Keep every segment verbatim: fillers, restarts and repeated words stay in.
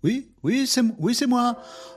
Oui, oui, c'est oui, c'est moi.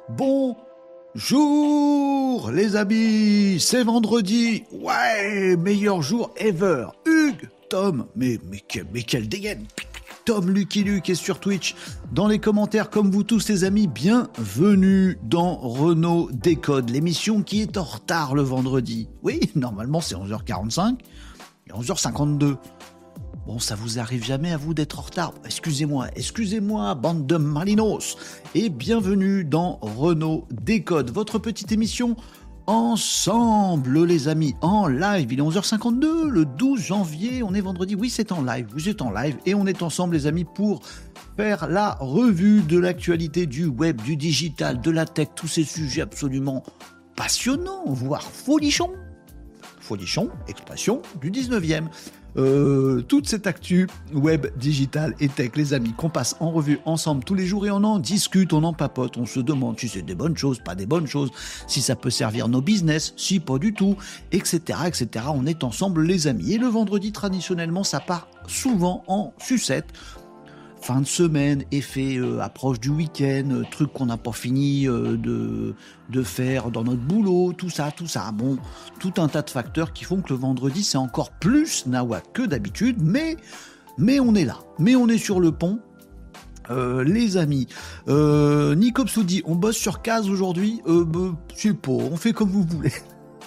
Bonjour les amis, c'est vendredi. Ouais, meilleur jour ever. Hugues, Tom, mais mais quel, mais quelle dégaine. Tom Lucky Luke est sur Twitch. Dans les commentaires, comme vous tous les amis, bienvenue dans Renault Décode, l'émission qui est en retard le vendredi. Oui, normalement c'est onze heures quarante-cinq et onze heures cinquante-deux. Bon, ça vous arrive jamais à vous d'être en retard. Excusez-moi, excusez-moi, bande de malinos. Et bienvenue dans Renault Décode, votre petite émission ensemble, les amis, en live. Il est onze heures cinquante-deux, le douze janvier, on est vendredi. Oui, c'est en live, vous êtes en live et on est ensemble, les amis, pour faire la revue de l'actualité du web, du digital, de la tech, tous ces sujets absolument passionnants, voire folichons. Folichon, expression du dix-neuvième. Euh, toute cette actu web, digital et tech, les amis, qu'on passe en revue ensemble tous les jours et on en discute, on en papote, on se demande si c'est des bonnes choses, pas des bonnes choses, si ça peut servir nos business, si pas du tout, et cetera, et cetera. On est ensemble, les amis. Et le vendredi, traditionnellement, ça part souvent en sucette. Fin de semaine, effet euh, approche du week-end, euh, truc qu'on n'a pas fini euh, de, de faire dans notre boulot, tout ça, tout ça. Bon, tout un tas de facteurs qui font que le vendredi, c'est encore plus nawak que d'habitude, mais, mais on est là, mais on est sur le pont. Euh, les amis, euh, Nico Psoudi, on bosse sur Case aujourd'hui, euh, bah, je sais pas, on fait comme vous voulez.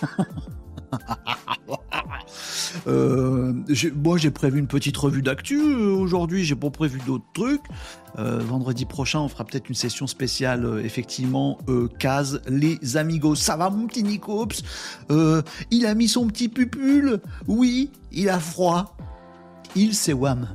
Euh, j'ai, moi j'ai prévu une petite revue d'actu euh, aujourd'hui, j'ai pas prévu d'autres trucs. Euh, vendredi prochain on fera peut-être une session spéciale euh, effectivement euh, Case, les amigos. Ça va mon petit Nicops, euh, il a mis son petit pupule, oui, il a froid, il c'est Wham.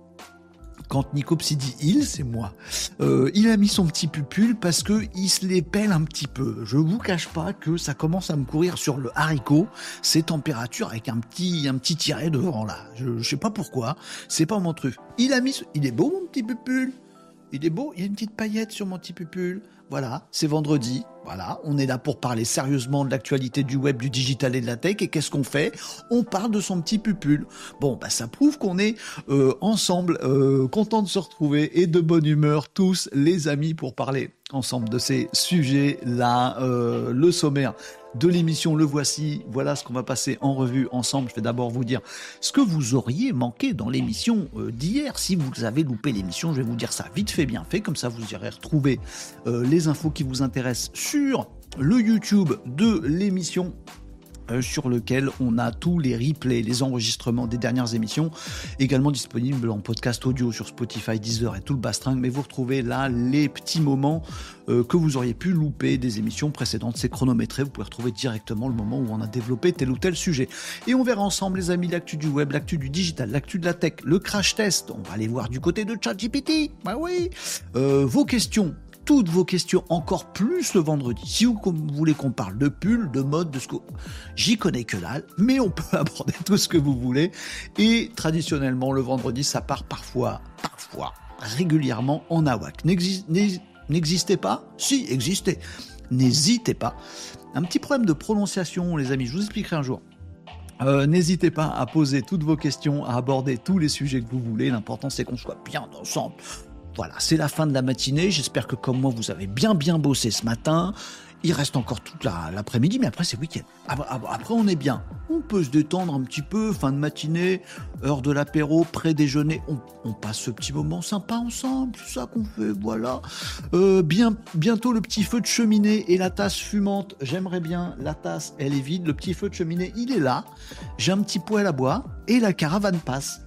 Quand Nicops dit il, c'est moi. Euh, il a mis son petit pupule parce que il se les pèle un petit peu. Je vous cache pas que ça commence à me courir sur le haricot, ces températures avec un petit, un petit tiret devant là. Je, je sais pas pourquoi, c'est pas mon truc. Il a mis, il est beau mon petit pupule. Il est beau, il y a une petite paillette sur mon petit pupule. Voilà, c'est vendredi. Voilà, on est là pour parler sérieusement de l'actualité du web, du digital et de la tech. Et qu'est-ce qu'on fait ? On parle de son petit pupule. Bon, bah ça prouve qu'on est euh, ensemble, euh, contents de se retrouver et de bonne humeur tous les amis pour parler ensemble de ces sujets-là. Euh, le sommaire de l'émission, le voici. Voilà ce qu'on va passer en revue ensemble. Je vais d'abord vous dire ce que vous auriez manqué dans l'émission euh, d'hier. Si vous avez loupé l'émission, je vais vous dire ça vite fait, bien fait. Comme ça, vous irez retrouver euh, les infos qui vous intéressent sur le YouTube de l'émission. Euh, sur lequel on a tous les replays, les enregistrements des dernières émissions, également disponibles en podcast audio sur Spotify, Deezer et tout le bastringue, mais vous retrouvez là les petits moments euh, que vous auriez pu louper des émissions précédentes, c'est chronométré, vous pouvez retrouver directement le moment où on a développé tel ou tel sujet. Et on verra ensemble les amis l'actu du web, l'actu du digital, l'actu de la tech, le crash test, on va aller voir du côté de ChatGPT, bah oui, euh, vos questions, toutes vos questions, encore plus le vendredi. Si vous voulez qu'on parle de pull, de mode, de ce que... J'y connais que dalle, mais on peut aborder tout ce que vous voulez. Et traditionnellement, le vendredi, ça part parfois, parfois, régulièrement en nawak. N'exi- N'existez pas ? Si, existez. N'hésitez pas. Un petit problème de prononciation, les amis, je vous expliquerai un jour. Euh, n'hésitez pas à poser toutes vos questions, à aborder tous les sujets que vous voulez. L'important, c'est qu'on soit bien ensemble. Voilà, c'est la fin de la matinée. J'espère que comme moi, vous avez bien bien bossé ce matin. Il reste encore toute la, l'après-midi, mais après, c'est week-end. Après, après, on est bien. On peut se détendre un petit peu, fin de matinée, heure de l'apéro, pré-déjeuner. On, on passe ce petit moment sympa ensemble, c'est ça qu'on fait, voilà. Euh, bien, bientôt, le petit feu de cheminée et la tasse fumante. J'aimerais bien, la tasse, elle est vide. Le petit feu de cheminée, il est là. J'ai un petit poêle à bois et la caravane passe.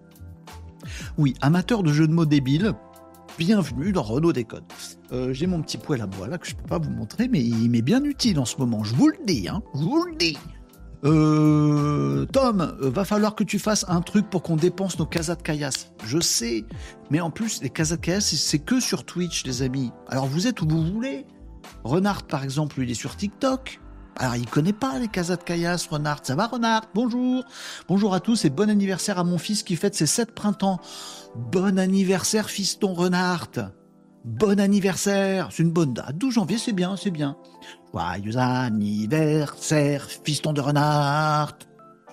Oui, amateur de jeux de mots débiles, bienvenue dans Renault Décode. Euh, j'ai mon petit poêle à bois là que je peux pas vous montrer, mais il m'est bien utile en ce moment. Je vous le dis, hein, je vous le dis. Euh, Tom, euh, va falloir que tu fasses un truc pour qu'on dépense nos casas de caillasse. Je sais, mais en plus les casas de caillasse c'est, c'est que sur Twitch, les amis. Alors vous êtes où vous voulez. Renard par exemple, lui, il est sur TikTok. Alors, il connaît pas les casas de caillasse, Renard. Ça va, Renard ? Bonjour. Bonjour à tous et bon anniversaire à mon fils qui fête ses sept printemps. Bon anniversaire, fiston Renard. Bon anniversaire. C'est une bonne date. douze janvier, c'est bien, c'est bien. Joyeux anniversaire, fiston de Renard.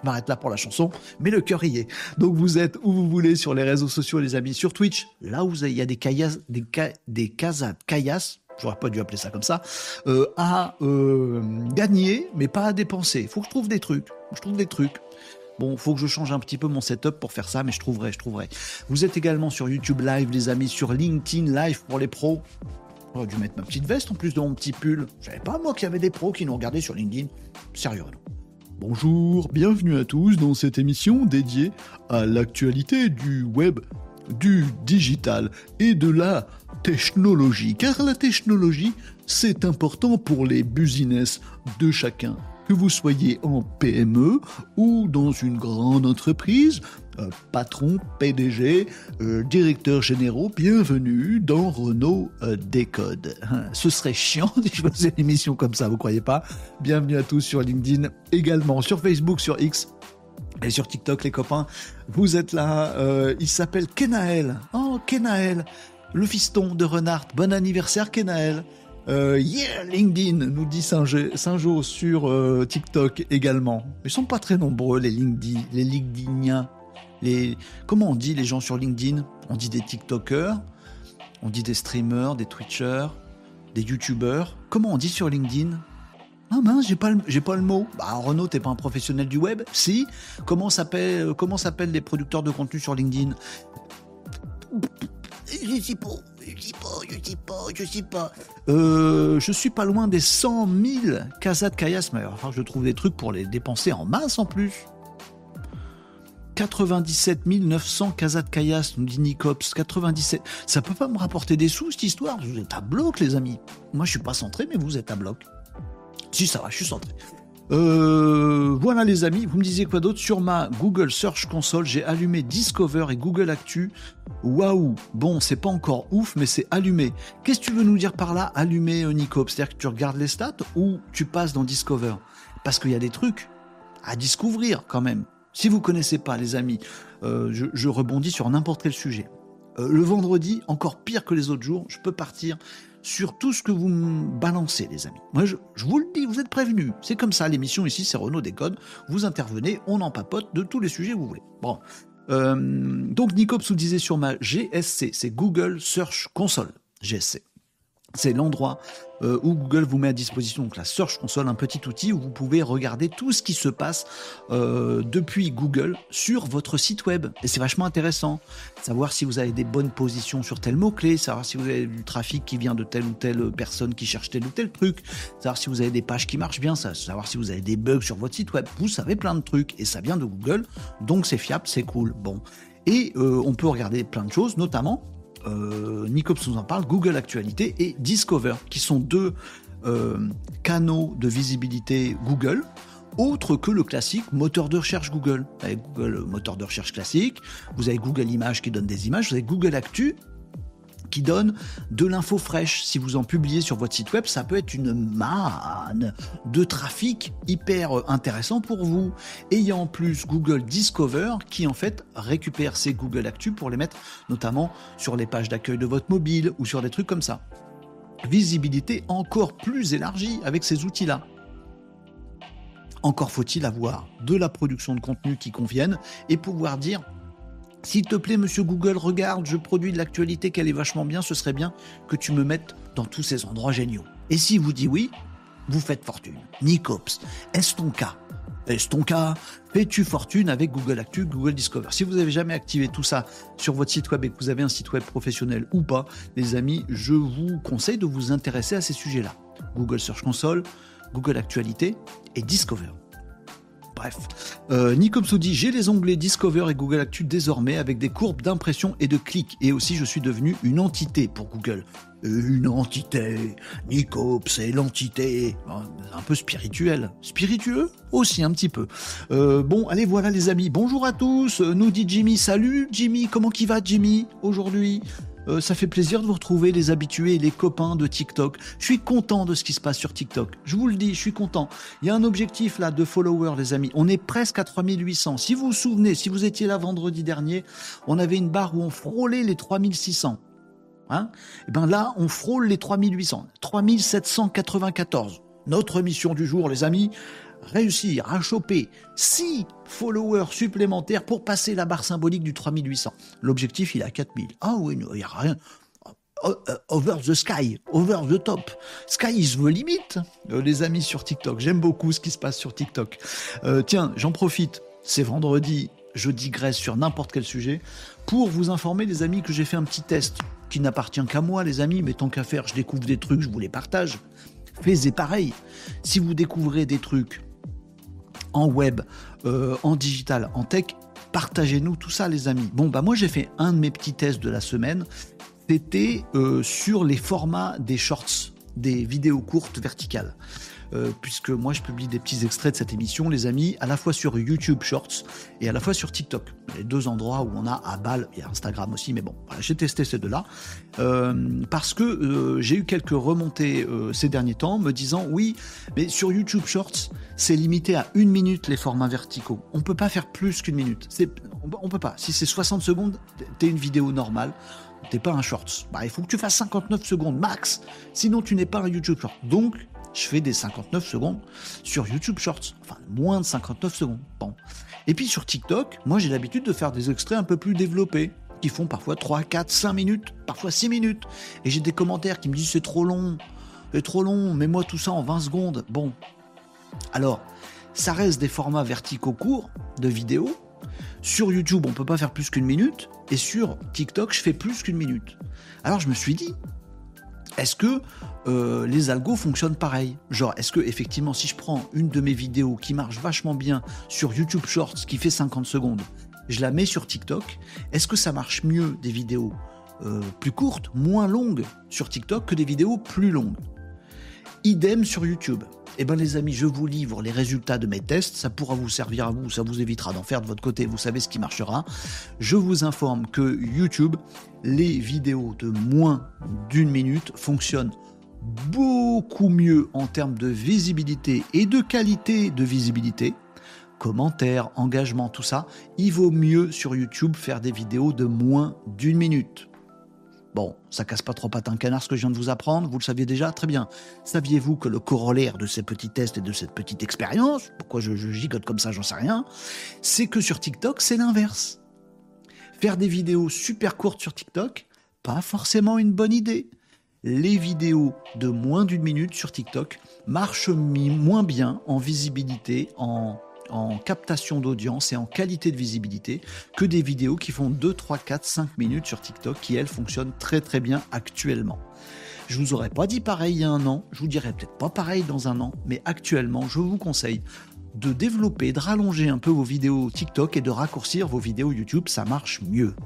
Je m'arrête là pour la chanson, mais le cœur y est. Donc vous êtes où vous voulez sur les réseaux sociaux, les amis, sur Twitch, là où il y a des caillasses, des, ca... des casades, caillasses, j'aurais pas dû appeler ça comme ça, euh, à euh, gagner, mais pas à dépenser. Il faut que je trouve des trucs. Je trouve des trucs. Bon, faut que je change un petit peu mon setup pour faire ça, mais je trouverai, je trouverai. Vous êtes également sur YouTube Live, les amis, sur LinkedIn Live pour les pros. J'aurais dû mettre ma petite veste en plus de mon petit pull. Je savais pas, moi, qu'il y avait des pros qui nous regardaient sur LinkedIn. Sérieux, non. Bonjour, bienvenue à tous dans cette émission dédiée à l'actualité du web, du digital et de la technologie. Car la technologie, c'est important pour les business de chacun. Que vous soyez en P M E ou dans une grande entreprise, euh, patron, P D G, euh, directeur généraux, bienvenue dans Renault euh, Décode. Ce serait chiant si je faisais une émission comme ça, vous croyez pas? Bienvenue à tous sur LinkedIn, également sur Facebook, sur X et sur TikTok, les copains. Vous êtes là, euh, il s'appelle Kenaël. Oh, Kenaël, le fiston de Renard. Bon anniversaire, Kenaël. Euh, yeah, LinkedIn, nous dit Saint-Jo sur euh, TikTok également. Ils sont pas très nombreux, les LinkedIn, les LinkedIniens. Les... Comment on dit les gens sur LinkedIn? On dit des TikTokers, on dit des streamers, des Twitchers, des YouTubers. Comment on dit sur LinkedIn? Ah mince, j'ai pas le, j'ai pas le mot. Bah Renaud, t'es pas un professionnel du web? Si. Comment s'appelle, comment s'appellent les producteurs de contenu sur LinkedIn? Je sais pas, je sais pas, je sais pas, je sais pas. Euh, je suis pas loin des cent mille casas de caillasse, mais il va falloir que je trouve des trucs pour les dépenser en masse en plus. quatre-vingt-dix-sept mille neuf cents casas de caillasse, nous dit Nicops. quatre-vingt-dix-sept. Ça peut pas me rapporter des sous, cette histoire? Vous êtes à bloc, les amis. Moi, je suis pas centré, mais vous êtes à bloc. Si, ça va, je suis centré. Euh, voilà les amis, vous me disiez quoi d'autre? Sur ma Google Search Console, j'ai allumé Discover et Google Actu. Waouh, bon, c'est pas encore ouf, mais c'est allumé. Qu'est-ce que tu veux nous dire par là, allumé, Nico? C'est-à-dire que tu regardes les stats ou tu passes dans Discover? Parce qu'il y a des trucs à découvrir quand même. Si vous connaissez pas, les amis, euh, je, je rebondis sur n'importe quel sujet. Euh, le vendredi, encore pire que les autres jours, je peux partir sur tout ce que vous me balancez, les amis. Moi, je, je vous le dis, vous êtes prévenus. C'est comme ça, l'émission ici, c'est Renaud Décode. Vous intervenez, on en papote de tous les sujets que vous voulez. Bon. Euh, donc, Nicops vous disait sur ma G S C, c'est Google Search Console, G S C. C'est l'endroit euh, où Google vous met à disposition, donc la Search Console, un petit outil où vous pouvez regarder tout ce qui se passe euh, depuis Google sur votre site web. Et c'est vachement intéressant. Savoir si vous avez des bonnes positions sur tel mot-clé, savoir si vous avez du trafic qui vient de telle ou telle personne qui cherche tel ou tel truc, savoir si vous avez des pages qui marchent bien, savoir si vous avez des bugs sur votre site web. Vous savez plein de trucs et ça vient de Google, donc c'est fiable, c'est cool. Bon. Et euh, on peut regarder plein de choses, notamment Euh, Nicops nous en parle, Google Actualité et Discover, qui sont deux euh, canaux de visibilité Google, autres que le classique moteur de recherche Google. Vous avez Google moteur de recherche classique, vous avez Google Images qui donne des images, vous avez Google Actu qui donne de l'info fraîche. Si vous en publiez sur votre site web, ça peut être une manne de trafic hyper intéressant pour vous. Et il y a en plus Google Discover qui en fait récupère ces Google Actu pour les mettre notamment sur les pages d'accueil de votre mobile ou sur des trucs comme ça. Visibilité encore plus élargie avec ces outils-là. Encore faut-il avoir de la production de contenu qui convienne et pouvoir dire: s'il te plaît, monsieur Google, regarde, je produis de l'actualité qu'elle est vachement bien, ce serait bien que tu me mettes dans tous ces endroits géniaux. Et s'il vous dit oui, vous faites fortune. Nicops, est-ce ton cas? Est-ce ton cas? Fais-tu fortune avec Google Actu, Google Discover? Si vous n'avez jamais activé tout ça sur votre site web et que vous avez un site web professionnel ou pas, les amis, je vous conseille de vous intéresser à ces sujets-là. Google Search Console, Google Actualité et Discover. Bref, euh, Nicops dit: j'ai les onglets Discover et Google Actu désormais avec des courbes d'impression et de clics. Et aussi, je suis devenu une entité pour Google. Une entité. Nicops, c'est l'entité. Un peu spirituel. Spiritueux aussi, un petit peu. Euh, bon, allez, voilà les amis. Bonjour à tous, nous dit Jimmy. Salut Jimmy, comment qui va Jimmy aujourd'hui? Euh, ça fait plaisir de vous retrouver, les habitués et les copains de TikTok. Je suis content de ce qui se passe sur TikTok. Je vous le dis, je suis content. Il y a un objectif là de followers, les amis. On est presque à trois mille huit cents. Si vous vous souvenez, si vous étiez là vendredi dernier, on avait une barre où on frôlait les trois mille six cents. Hein? Et ben là, on frôle les trois mille huit cents. trois mille sept cent quatre-vingt-quatorze. Notre mission du jour, les amis. réussir à choper six followers supplémentaires pour passer la barre symbolique du trois mille huit cents. L'objectif, il est à quatre mille. Ah oui, il n'y a rien. Over the sky, over the top. Sky is the limit, euh, les amis sur TikTok. J'aime beaucoup ce qui se passe sur TikTok. Euh, tiens, j'en profite. C'est vendredi, je digresse sur n'importe quel sujet pour vous informer, les amis, que j'ai fait un petit test qui n'appartient qu'à moi, les amis. Mais tant qu'à faire, je découvre des trucs, je vous les partage. Faites pareil. Si vous découvrez des trucs en web, euh, en digital, en tech, partagez-nous tout ça, les amis. Bon, bah moi, j'ai fait un de mes petits tests de la semaine. C'était euh, sur les formats des shorts, des vidéos courtes verticales. Euh, puisque moi je publie des petits extraits de cette émission, les amis, à la fois sur YouTube Shorts et à la fois sur TikTok. Les deux endroits où on a à balle, il y a Instagram aussi, mais bon, voilà, j'ai testé ces deux-là. Euh, parce que euh, j'ai eu quelques remontées euh, ces derniers temps me disant, oui, mais sur YouTube Shorts, c'est limité à une minute les formats verticaux. On peut pas faire plus qu'une minute. C'est, on, on peut pas. Si c'est soixante secondes, t'es une vidéo normale. T'es pas un shorts. Bah, il faut que tu fasses cinquante-neuf secondes max, sinon tu n'es pas un YouTube Shorts. Donc, je fais des cinquante-neuf secondes sur YouTube Shorts. Enfin, moins de cinquante-neuf secondes. Bon. Et puis sur TikTok, moi j'ai l'habitude de faire des extraits un peu plus développés, qui font parfois trois, quatre, cinq minutes, parfois six minutes. Et j'ai des commentaires qui me disent c'est trop long, c'est trop long, mets-moi tout ça en vingt secondes. Bon. Alors, ça reste des formats verticaux courts de vidéos. Sur YouTube, on peut pas faire plus qu'une minute, et sur TikTok, je fais plus qu'une minute. Alors je me suis dit, est-ce que euh, les algos fonctionnent pareil ? Genre, est-ce que effectivement, si je prends une de mes vidéos qui marche vachement bien sur YouTube Shorts, qui fait cinquante secondes, je la mets sur TikTok, est-ce que ça marche mieux des vidéos euh, plus courtes, moins longues sur TikTok que des vidéos plus longues ? Idem sur YouTube. Eh bien les amis, je vous livre les résultats de mes tests, ça pourra vous servir à vous, ça vous évitera d'en faire de votre côté, vous savez ce qui marchera. Je vous informe que YouTube, les vidéos de moins d'une minute fonctionnent beaucoup mieux en termes de visibilité et de qualité de visibilité. Commentaires, engagement, tout ça, il vaut mieux sur YouTube faire des vidéos de moins d'une minute. Bon, ça casse pas trop pattes un canard ce que je viens de vous apprendre, vous le saviez déjà, très bien. Saviez-vous que le corollaire de ces petits tests et de cette petite expérience, pourquoi je, je gigote comme ça, j'en sais rien, c'est que sur TikTok, c'est l'inverse. Faire des vidéos super courtes sur TikTok, pas forcément une bonne idée. Les vidéos de moins d'une minute sur TikTok marchent mi- moins bien en visibilité, en... en captation d'audience et en qualité de visibilité que des vidéos qui font deux, trois, quatre, cinq minutes sur TikTok qui, elles, fonctionnent très très bien actuellement. Je vous aurais pas dit pareil il y a un an, je vous dirais peut-être pas pareil dans un an, mais actuellement, je vous conseille de développer, de rallonger un peu vos vidéos TikTok et de raccourcir vos vidéos YouTube, ça marche mieux.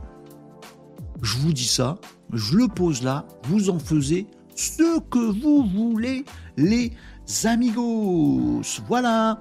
Je vous dis ça, je le pose là, vous en faisez ce que vous voulez, les amigos. Voilà.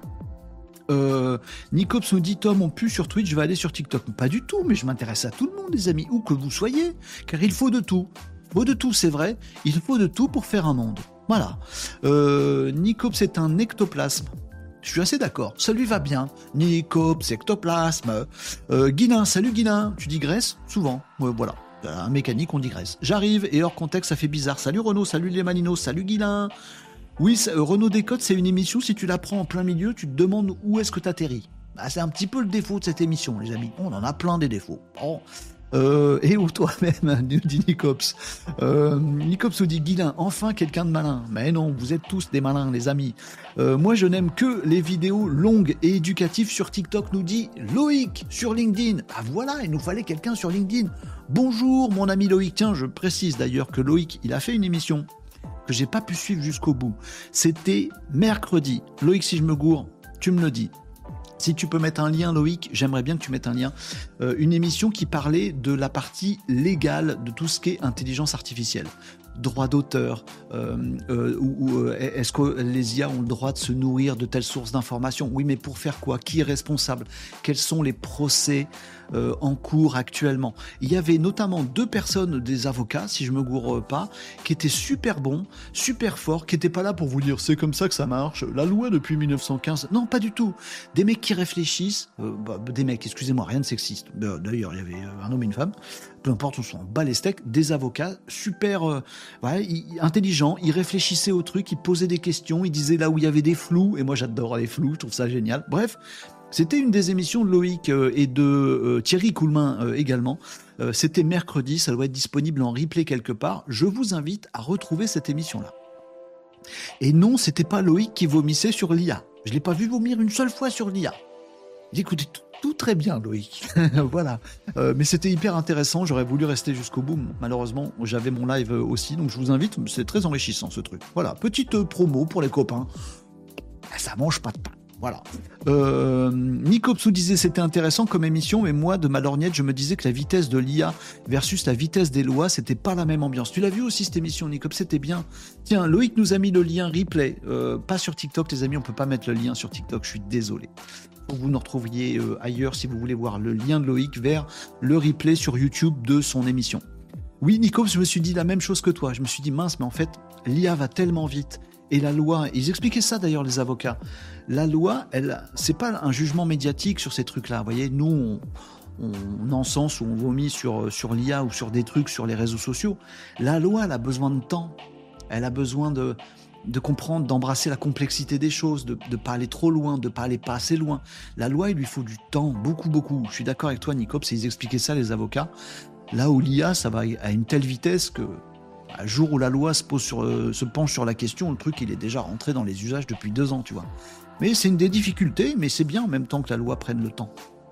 Euh, Nicops nous dit Tom, on pue sur Twitch, je vais aller sur TikTok. Pas du tout, mais je m'intéresse à tout le monde, les amis, où que vous soyez, car il faut de tout. Il faut de tout, c'est vrai, il faut de tout pour faire un monde. Voilà. Euh, Nicops est un ectoplasme. Je suis assez d'accord, ça lui va bien. Nicops, ectoplasme. Euh, Guilin, salut Guilin. Tu digresses souvent. Ouais, voilà. Un mécanique, on digresse. J'arrive et hors contexte, ça fait bizarre. Salut Renaud, salut les Maninos, salut Guilin. Oui, ça, euh, Renaud Décote, c'est une émission, si tu la prends en plein milieu, tu te demandes où est-ce que tu atterris. Bah, c'est un petit peu le défaut de cette émission, les amis. On en a plein des défauts. Bon. Euh, et où toi-même, nous dit Nicops. Euh, Nicops nous dit Guilin, enfin quelqu'un de malin. Mais non, vous êtes tous des malins, les amis. Euh, moi, je n'aime que les vidéos longues et éducatives sur TikTok, nous dit Loïc sur LinkedIn. Ah voilà, il nous fallait quelqu'un sur LinkedIn. Bonjour, mon ami Loïc. Tiens, je précise d'ailleurs que Loïc, il a fait une émission que j'ai pas pu suivre jusqu'au bout. C'était mercredi. Loïc, si je me gourre, tu me le dis. Si tu peux mettre un lien, Loïc, j'aimerais bien que tu mettes un lien. Euh, une émission qui parlait de la partie légale de tout ce qui est intelligence artificielle. Droit d'auteur, euh, euh, ou, ou est-ce que les I A ont le droit de se nourrir de telles sources d'informations ? Oui, mais pour faire quoi ? Qui est responsable ? Quels sont les procès euh, en cours actuellement ? Il y avait notamment deux personnes, des avocats, si je me gourre pas, qui étaient super bons, super forts, qui n'étaient pas là pour vous dire c'est comme ça que ça marche, la loi depuis mille neuf cent quinze. Non, pas du tout. Des mecs qui réfléchissent, euh, bah, des mecs, excusez-moi, rien de sexiste. D'ailleurs, il y avait un homme et une femme. peu importe, on s'en bat les steaks, des avocats super euh, ouais, ils- intelligents, ils réfléchissaient au truc, ils posaient des questions, ils disaient là où il y avait des flous, et moi j'adore les flous, je trouve ça génial. Bref, c'était une des émissions de Loïc euh, et de euh, Thierry Coulmin euh, également. Euh, c'était mercredi, ça doit être disponible en replay quelque part. Je vous invite à retrouver cette émission-là. Et non, c'était pas Loïc qui vomissait sur l'I A. Je l'ai pas vu vomir une seule fois sur l'I A. Il écoutait tout, tout très bien, Loïc. Voilà. Euh, mais c'était hyper intéressant. J'aurais voulu rester jusqu'au bout. Malheureusement, j'avais mon live aussi. Donc je vous invite. C'est très enrichissant, ce truc. Voilà. Petite euh, promo pour les copains. Ça mange pas de pain. Voilà. Euh, Nicopsou disait c'était intéressant comme émission, mais moi, de ma lorgnette, je me disais que la vitesse de l'I A versus la vitesse des lois, c'était pas la même ambiance. Tu l'as vu aussi cette émission, Nicops, c'était bien. Tiens, Loïc nous a mis le lien replay, euh, pas sur TikTok, les amis, on peut pas mettre le lien sur TikTok, je suis désolé. Faut que vous nous retrouviez euh, ailleurs si vous voulez voir le lien de Loïc vers le replay sur YouTube de son émission. Oui, Nicops, je me suis dit la même chose que toi. Je me suis dit mince, mais en fait, l'I A va tellement vite. Et la loi, ils expliquaient ça d'ailleurs les avocats. La loi, elle, c'est pas un jugement médiatique sur ces trucs-là. Vous voyez, nous, on, on encense ou on vomit sur, sur l'I A ou sur des trucs sur les réseaux sociaux. La loi, elle a besoin de temps. Elle a besoin de, de comprendre, d'embrasser la complexité des choses, de ne pas aller trop loin, de ne pas aller pas assez loin. La loi, il lui faut du temps, beaucoup, beaucoup. Je suis d'accord avec toi, Nicops, ils expliquaient ça, les avocats. Là où l'I A, ça va à une telle vitesse que... Un jour où la loi se, pose sur, euh, se penche sur la question, le truc il est déjà rentré dans les usages depuis deux ans, tu vois. Mais c'est une des difficultés, mais c'est bien en même temps que la loi prenne le temps.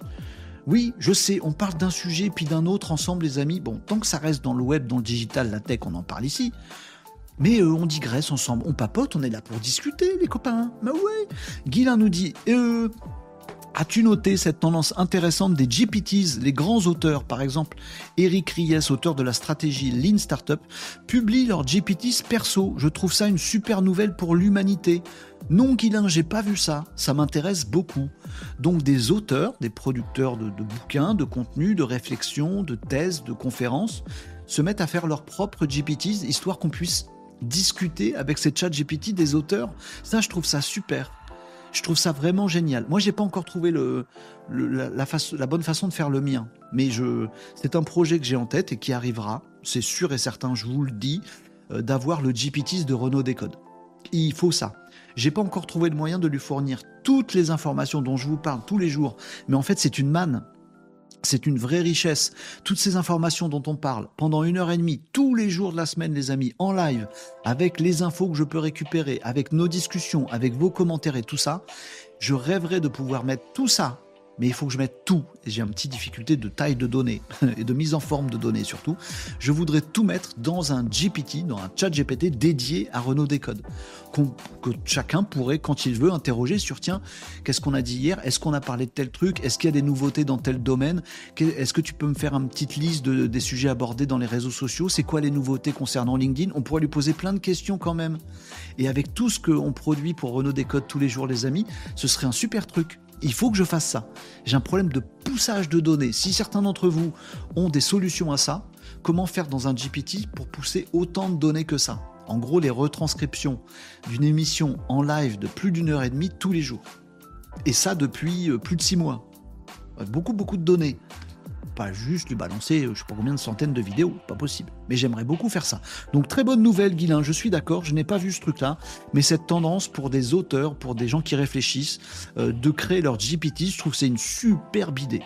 Oui, je sais, on parle d'un sujet puis d'un autre ensemble, les amis. Bon, tant que ça reste dans le web, dans le digital, la tech, on en parle ici. Mais euh, on digresse ensemble, on papote, on est là pour discuter, les copains. Bah ouais. Guilain nous dit... Euh, As-tu noté cette tendance intéressante des G P Ts, les grands auteurs, par exemple Eric Ries, auteur de la stratégie Lean Startup, publient leurs G P Ts perso. Je trouve ça une super nouvelle pour l'humanité. Non, Guilain, j'ai pas vu ça. Ça m'intéresse beaucoup. Donc des auteurs, des producteurs de, de bouquins, de contenus, de réflexions, de thèses, de conférences, se mettent à faire leurs propres G P Ts, histoire qu'on puisse discuter avec ces chats G P T des auteurs. Ça, je trouve ça super. Je trouve ça vraiment génial. Moi, j'ai pas encore trouvé le, le, la, la, façon, la bonne façon de faire le mien. Mais je, c'est un projet que j'ai en tête et qui arrivera, c'est sûr et certain, je vous le dis, euh, d'avoir le G P T de Renaud Décode. Il faut ça. J'ai pas encore trouvé le moyen de lui fournir toutes les informations dont je vous parle tous les jours. Mais en fait, c'est une manne. C'est une vraie richesse. Toutes ces informations dont on parle pendant une heure et demie, tous les jours de la semaine, les amis, en live, avec les infos que je peux récupérer, avec nos discussions, avec vos commentaires et tout ça, je rêverais de pouvoir mettre tout ça. Mais il faut que je mette tout. Et j'ai une petite difficulté de taille de données et de mise en forme de données surtout. Je voudrais tout mettre dans un G P T, dans un chat G P T dédié à Renaud Décode. Qu'on, que chacun pourrait, quand il veut, interroger sur tiens, qu'est-ce qu'on a dit hier? Est-ce qu'on a parlé de tel truc? Est-ce qu'il y a des nouveautés dans tel domaine? Est-ce que tu peux me faire une petite liste de, des sujets abordés dans les réseaux sociaux? C'est quoi les nouveautés concernant LinkedIn? On pourrait lui poser plein de questions quand même. Et avec tout ce qu'on produit pour Renaud Décode tous les jours, les amis, ce serait un super truc. Il faut que je fasse ça. J'ai un problème de poussage de données. Si certains d'entre vous ont des solutions à ça, comment faire dans un G P T pour pousser autant de données que ça? En gros, les retranscriptions d'une émission en live de plus d'une heure et demie tous les jours. Et ça depuis plus de six mois. Beaucoup, beaucoup de données. Pas juste lui balancer, je sais pas combien de centaines de vidéos, pas possible. Mais j'aimerais beaucoup faire ça. Donc très bonne nouvelle, Guilain, je suis d'accord, je n'ai pas vu ce truc-là, mais cette tendance pour des auteurs, pour des gens qui réfléchissent, euh, de créer leur G P T, je trouve que c'est une superbe idée.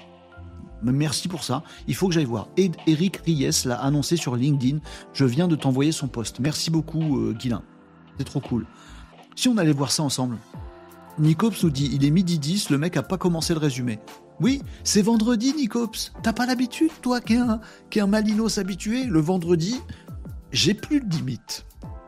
Merci pour ça, il faut que j'aille voir. Et Eric Ries l'a annoncé sur LinkedIn, je viens de t'envoyer son post. Merci beaucoup, euh, Guilain, c'est trop cool. Si on allait voir ça ensemble. Nicops nous dit, il est midi dix, le mec a pas commencé le résumé. Oui, c'est vendredi, Nicops. T'as pas l'habitude, toi, qui est un, qui est un malinos habitué? Le vendredi, j'ai plus de limite.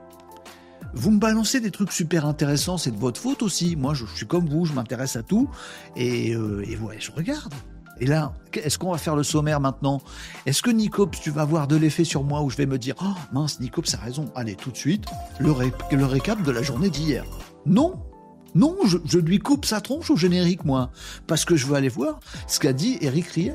Vous me balancez des trucs super intéressants, c'est de votre faute aussi. Moi, je, je suis comme vous, je m'intéresse à tout. Et, euh, et ouais, je regarde. Et là, est-ce qu'on va faire le sommaire maintenant? Est-ce que Nicops, tu vas avoir de l'effet sur moi où je vais me dire « Oh, mince, Nicops a raison. Allez, tout de suite, le, ré- le récap de la journée d'hier. » Non. Non, je, je lui coupe sa tronche au générique, moi, parce que je veux aller voir ce qu'a dit Eric Ries.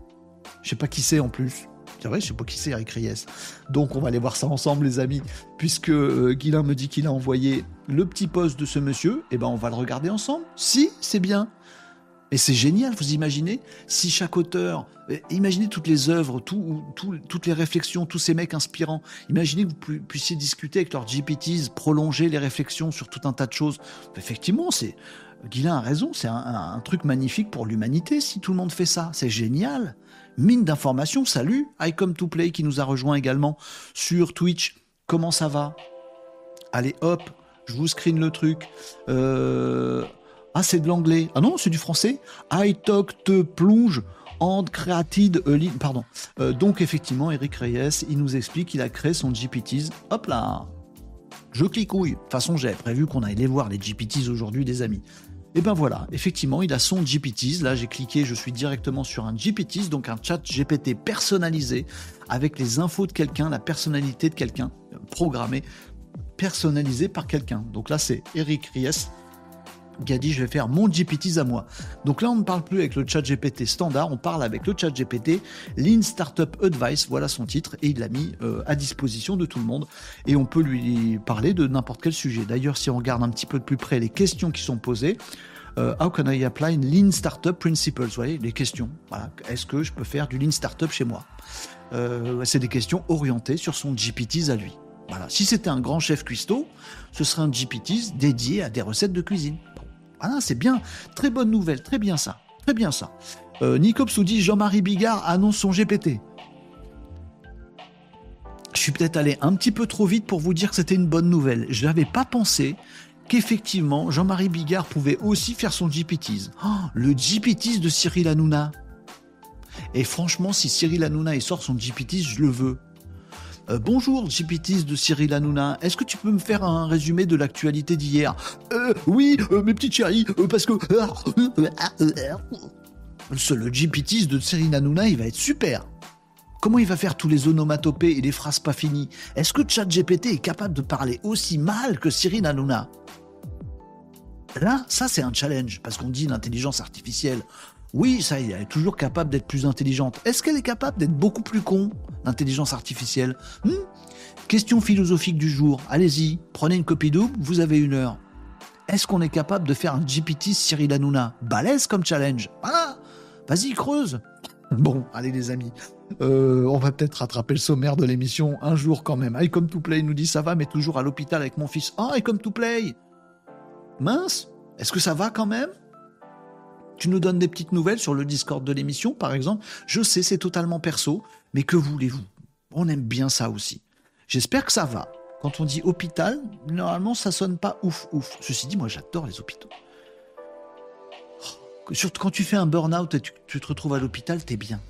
Je sais pas qui c'est en plus. C'est vrai, je sais pas qui c'est Eric Ries. Donc on va aller voir ça ensemble, les amis, puisque euh, Guilain me dit qu'il a envoyé le petit post de ce monsieur. Eh ben, on va le regarder ensemble. Si, c'est bien. Et c'est génial, vous imaginez, si chaque auteur, imaginez toutes les œuvres, tout, tout, toutes les réflexions, tous ces mecs inspirants, imaginez que vous puissiez discuter avec leurs G P Ts, prolonger les réflexions sur tout un tas de choses. Effectivement, c'est, Guylain a raison, c'est un, un, un truc magnifique pour l'humanité si tout le monde fait ça, c'est génial. Mine d'informations, salut, I Come to Play qui nous a rejoint également sur Twitch. Comment ça va? Allez hop, je vous screen le truc. Euh... Ah, c'est de l'anglais. Ah non, c'est du français. I talk te plonge and created a link. Pardon. Euh, donc, effectivement, Eric Reyes, il nous explique qu'il a créé son G P Ts. Hop là. Je clicouille. De toute façon, j'avais prévu qu'on allait voir les G P Ts aujourd'hui, des amis. Et ben voilà, effectivement, il a son G P Ts. Là, j'ai cliqué, je suis directement sur un G P Ts, donc un chat G P T personnalisé avec les infos de quelqu'un, la personnalité de quelqu'un, programmé, personnalisé par quelqu'un. Donc là, c'est Eric Reyes qui a dit je vais faire mon G P Ts à moi. Donc là on ne parle plus avec le chat G P T standard, on parle avec le chat G P T Lean Startup Advice, voilà son titre, et il l'a mis euh, à disposition de tout le monde et on peut lui parler de n'importe quel sujet. D'ailleurs, si on regarde un petit peu de plus près les questions qui sont posées, euh, how can I apply Lean Startup Principles, vous voyez, les questions, voilà, est-ce que je peux faire du Lean Startup chez moi? euh, c'est des questions orientées sur son G P Ts à lui. Voilà. Si c'était un grand chef cuistot, ce serait un G P Ts dédié à des recettes de cuisine. Voilà, c'est bien, très bonne nouvelle, très bien ça, très bien ça. Euh, Nicops nous dit Jean-Marie Bigard annonce son G P T. Je suis peut-être allé un petit peu trop vite pour vous dire que c'était une bonne nouvelle. Je n'avais pas pensé qu'effectivement Jean-Marie Bigard pouvait aussi faire son G P Ts. Oh, le G P Ts de Cyril Hanouna. Et franchement, si Cyril Hanouna il sort son G P Ts, je le veux. Euh, bonjour G P Ts de Cyril Hanouna, est-ce que tu peux me faire un résumé de l'actualité d'hier? euh, Oui, euh, mes petites chéries, euh, parce que... Le G P Ts de Cyril Hanouna, il va être super. Comment il va faire tous les onomatopées et les phrases pas finies? Est-ce que ChatGPT est capable de parler aussi mal que Cyril Hanouna? Là, ça c'est un challenge, parce qu'on dit l'intelligence artificielle. Oui, ça, elle est toujours capable d'être plus intelligente. Est-ce qu'elle est capable d'être beaucoup plus con, l'intelligence artificielle? hmm Question philosophique du jour. Allez-y, prenez une copie double, vous avez une heure. Est-ce qu'on est capable de faire un G P T Cyril Hanouna? Balèze comme challenge. Voilà, vas-y, creuse. Bon, allez les amis, euh, on va peut-être rattraper le sommaire de l'émission un jour quand même. I Come to Play nous dit ça va, mais toujours à l'hôpital avec mon fils. Ah, I Come to Play. Mince, est-ce que ça va quand même? Tu nous donnes des petites nouvelles sur le Discord de l'émission, par exemple. Je sais, c'est totalement perso, mais que voulez-vous? On aime bien ça aussi. J'espère que ça va. Quand on dit hôpital, normalement, ça sonne pas ouf, ouf. Ceci dit, moi, j'adore les hôpitaux. Oh, surtout quand tu fais un burn-out et tu, tu te retrouves à l'hôpital, t'es bien.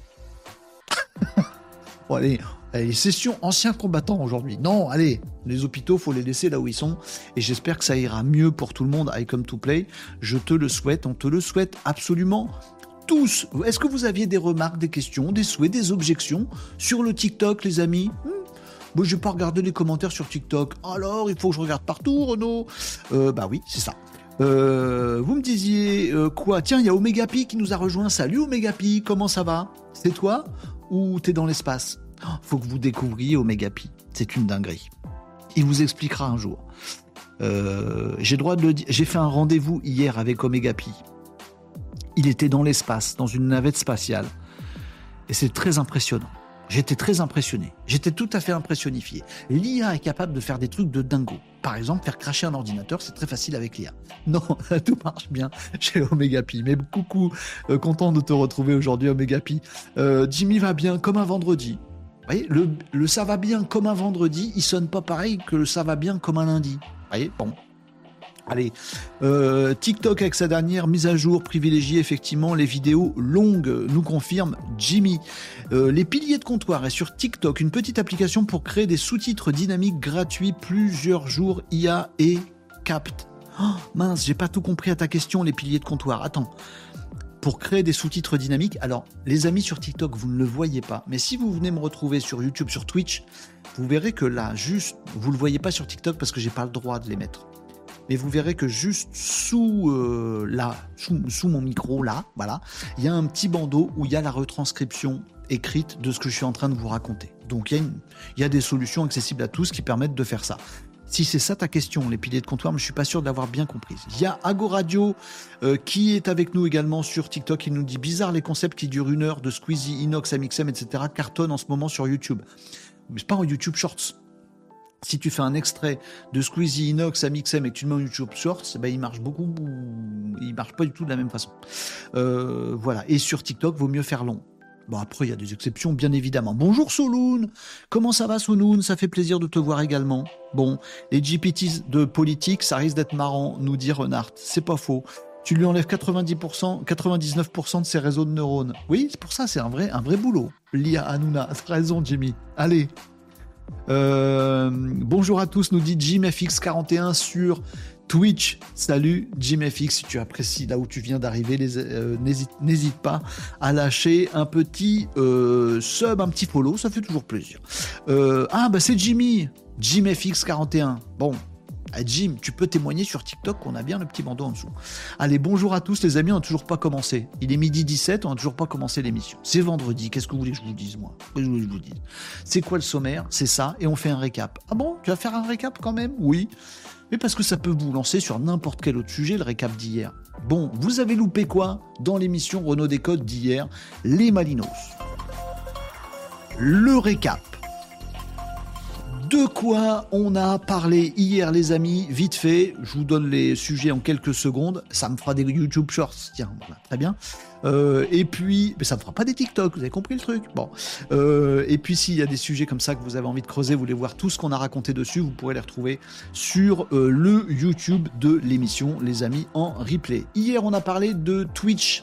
Bon, allez, allez, session anciens combattants aujourd'hui. Non, allez, les hôpitaux, faut les laisser là où ils sont. Et j'espère que ça ira mieux pour tout le monde. I Come to Play. Je te le souhaite, on te le souhaite absolument tous. Est-ce que vous aviez des remarques, des questions, des souhaits, des objections sur le TikTok, les amis? hmm Bon, je vais pas regarder les commentaires sur TikTok. Alors, il faut que je regarde partout, Renaud. euh, Bah oui, c'est ça. Euh, vous me disiez euh, quoi? Tiens, il y a Omegapi qui nous a rejoint. Salut Omegapi, comment ça va? C'est toi ou t'es dans l'espace? Oh, faut que vous découvriez Omegapi. C'est une dinguerie. Il vous expliquera un jour. Euh, j'ai droit de le dire. J'ai fait un rendez-vous hier avec Omegapi. Il était dans l'espace, dans une navette spatiale. Et c'est très impressionnant. J'étais très impressionné. J'étais tout à fait impressionnifié. L'I A est capable de faire des trucs de dingo. Par exemple, faire cracher un ordinateur, c'est très facile avec l'I A. Non, tout marche bien chez Omegapi. Mais coucou, euh, content de te retrouver aujourd'hui, Omegapi. Euh, Jimmy va bien comme un vendredi. Vous voyez, le, le ça va bien comme un vendredi, il sonne pas pareil que le ça va bien comme un lundi. Vous voyez, bon. Allez, euh, TikTok avec sa dernière mise à jour privilégie effectivement les vidéos longues, nous confirme Jimmy. Euh, les piliers de comptoir est sur TikTok, une petite application pour créer des sous-titres dynamiques gratuits, plusieurs jours I A et capte. Oh, mince, j'ai pas tout compris à ta question, les piliers de comptoir. Attends, pour créer des sous-titres dynamiques, alors les amis sur TikTok, vous ne le voyez pas, mais si vous venez me retrouver sur YouTube, sur Twitch, vous verrez que là, juste, vous le voyez pas sur TikTok parce que j'ai pas le droit de les mettre. Mais vous verrez que juste sous, euh, là, sous, sous mon micro, là, voilà, il y a un petit bandeau où il y a la retranscription écrite de ce que je suis en train de vous raconter. Donc, il y a, une, il y a des solutions accessibles à tous qui permettent de faire ça. Si c'est ça ta question, les piliers de comptoir, mais je suis pas sûr de l'avoir bien comprise. Il y a Agoradio euh, qui est avec nous également sur TikTok. Il nous dit bizarre les concepts qui durent une heure de Squeezie, Inox, Amixem, et cetera cartonnent en ce moment sur YouTube. Mais c'est pas en YouTube Shorts. Si tu fais un extrait de Squeezie, Inox, Amixem et que tu le mets en YouTube Shorts, ben il marche beaucoup, il marche pas du tout de la même façon. Euh, voilà. Et sur TikTok, vaut mieux faire long. Bon, après, il y a des exceptions, bien évidemment. Bonjour Soloun. Comment ça va, Soloun? Ça fait plaisir de te voir également. Bon, les G P Ts de politique, ça risque d'être marrant, nous dit Renard. C'est pas faux. Tu lui enlèves quatre-vingt-dix pour cent, quatre-vingt-dix-neuf pour cent de ses réseaux de neurones. Oui, c'est pour ça, c'est un vrai, un vrai boulot. L'I A Hanouna, t'as raison, Jimmy. Allez. Euh, bonjour à tous, nous dit Jim F X quarante et un sur Twitch. Salut Jim F X, si tu apprécies là où tu viens d'arriver, les, euh, n'hésite, n'hésite pas à lâcher un petit euh, sub, un petit follow, ça fait toujours plaisir. Euh, ah bah c'est Jimmy, Jim F X quarante et un. Bon, ah, Jim, tu peux témoigner sur TikTok qu'on a bien le petit bandeau en dessous. Allez, bonjour à tous les amis, on n'a toujours pas commencé. Il est midi dix-sept, on n'a toujours pas commencé l'émission. C'est vendredi, qu'est-ce que vous voulez que je vous dise moi? Qu'est-ce que vous voulez que je vous dise? C'est quoi le sommaire? C'est ça, et on fait un récap. Ah bon? Tu vas faire un récap quand même? Oui. Mais parce que ça peut vous lancer sur n'importe quel autre sujet, le récap d'hier. Bon, vous avez loupé quoi dans l'émission Renaud Décode d'hier? Les Malinos. Le récap. De quoi on a parlé hier, les amis? Vite fait, je vous donne les sujets en quelques secondes. Ça me fera des YouTube Shorts, tiens, voilà, très bien. Euh, et puis, mais ça ne fera pas des TikTok, vous avez compris le truc? Bon. Euh, et puis, s'il y a des sujets comme ça que vous avez envie de creuser, vous voulez voir tout ce qu'on a raconté dessus, vous pourrez les retrouver sur euh, le YouTube de l'émission, les amis, en replay. Hier, on a parlé de Twitch.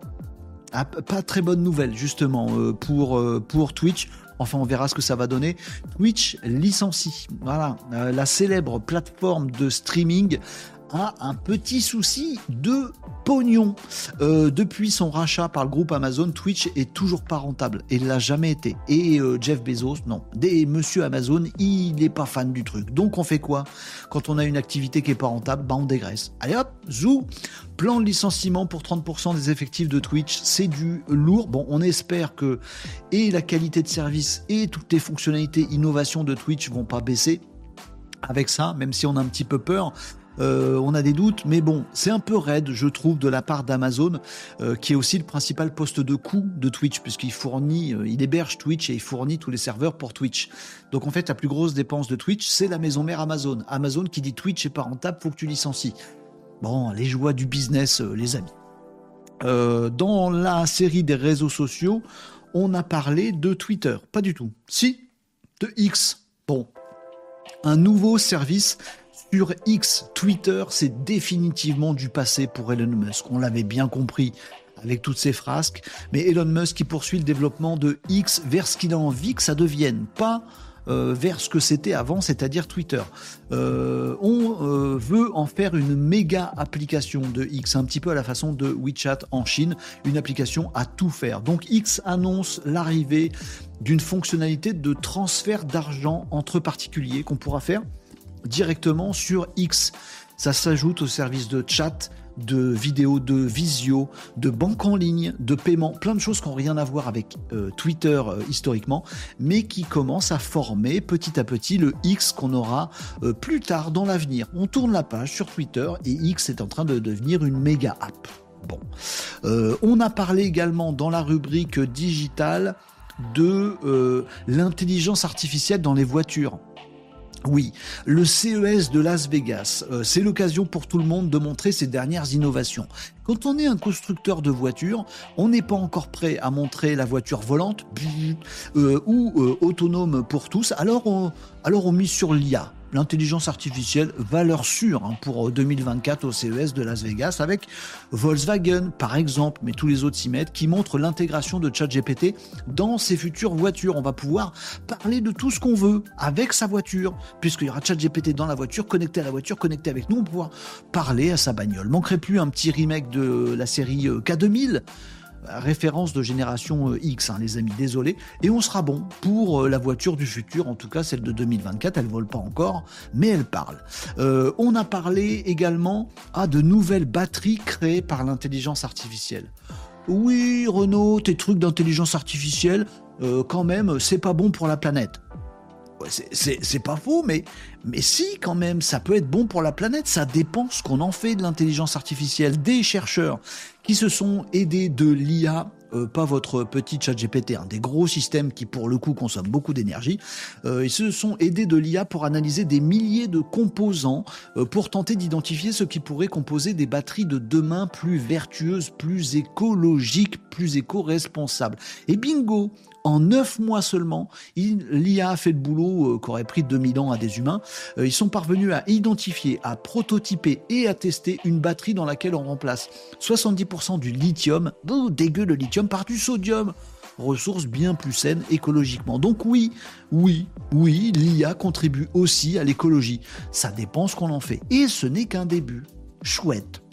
Ah, pas très bonne nouvelle, justement, euh, pour, euh, pour Twitch. Enfin, on verra ce que ça va donner. Twitch licencie. Voilà, euh, la célèbre plateforme de streaming a un petit souci de pognon. Euh, depuis son rachat par le groupe Amazon, Twitch est toujours pas rentable. Et il l'a jamais été. Et euh, Jeff Bezos, non. Des monsieur Amazon, il n'est pas fan du truc. Donc on fait quoi? Quand on a une activité qui est pas rentable, bah on dégraisse. Allez hop, zou. Plan de licenciement pour trente pour cent des effectifs de Twitch, c'est du lourd. Bon, on espère que et la qualité de service et toutes les fonctionnalités, innovations de Twitch vont pas baisser avec ça, même si on a un petit peu peur. Euh, on a des doutes, mais bon, c'est un peu raide, je trouve, de la part d'Amazon, euh, qui est aussi le principal poste de coût de Twitch, puisqu'il fournit, euh, il héberge Twitch et il fournit tous les serveurs pour Twitch. Donc en fait, la plus grosse dépense de Twitch, c'est la maison mère Amazon. Amazon qui dit Twitch est pas rentable, faut que tu licencies. Bon, les joies du business, euh, les amis. Euh, dans la série des réseaux sociaux, on a parlé de Twitter. Pas du tout. Si, de X. Bon, un nouveau service sur X. Twitter, c'est définitivement du passé pour Elon Musk. On l'avait bien compris avec toutes ces frasques. Mais Elon Musk qui poursuit le développement de X vers ce qu'il a envie que ça devienne. Pas euh, vers ce que c'était avant, c'est-à-dire Twitter. Euh, on euh, veut en faire une méga application de X, un petit peu à la façon de WeChat en Chine, une application à tout faire. Donc X annonce l'arrivée d'une fonctionnalité de transfert d'argent entre particuliers qu'on pourra faire directement sur X. Ça s'ajoute au service de chat, de vidéo, de visio, de banque en ligne, de paiement, plein de choses qui n'ont rien à voir avec euh, Twitter euh, historiquement, mais qui commencent à former petit à petit le X qu'on aura euh, plus tard dans l'avenir. On tourne la page sur Twitter et X est en train de devenir une méga app. Bon, euh, on a parlé également dans la rubrique digitale de euh, l'intelligence artificielle dans les voitures. Oui, le C E S de Las Vegas, euh, c'est l'occasion pour tout le monde de montrer ses dernières innovations. Quand on est un constructeur de voitures, on n'est pas encore prêt à montrer la voiture volante euh, ou euh, autonome pour tous, alors on, alors on mise sur l'I A. L'intelligence artificielle, valeur sûre hein, pour deux mille vingt-quatre au C E S de Las Vegas avec Volkswagen par exemple, mais tous les autres s'y mettent, qui montrent l'intégration de ChatGPT dans ses futures voitures. On va pouvoir parler de tout ce qu'on veut avec sa voiture, puisqu'il y aura ChatGPT dans la voiture, connecté à la voiture, connecté avec nous, on va pouvoir parler à sa bagnole. Manquerait plus un petit remake de la série K deux mille, référence de génération X, hein, les amis, désolé, et on sera bon pour la voiture du futur, en tout cas celle de deux mille vingt-quatre, elle vole pas encore, mais elle parle. Euh, on a parlé également ah, de nouvelles batteries créées par l'intelligence artificielle. Oui, Renaud, tes trucs d'intelligence artificielle, euh, quand même, c'est pas bon pour la planète. C'est, c'est, c'est pas faux, mais, mais si, quand même, ça peut être bon pour la planète. Ça dépend ce qu'on en fait de l'intelligence artificielle. Des chercheurs qui se sont aidés de l'I A, euh, pas votre petit chat G P T, hein, des gros systèmes qui, pour le coup, consomment beaucoup d'énergie. Euh, ils se sont aidés de l'I A pour analyser des milliers de composants euh, pour tenter d'identifier ce qui pourrait composer des batteries de demain plus vertueuses, plus écologiques, plus éco-responsables. Et bingo! En neuf mois seulement, il, l'I A a fait le boulot euh, qu'aurait pris deux mille ans à des humains. Euh, ils sont parvenus à identifier, à prototyper et à tester une batterie dans laquelle on remplace soixante-dix pour cent du lithium, oh, dégueu le lithium, par du sodium. Ressource bien plus saine écologiquement. Donc oui, oui, oui, l'I A contribue aussi à l'écologie. Ça dépend ce qu'on en fait. Et ce n'est qu'un début. Chouette.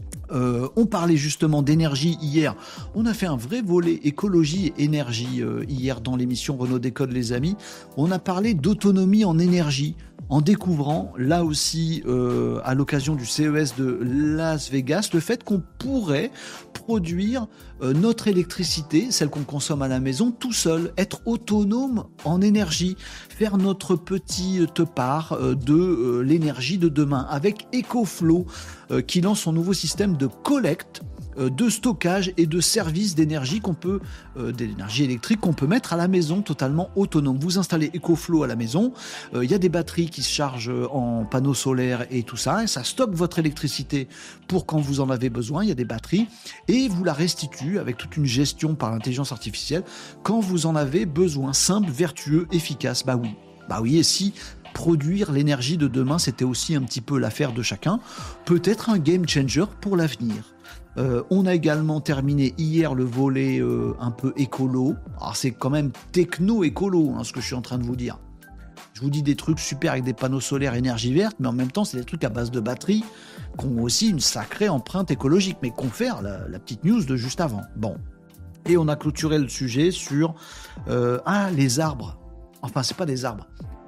Euh, on parlait justement d'énergie hier. On a fait un vrai volet écologie et énergie euh, hier dans l'émission Renault Décode les amis. On a parlé d'autonomie en énergie en découvrant là aussi euh, à l'occasion du C E S de Las Vegas le fait qu'on pourrait produire euh, notre électricité, celle qu'on consomme à la maison tout seul, être autonome en énergie, faire notre petite part euh, de euh, l'énergie de demain avec EcoFlow euh, qui lance son nouveau système de collecte, euh, de stockage et de service d'énergie qu'on peut, euh, d'énergie électrique qu'on peut mettre à la maison totalement autonome. Vous installez EcoFlow à la maison, il euh, y a des batteries qui se chargent en panneaux solaires et tout ça, et ça stocke votre électricité pour quand vous en avez besoin, il y a des batteries, et vous la restitue avec toute une gestion par l'intelligence artificielle quand vous en avez besoin, simple, vertueux, efficace. Bah oui, bah oui, et si produire l'énergie de demain, c'était aussi un petit peu l'affaire de chacun, peut-être un game changer pour l'avenir. Euh, on a également terminé hier le volet euh, un peu écolo. Alors c'est quand même techno-écolo, hein, ce que je suis en train de vous dire. Je vous dis des trucs super avec des panneaux solaires énergie verte, mais en même temps, c'est des trucs à base de batterie qui ont aussi une sacrée empreinte écologique, mais confère la, la petite news de juste avant. Bon. Et on a clôturé le sujet sur euh, ah, les arbres. Enfin, c'est pas des arbres.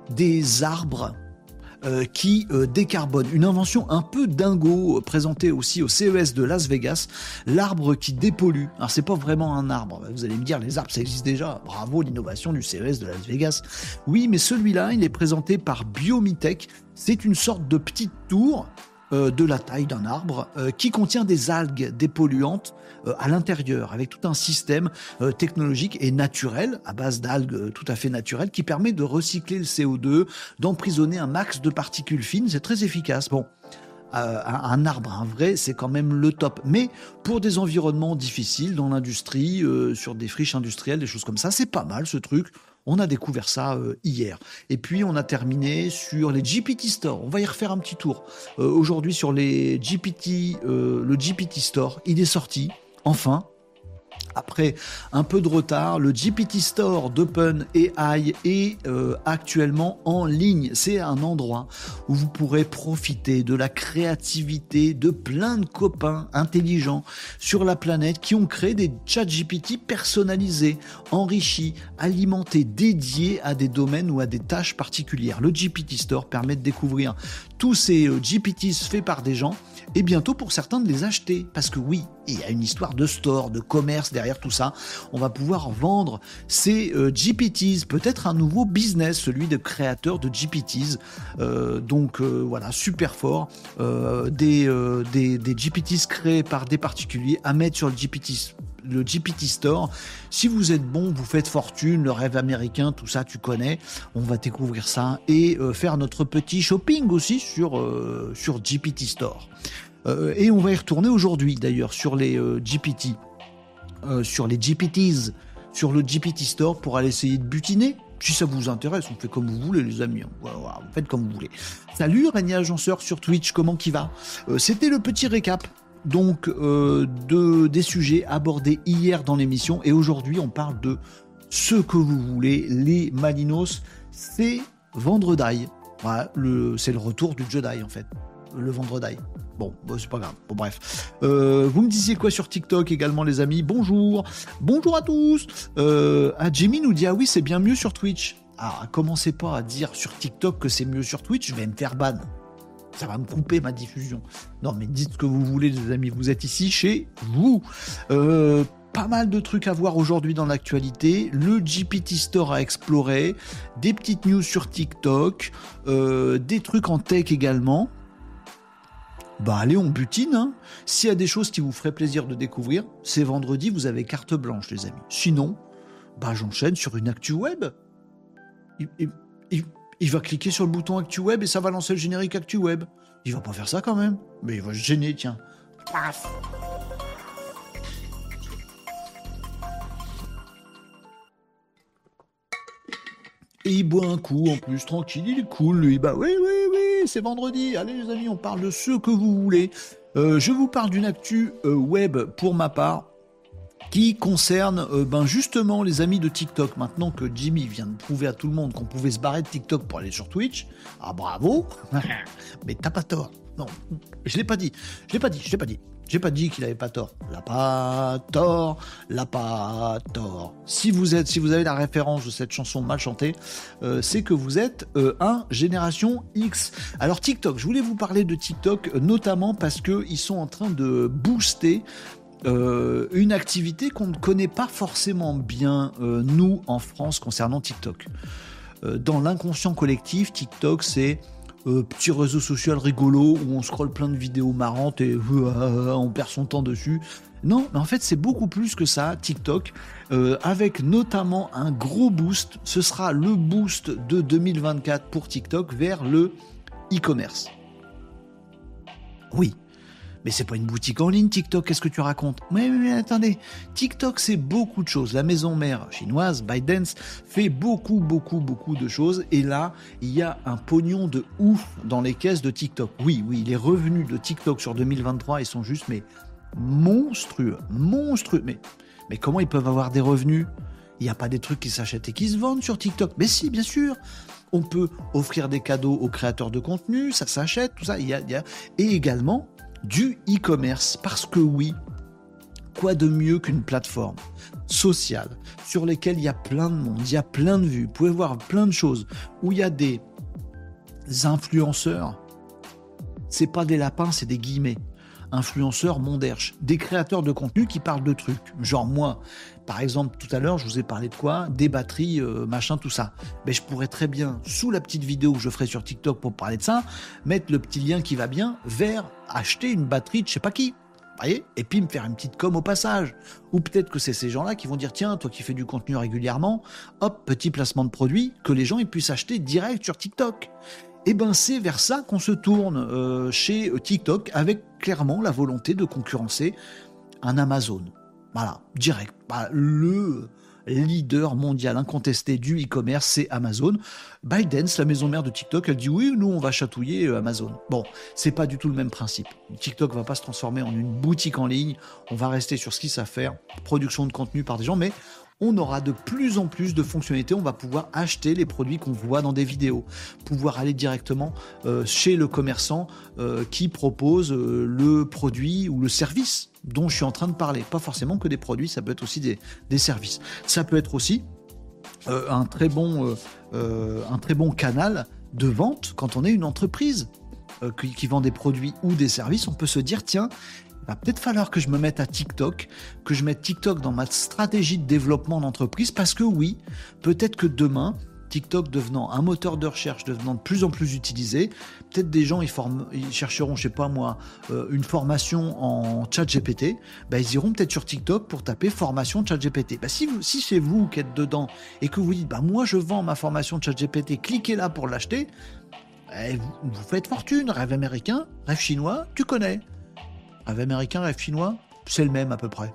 Des arbres euh, qui euh, décarbonent. Une invention un peu dingo euh, présentée aussi au C E S de Las Vegas. L'arbre qui dépollue. Alors, c'est pas vraiment un arbre. Vous allez me dire, les arbres, ça existe déjà. Bravo, l'innovation du C E S de Las Vegas. Oui, mais celui-là, il est présenté par Biomitech. C'est une sorte de petite tour euh, de la taille d'un arbre euh, qui contient des algues dépolluantes euh, à l'intérieur, avec tout un système euh, technologique et naturel, à base d'algues euh, tout à fait naturelles, qui permet de recycler le C O deux, d'emprisonner un max de particules fines. C'est très efficace. Bon. Euh, un, un arbre, un vrai, c'est quand même le top. Mais pour des environnements difficiles, dans l'industrie, euh, sur des friches industrielles, des choses comme ça, c'est pas mal ce truc. On a découvert ça euh, hier. Et puis, on a terminé sur les G P T Store. On va y refaire un petit tour. Euh, aujourd'hui, sur les G P T, euh, le G P T Store, il est sorti, enfin. Après un peu de retard, le G P T Store d'OpenAI est euh, actuellement en ligne. C'est un endroit où vous pourrez profiter de la créativité de plein de copains intelligents sur la planète qui ont créé des chats G P T personnalisés, enrichis, alimentés, dédiés à des domaines ou à des tâches particulières. Le G P T Store permet de découvrir tous ces euh, G P Ts faits par des gens et bientôt pour certains de les acheter. Parce que oui, il y a une histoire de store, de commerce derrière tout ça. On va pouvoir vendre ces euh, G P Ts, peut-être un nouveau business, celui de créateur de G P Ts. Euh, donc euh, voilà, super fort. Euh, des, euh, des, des G P Ts créés par des particuliers à mettre sur le G P T le G P T Store. Si vous êtes bon, vous faites fortune, le rêve américain, tout ça tu connais. On va découvrir ça et euh, faire notre petit shopping aussi sur, euh, sur G P T Store. Euh, et on va y retourner aujourd'hui d'ailleurs sur les euh, G P T, euh, sur les G P Ts, sur le G P T Store pour aller essayer de butiner. Si ça vous intéresse, on fait comme vous voulez les amis, voilà, voilà, vous faites comme vous voulez. Salut Régnier Agenceur sur Twitch, comment qui va ? euh, C'était le petit récap donc euh, de, des sujets abordés hier dans l'émission et aujourd'hui on parle de ce que vous voulez, les Malinos, c'est vendredi. Voilà, le, c'est le retour du Jedi en fait, le vendredi. Bon, bah, c'est pas grave. Bon, bref. Euh, vous me disiez quoi sur TikTok également, les amis ? Bonjour. Bonjour à tous. Euh, ah, Jimmy nous dit, ah oui, c'est bien mieux sur Twitch. Ah, commencez pas à dire sur TikTok que c'est mieux sur Twitch, je vais me faire ban. Ça va me couper ma diffusion. Non, mais dites ce que vous voulez, les amis. Vous êtes ici chez vous. Euh, pas mal de trucs à voir aujourd'hui dans l'actualité, le G P T Store à explorer, des petites news sur TikTok, euh, des trucs en tech également. Bah allez, on butine, hein. S'il y a des choses qui vous feraient plaisir de découvrir, c'est vendredi, vous avez carte blanche, les amis. Sinon, bah j'enchaîne sur une actu web. Il, il, il, il va cliquer sur le bouton actu web et ça va lancer le générique actu web. Il va pas faire ça quand même. Mais il va se gêner, tiens. Paf. Et il boit un coup en plus, tranquille, il est cool, lui. Bah oui, oui, oui, c'est vendredi. Allez les amis, on parle de ce que vous voulez. Euh, je vous parle d'une actu euh, web pour ma part qui concerne euh, ben justement les amis de TikTok. Maintenant que Jimmy vient de prouver à tout le monde qu'on pouvait se barrer de TikTok pour aller sur Twitch, ah bravo, mais t'as pas tort. Non, je l'ai pas dit, je l'ai pas dit, je l'ai pas dit. J'ai pas dit qu'il avait pas tort. L'a pas tort, l'a pas tort. Si vous êtes, si vous avez la référence de cette chanson mal chantée, euh, c'est que vous êtes euh, un génération X. Alors TikTok, je voulais vous parler de TikTok, notamment parce que ils sont en train de booster euh, une activité qu'on ne connaît pas forcément bien euh, nous en France concernant TikTok. Euh, dans l'inconscient collectif, TikTok c'est Euh, petit réseau social rigolo où on scrolle plein de vidéos marrantes et euh, on perd son temps dessus. Non, mais en fait c'est beaucoup plus que ça, TikTok, euh, avec notamment un gros boost. Ce sera le boost de deux mille vingt-quatre pour TikTok vers le e-commerce. Oui. Mais c'est pas une boutique en ligne, TikTok, qu'est-ce que tu racontes ? mais, mais, mais attendez, TikTok c'est beaucoup de choses. La maison mère chinoise, ByteDance, fait beaucoup, beaucoup, beaucoup de choses. Et là, il y a un pognon de ouf dans les caisses de TikTok. Oui, oui, les revenus de TikTok sur deux mille vingt-trois, ils sont juste, mais monstrueux, monstrueux. Mais, mais comment ils peuvent avoir des revenus ? Il n'y a pas des trucs qui s'achètent et qui se vendent sur TikTok. Mais si, bien sûr. On peut offrir des cadeaux aux créateurs de contenu, ça s'achète, tout ça. Il y a, il y a... Et également du e-commerce, parce que oui, quoi de mieux qu'une plateforme sociale sur laquelle il y a plein de monde, il y a plein de vues, vous pouvez voir plein de choses, où il y a des influenceurs, c'est pas des lapins, c'est des guillemets, influenceurs monderche, des créateurs de contenu qui parlent de trucs, genre moi, par exemple, tout à l'heure, je vous ai parlé de quoi ? Des batteries, euh, machin, tout ça. Mais je pourrais très bien, sous la petite vidéo que je ferai sur TikTok pour parler de ça, mettre le petit lien qui va bien vers acheter une batterie de je sais pas qui. Vous voyez ? Et puis me faire une petite com au passage. Ou peut-être que c'est ces gens-là qui vont dire, tiens, toi qui fais du contenu régulièrement, hop, petit placement de produit, que les gens ils puissent acheter direct sur TikTok. Et ben c'est vers ça qu'on se tourne euh, chez TikTok, avec clairement la volonté de concurrencer un Amazon. Voilà, direct. Bah, le leader mondial incontesté du e-commerce, c'est Amazon. ByteDance, la maison mère de TikTok, elle dit oui, nous on va chatouiller Amazon. Bon, c'est pas du tout le même principe. TikTok va pas se transformer en une boutique en ligne. On va rester sur ce qu'ils savent faire, production de contenu par des gens, mais on aura de plus en plus de fonctionnalités. On va pouvoir acheter les produits qu'on voit dans des vidéos, pouvoir aller directement euh, chez le commerçant euh, qui propose euh, le produit ou le service dont je suis en train de parler. Pas forcément que des produits, ça peut être aussi des, des services. Ça peut être aussi euh, un, très bon, euh, euh, un très bon canal de vente quand on est une entreprise euh, qui, qui vend des produits ou des services. On peut se dire, tiens, il va peut-être falloir que je me mette à TikTok, que je mette TikTok dans ma stratégie de développement d'entreprise, parce que oui, peut-être que demain, TikTok devenant un moteur de recherche, devenant de plus en plus utilisé, peut-être des gens ils, forment, ils chercheront, je sais pas moi, euh, une formation en ChatGPT, bah ils iront peut-être sur TikTok pour taper formation ChatGPT. Bah si, vous, si c'est vous qui êtes dedans et que vous dites, bah moi je vends ma formation ChatGPT, cliquez là pour l'acheter, bah, vous, vous faites fortune. Rêve américain, rêve chinois, tu connais. Rêve américain, rêve chinois, c'est le même à peu près.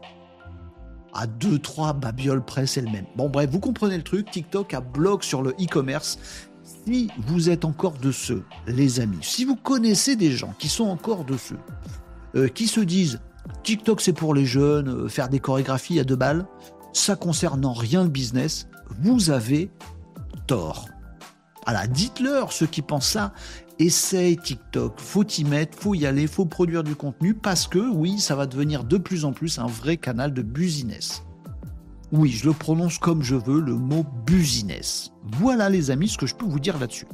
À deux trois babioles près, c'est le même. Bon bref, vous comprenez le truc, TikTok a blog sur le e-commerce. Si vous êtes encore de ceux, les amis, si vous connaissez des gens qui sont encore de ceux, euh, qui se disent TikTok c'est pour les jeunes, euh, faire des chorégraphies à deux balles, ça concernant rien le business, vous avez tort. Alors dites-leur, ceux qui pensent ça, essaye TikTok, faut y mettre, faut y aller, faut produire du contenu, parce que oui, ça va devenir de plus en plus un vrai canal de business. Oui, je le prononce comme je veux, le mot business. Voilà les amis, ce que je peux vous dire là-dessus.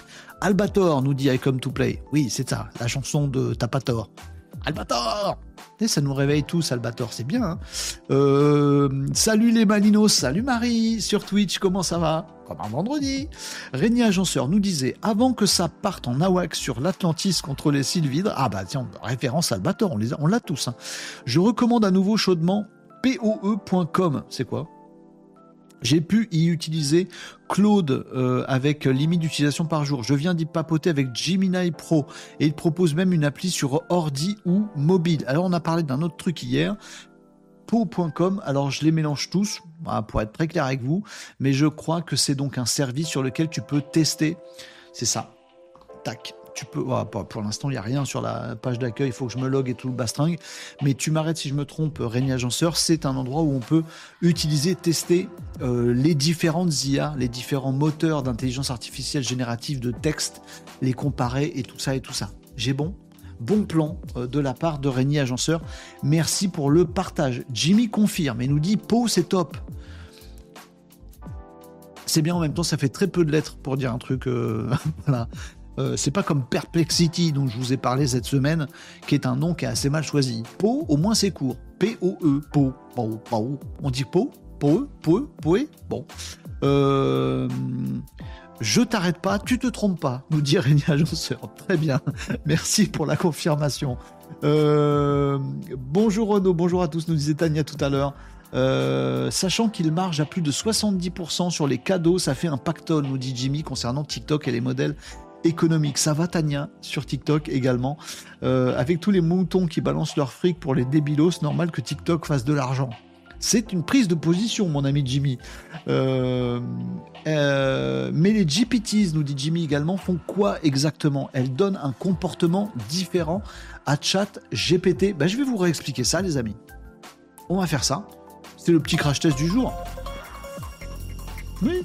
Albator nous dit I come to play. Oui, c'est ça, la chanson de T'as pas tort. Albator! Et ça nous réveille tous, Salvatore, c'est bien. Hein. Euh, salut les Malinos, salut Marie, sur Twitch, comment ça va? Comme un vendredi. Régnier Agenceur nous disait, avant que ça parte en Awak sur l'Atlantis contre les Sylvidres, ah bah tiens, référence Salvatore, on, les a, on l'a tous. Hein. Je recommande à nouveau chaudement P O E point com, c'est quoi? J'ai pu y utiliser Claude euh, avec limite d'utilisation par jour. Je viens d'y papoter avec Gemini Pro et il propose même une appli sur ordi ou mobile. Alors on a parlé d'un autre truc hier, P O E point com. Alors je les mélange tous voilà, pour être très clair avec vous, mais je crois que c'est donc un service sur lequel tu peux tester. C'est ça. Tac. Tu peux, voilà, pour l'instant, il n'y a rien sur la page d'accueil, il faut que je me log et tout le bastringue. Mais tu m'arrêtes si je me trompe, Régnier Agenceur, c'est un endroit où on peut utiliser, tester euh, les différentes I A, les différents moteurs d'intelligence artificielle générative de texte, les comparer et tout ça et tout ça. J'ai bon Bon plan euh, de la part de Régnier Agenceur. Merci pour le partage. Jimmy confirme et nous dit « Pau, c'est top ». C'est bien en même temps, ça fait très peu de lettres pour dire un truc. Euh, voilà. Euh, c'est pas comme Perplexity dont je vous ai parlé cette semaine, qui est un nom qui est assez mal choisi. Po, au moins c'est court. P O E, Po. Po, Po. On dit Po, Po, Po, Poé. Bon. Euh, je t'arrête pas, tu te trompes pas, nous dit Régnier Agenceur. Très bien. Merci pour la confirmation. Euh, bonjour Renaud, bonjour à tous, nous disait Tania tout à l'heure. Euh, sachant qu'il marge à plus de soixante-dix pour cent sur les cadeaux, ça fait un pactole, nous dit Jimmy, concernant TikTok et les modèles économique. Ça va Tania sur TikTok également. Euh, avec tous les moutons qui balancent leur fric pour les débilos, c'est normal que TikTok fasse de l'argent. C'est une prise de position, mon ami Jimmy. Euh, euh, mais les G P Ts, nous dit Jimmy également, font quoi exactement? Elles donnent un comportement différent à Chat G P T. Ben, je vais vous réexpliquer ça, les amis. On va faire ça. C'est le petit crash test du jour. Oui.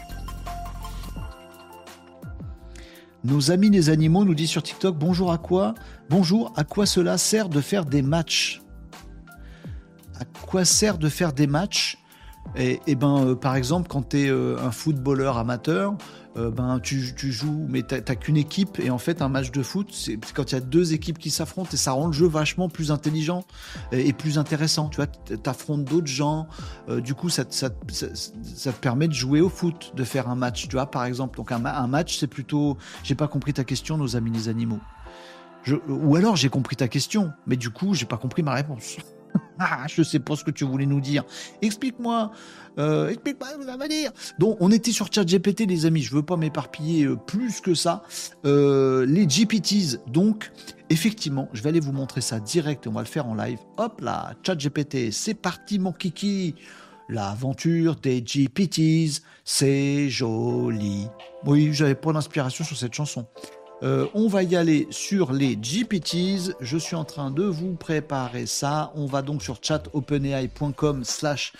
Nos amis les animaux nous disent sur TikTok, bonjour à quoi Bonjour, à quoi cela sert de faire des matchs À quoi sert de faire des matchs Et, et ben, euh, par exemple, quand tu es euh, un footballeur amateur, euh, ben, tu, tu joues, mais tu n'as qu'une équipe. Et en fait, un match de foot, c'est quand il y a deux équipes qui s'affrontent et ça rend le jeu vachement plus intelligent et, et plus intéressant. Tu vois, tu affrontes d'autres gens. Euh, du coup, ça, ça, ça, ça te permet de jouer au foot, de faire un match. Tu vois, par exemple, donc un, un match, c'est plutôt. J'ai pas compris ta question, nos amis les animaux. Je, ou alors j'ai compris ta question, mais du coup, j'ai pas compris ma réponse. Ah, je sais pas ce que tu voulais nous dire. Explique-moi. Euh, explique-moi ce que ça va dire. Donc, on était sur ChatGPT, les amis. Je veux pas m'éparpiller euh, plus que ça. Euh, les G P Ts, donc, effectivement, je vais aller vous montrer ça direct et on va le faire en live. Hop là, ChatGPT, c'est parti, mon kiki. L'aventure des G P Ts, c'est joli. Oui, j'avais pas d'inspiration sur cette chanson. Euh, on va y aller sur les G P Ts. Je suis en train de vous préparer ça. On va donc sur chat openai point com slash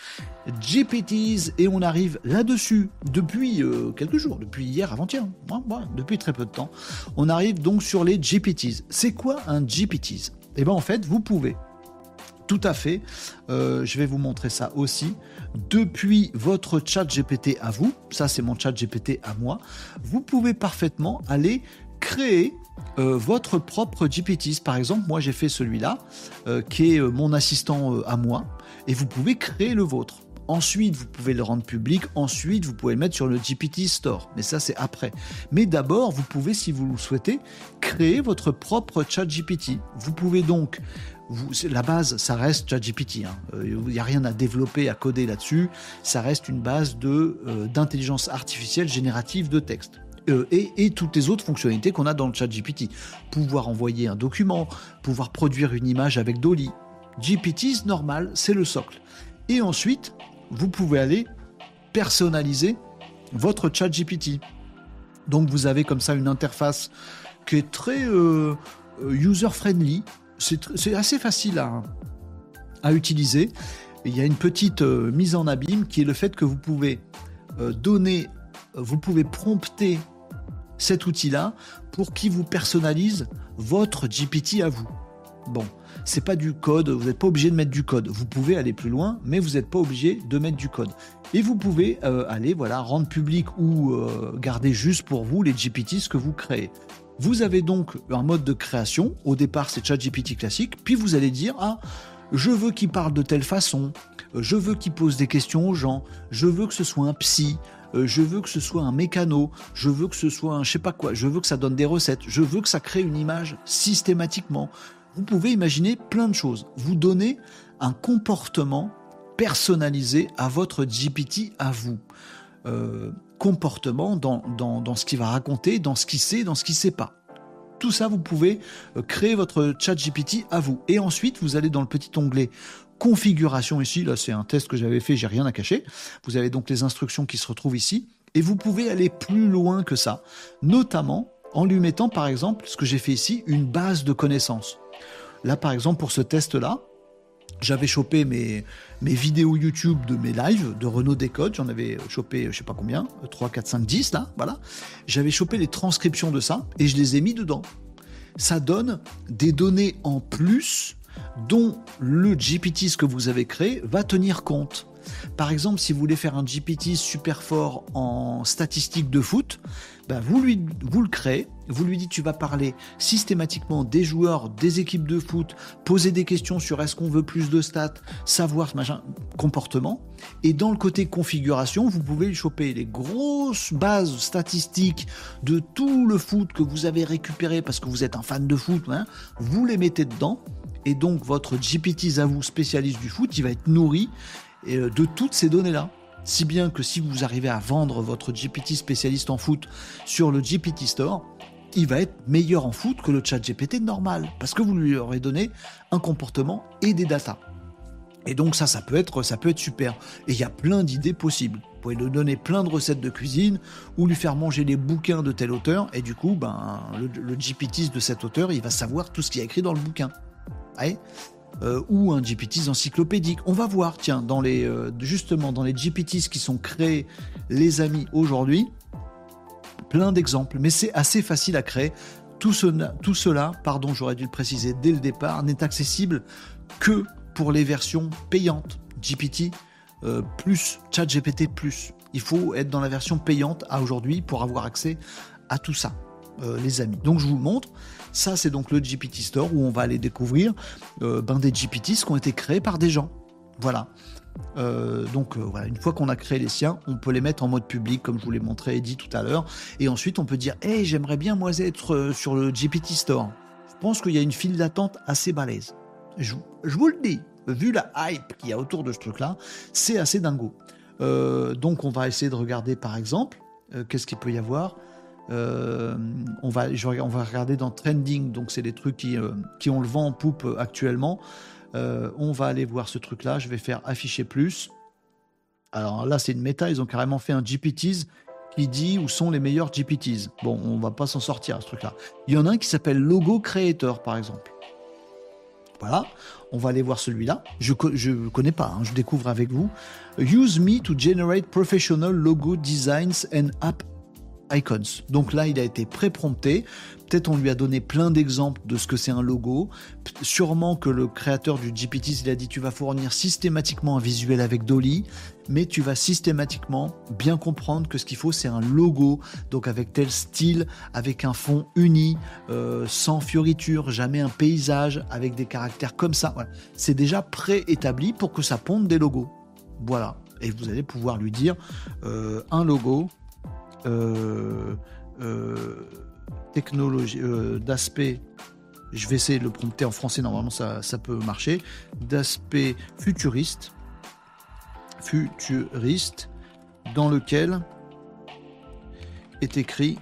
G P Ts et on arrive là-dessus depuis euh, quelques jours, depuis hier, avant-hier, ouais, ouais, depuis très peu de temps. On arrive donc sur les G P Ts. C'est quoi un G P Ts? Eh bien, en fait, vous pouvez tout à fait, euh, je vais vous montrer ça aussi, depuis votre chat G P T à vous, ça c'est mon chat G P T à moi, vous pouvez parfaitement aller créer euh, votre propre G P Ts. Par exemple, moi j'ai fait celui-là, euh, qui est euh, mon assistant euh, à moi, et vous pouvez créer le vôtre. Ensuite, vous pouvez le rendre public. Ensuite, vous pouvez le mettre sur le G P T Store. Mais ça, c'est après. Mais d'abord, vous pouvez, si vous le souhaitez, créer votre propre chat G P T. Vous pouvez donc... Vous, la base, ça reste ChatGPT. Hein. Il n'y a rien à développer, à coder là-dessus. Ça reste une base de, euh, d'intelligence artificielle générative de texte. Euh, et, et toutes les autres fonctionnalités qu'on a dans le ChatGPT. Pouvoir envoyer un document, pouvoir produire une image avec Dolly. G P Ts, normal, c'est le socle. Et ensuite, vous pouvez aller personnaliser votre ChatGPT. Donc vous avez comme ça une interface qui est très euh, user-friendly. C'est, tr- c'est assez facile à, à utiliser. Il y a une petite euh, mise en abîme qui est le fait que vous pouvez euh, donner, vous pouvez prompter cet outil-là pour qu'il vous personnalise votre G P T à vous. Bon, c'est pas du code, vous n'êtes pas obligé de mettre du code. Vous pouvez aller plus loin, mais vous n'êtes pas obligé de mettre du code. Et vous pouvez euh, aller voilà, rendre public ou euh, garder juste pour vous les G P Ts que vous créez. Vous avez donc un mode de création. Au départ, c'est ChatGPT classique. Puis vous allez dire, ah, je veux qu'il parle de telle façon. Je veux qu'il pose des questions aux gens. Je veux que ce soit un psy. Je veux que ce soit un mécano. Je veux que ce soit un je sais pas quoi. Je veux que ça donne des recettes. Je veux que ça crée une image systématiquement. Vous pouvez imaginer plein de choses. Vous donnez un comportement personnalisé à votre G P T, à vous. Euh, comportement dans, dans, dans ce qu'il va raconter, dans ce qu'il sait, dans ce qu'il ne sait pas. Tout ça, vous pouvez créer votre chat G P T à vous. Et ensuite, vous allez dans le petit onglet configuration ici. Là, c'est un test que j'avais fait, j'ai rien à cacher. Vous avez donc les instructions qui se retrouvent ici. Et vous pouvez aller plus loin que ça, notamment en lui mettant, par exemple, ce que j'ai fait ici, une base de connaissances. Là, par exemple, pour ce test-là, j'avais chopé mes, mes vidéos YouTube de mes lives de Renaud Décode. J'en avais chopé, je sais pas combien, trois, quatre, cinq, dix, là, voilà. J'avais chopé les transcriptions de ça et je les ai mis dedans. Ça donne des données en plus dont le G P T, ce que vous avez créé, va tenir compte. Par exemple, si vous voulez faire un G P T super fort en statistiques de foot, ben vous, lui, vous le créez, vous lui dites tu vas parler systématiquement des joueurs, des équipes de foot, poser des questions sur est-ce qu'on veut plus de stats, savoir ce machin, comportement. Et dans le côté configuration, vous pouvez lui choper les grosses bases statistiques de tout le foot que vous avez récupéré parce que vous êtes un fan de foot, hein, vous les mettez dedans. Et donc votre G P T à vous, spécialiste du foot, il va être nourri de toutes ces données-là. Si bien que si vous arrivez à vendre votre G P T spécialiste en foot sur le G P T Store, il va être meilleur en foot que le chat G P T normal, parce que vous lui aurez donné un comportement et des datas. Et donc ça, ça peut être, ça peut être super. Et il y a plein d'idées possibles. Vous pouvez lui donner plein de recettes de cuisine, ou lui faire manger les bouquins de tel auteur, et du coup, ben, le, le G P T de cet auteur, il va savoir tout ce qu'il y a écrit dans le bouquin. Ouais. Euh, ou un G P T encyclopédique. On va voir, tiens, dans les, euh, justement dans les G P T qui sont créés, les amis, aujourd'hui, plein d'exemples, mais c'est assez facile à créer. Tout, ce, tout cela, pardon, j'aurais dû le préciser dès le départ, n'est accessible que pour les versions payantes. G P T euh, plus, ChatGPT plus. Il faut être dans la version payante à aujourd'hui pour avoir accès à tout ça. Euh, les amis. Donc je vous le montre. Ça, c'est donc le G P T Store où on va aller découvrir euh, ben, des G P T qui ont été créés par des gens. Voilà. Euh, donc euh, voilà, une fois qu'on a créé les siens, on peut les mettre en mode public, comme je vous l'ai montré et dit tout à l'heure. Et ensuite, on peut dire « Hey, j'aimerais bien moi être euh, sur le G P T Store ». Je pense qu'il y a une file d'attente assez balèze. Je, je vous le dis, vu la hype qu'il y a autour de ce truc-là, c'est assez dingo. Euh, donc on va essayer de regarder par exemple, euh, qu'est-ce qu'il peut y avoir. Euh, on, va, je, on va regarder dans Trending, donc c'est des trucs qui, euh, qui ont le vent en poupe actuellement. Euh, on va aller voir ce truc-là, je vais faire afficher plus. Alors là, c'est une méta, ils ont carrément fait un G P T qui dit où sont les meilleurs G P T. Bon, on va pas s'en sortir, ce truc-là. Il y en a un qui s'appelle Logo Creator, par exemple. Voilà, on va aller voir celui-là. Je ne connais pas, hein, je découvre avec vous. Use me to generate professional logo designs and app icons. Donc là, il a été pré-prompté. Peut-être on lui a donné plein d'exemples de ce que c'est un logo. Sûrement que le créateur du G P T, il a dit tu vas fournir systématiquement un visuel avec Dolly, mais tu vas systématiquement bien comprendre que ce qu'il faut, c'est un logo, donc avec tel style, avec un fond uni, euh, sans fioriture, jamais un paysage, avec des caractères comme ça. Voilà. C'est déjà pré-établi pour que ça ponde des logos. Voilà. Et vous allez pouvoir lui dire euh, un logo Euh, euh, technologie euh, d'aspect, je vais essayer de le prompter en français, normalement ça, ça peut marcher, d'aspect futuriste futuriste dans lequel est écrit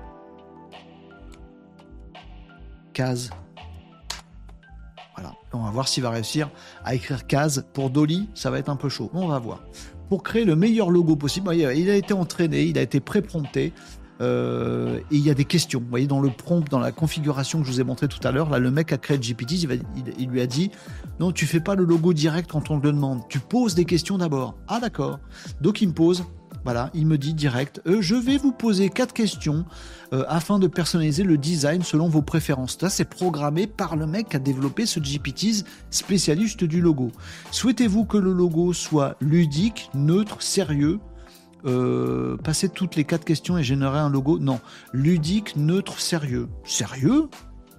case. Voilà, on va voir s'il va réussir à écrire case pour Dolly, ça va être un peu chaud, on va voir. Pour créer le meilleur logo possible, il a été entraîné, il a été pré-prompté, euh, et il y a des questions. Vous voyez, dans le prompt, dans la configuration que je vous ai montré tout à l'heure, là, le mec a créé le G P T, il, va, il, il lui a dit « Non, tu fais pas le logo direct quand on te le demande, tu poses des questions d'abord. » Ah d'accord. Donc il me pose, voilà, il me dit direct euh, « Je vais vous poser quatre questions euh, afin de personnaliser le design selon vos préférences. » Ça, c'est programmé par le mec qui a développé ce G P T spécialiste du logo. Souhaitez-vous que le logo soit ludique, neutre, sérieux, Euh, passer toutes les quatre questions et générer un logo. Non. Ludique, neutre, sérieux. Sérieux ?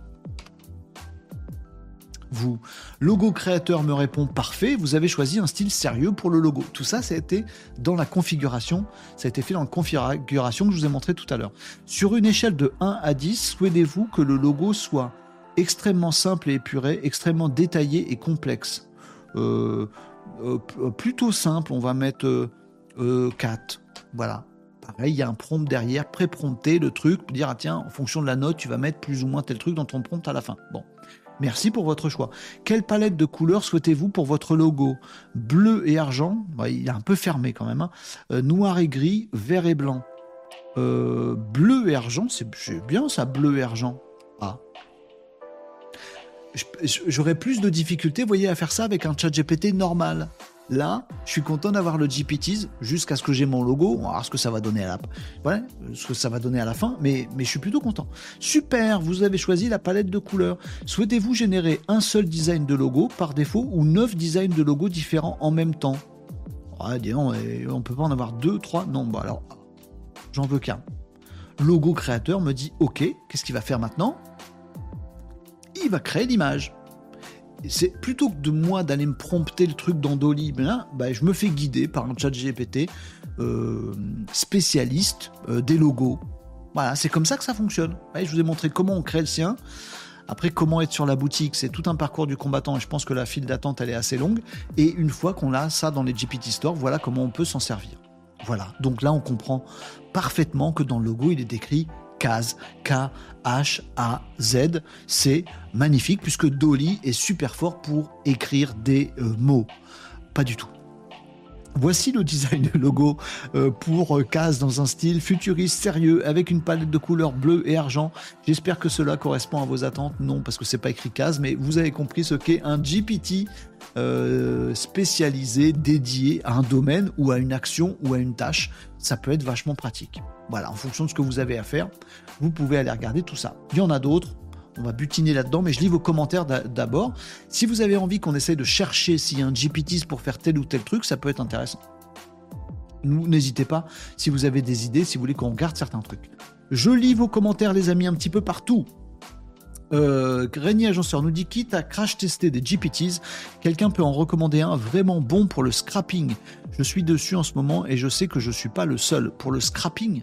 Vous. Logo créateur me répond parfait. Vous avez choisi un style sérieux pour le logo. Tout ça, ça a été dans la configuration. Ça a été fait dans la configuration que je vous ai montré tout à l'heure. Sur une échelle de un à dix, souhaitez-vous que le logo soit extrêmement simple et épuré, extrêmement détaillé et complexe ? euh, euh, Plutôt simple, on va mettre euh, euh, quatre. Voilà. Pareil, il y a un prompt derrière, pré-prompté, le truc, pour dire, ah tiens, en fonction de la note, tu vas mettre plus ou moins tel truc dans ton prompt à la fin. Bon. Merci pour votre choix. Quelle palette de couleurs souhaitez-vous pour votre logo ? Bleu et argent, bah, il est un peu fermé quand même, hein. euh, noir et gris, vert et blanc. Euh, bleu et argent, c'est, c'est bien ça, bleu et argent. Ah. J'aurais plus de difficultés, vous voyez, à faire ça avec un chat G P T normal. Là, je suis content d'avoir le G P Ts jusqu'à ce que j'ai mon logo. On va voir ce que ça va donner à la, voilà, ce que ça va donner à la fin, mais, mais je suis plutôt content. Super, vous avez choisi la palette de couleurs. Souhaitez-vous générer un seul design de logo par défaut ou neuf designs de logo différents en même temps ? Ah, disons, on peut pas en avoir deux, trois ? Non, bah alors, j'en veux qu'un. Logo créateur me dit OK, qu'est-ce qu'il va faire maintenant ? Il va créer l'image. C'est plutôt que de moi d'aller me prompter le truc dans Dolly, ben là, ben je me fais guider par un chat G P T euh, spécialiste euh, des logos. Voilà, c'est comme ça que ça fonctionne. Ouais, je vous ai montré comment on crée le sien. Après, comment être sur la boutique, c'est tout un parcours du combattant et je pense que la file d'attente, elle est assez longue. Et une fois qu'on a ça dans les G P T Store, voilà comment on peut s'en servir. Voilà, donc là, on comprend parfaitement que dans le logo, il est décrit Kaz, K H A Z, c'est magnifique puisque Dolly est super fort pour écrire des euh, mots. Pas du tout. Voici le design de logo euh, pour euh, Kaz dans un style futuriste sérieux avec une palette de couleurs bleu et argent. J'espère que cela correspond à vos attentes. Non, parce que c'est pas écrit Kaz, mais vous avez compris ce qu'est un G P T euh, spécialisé, dédié à un domaine ou à une action ou à une tâche. Ça peut être vachement pratique. Voilà, en fonction de ce que vous avez à faire, vous pouvez aller regarder tout ça. Il y en a d'autres. On va butiner là-dedans, mais je lis vos commentaires d'abord. Si vous avez envie qu'on essaye de chercher s'il y a un G P T pour faire tel ou tel truc, ça peut être intéressant. Nous, n'hésitez pas, si vous avez des idées, si vous voulez qu'on regarde certains trucs. Je lis vos commentaires, les amis, un petit peu partout. Euh, Régnier Agenceur nous dit, quitte à crash tester des G P Ts, quelqu'un peut en recommander un vraiment bon pour le scrapping. Je suis dessus en ce moment et je sais que je ne suis pas le seul. Pour le scrapping,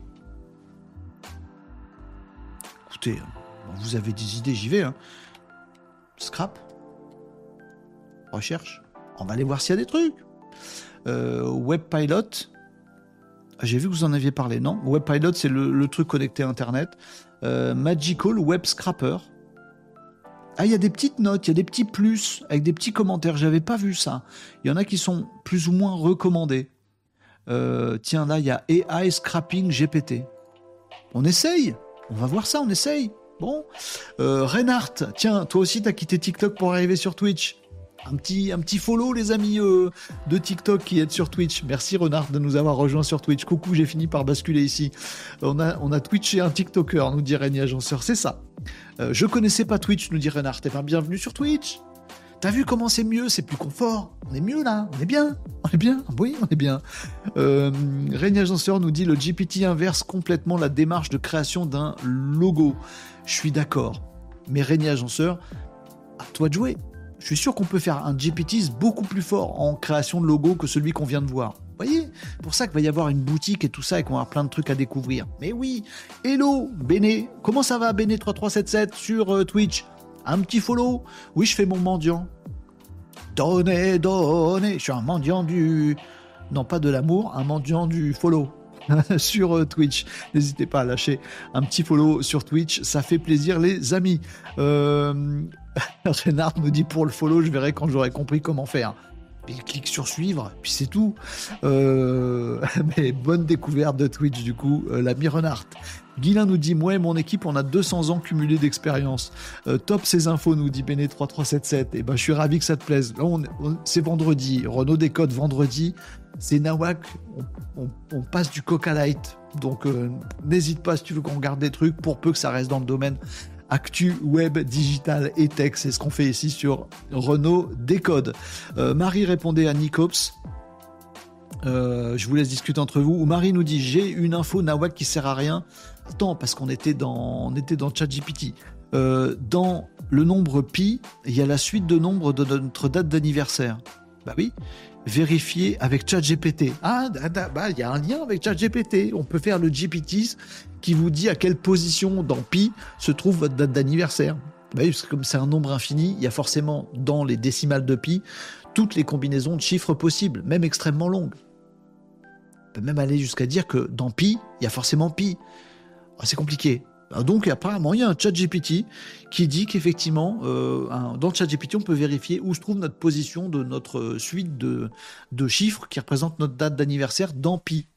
écoutez, vous avez des idées, j'y vais. Hein. Scrap. Recherche. On va aller voir s'il y a des trucs. Euh, Webpilot. J'ai vu que vous en aviez parlé, non ? Webpilot, c'est le, le truc connecté à Internet. Euh, Magical Web Scrapper. Ah, il y a des petites notes, il y a des petits plus avec des petits commentaires. J'avais pas vu ça. Il y en a qui sont plus ou moins recommandés. Euh, tiens, là, il y a A I Scrapping G P T. On essaye. On va voir ça, on essaye. Bon. Euh, Reinhardt, tiens, toi aussi, t'as quitté TikTok pour arriver sur Twitch. Un petit, un petit follow, les amis euh, de TikTok qui êtes sur Twitch. Merci, Renard, de nous avoir rejoints sur Twitch. Coucou, j'ai fini par basculer ici. On a, on a Twitché un TikToker, nous dit Régnier Agenceur. C'est ça. Euh, je connaissais pas Twitch, nous dit Renard. Eh bien, bienvenue sur Twitch. T'as vu comment c'est mieux, c'est plus confort. On est mieux là, on est bien. On est bien, oui, on est bien. Euh, Régnier Agenceur nous dit, le G P T inverse complètement la démarche de création d'un logo. Je suis d'accord. Mais Régnier Agenceur, à toi de jouer. Je suis sûr qu'on peut faire un G P T beaucoup plus fort en création de logo que celui qu'on vient de voir. Vous voyez ? C'est pour ça qu'il va y avoir une boutique et tout ça et qu'on va avoir plein de trucs à découvrir. Mais oui, hello, Béné. Comment ça va, Béné trois trois sept sept sur euh, Twitch ? Un petit follow ? Oui, je fais mon mendiant. Donnez, donnez. Je suis un mendiant du... Non, pas de l'amour, un mendiant du follow. sur euh, Twitch. N'hésitez pas à lâcher un petit follow sur Twitch, ça fait plaisir les amis. Euh... Renard me dit, pour le follow, je verrai quand j'aurai compris comment faire. Puis clique sur suivre, puis c'est tout. Euh... Mais bonne découverte de Twitch du coup, euh, l'ami Renard. Guilain nous dit, moi et mon équipe, on a deux cents ans cumulés d'expérience. Euh, top ces infos, nous dit Béné trois trois sept sept. Et ben, je suis ravi que ça te plaise. Là, on, on, c'est vendredi. Renaud décode vendredi. C'est Nawak. On, on, on passe du Coca Light. Donc, euh, n'hésite pas si tu veux qu'on regarde des trucs, pour peu que ça reste dans le domaine actu, web, digital et tech. C'est ce qu'on fait ici sur Renaud décode. Euh, Marie répondait à Nicops. Euh, je vous laisse discuter entre vous. Ou Marie nous dit, j'ai une info nawak qui sert à rien. Attends, parce qu'on était dans, on était dans ChatGPT. Euh, dans le nombre pi, il y a la suite de nombres de notre date d'anniversaire. Bah oui, vérifier avec ChatGPT. Ah, bah il y a un lien avec ChatGPT. On peut faire le G P T qui vous dit à quelle position dans pi se trouve votre date d'anniversaire. Bah oui, parce que comme c'est un nombre infini, il y a forcément dans les décimales de pi toutes les combinaisons de chiffres possibles, même extrêmement longues. On peut même aller jusqu'à dire que dans pi, il y a forcément pi. Ah, c'est compliqué. Donc apparemment, il y a un ChatGPT qui dit qu'effectivement, euh, un, dans le ChatGPT, on peut vérifier où se trouve notre position de notre suite de, de chiffres qui représentent notre date d'anniversaire dans pi.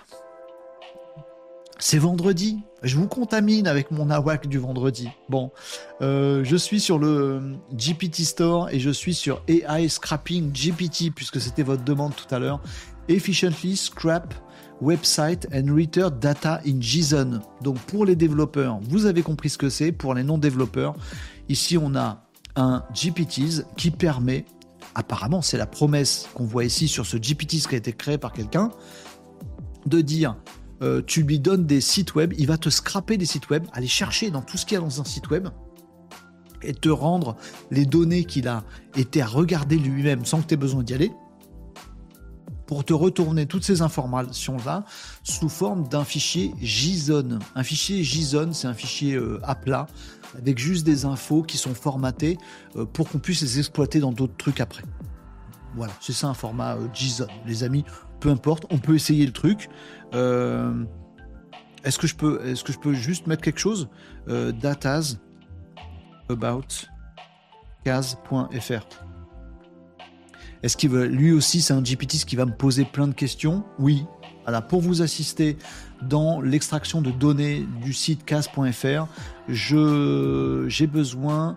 C'est vendredi. Je vous contamine avec mon nawak du vendredi. Bon, euh, je suis sur le G P T Store et je suis sur A I Scrapping G P T, puisque c'était votre demande tout à l'heure. Efficiently scrap website and return data in JSON. Donc pour les développeurs, vous avez compris ce que c'est. Pour les non-développeurs, ici on a un G P T qui permet, apparemment c'est la promesse qu'on voit ici sur ce G P T qui a été créé par quelqu'un, de dire... Euh, tu lui donnes des sites web, il va te scraper des sites web, aller chercher dans tout ce qu'il y a dans un site web et te rendre les données qu'il a été à regarder lui-même sans que tu aies besoin d'y aller, pour te retourner toutes ces informations-là sous forme d'un fichier JSON. Un fichier JSON, c'est un fichier euh, à plat avec juste des infos qui sont formatées euh, pour qu'on puisse les exploiter dans d'autres trucs après. Voilà, c'est ça un format euh, JSON, les amis. Peu importe, on peut essayer le truc. Euh, est-ce que je peux, est-ce que je peux juste mettre quelque chose euh, datas about cas.fr. Est-ce qu'il veut, lui aussi, c'est un G P T qui va me poser plein de questions? Oui. Voilà, pour vous assister dans l'extraction de données du site cas.fr, je j'ai besoin.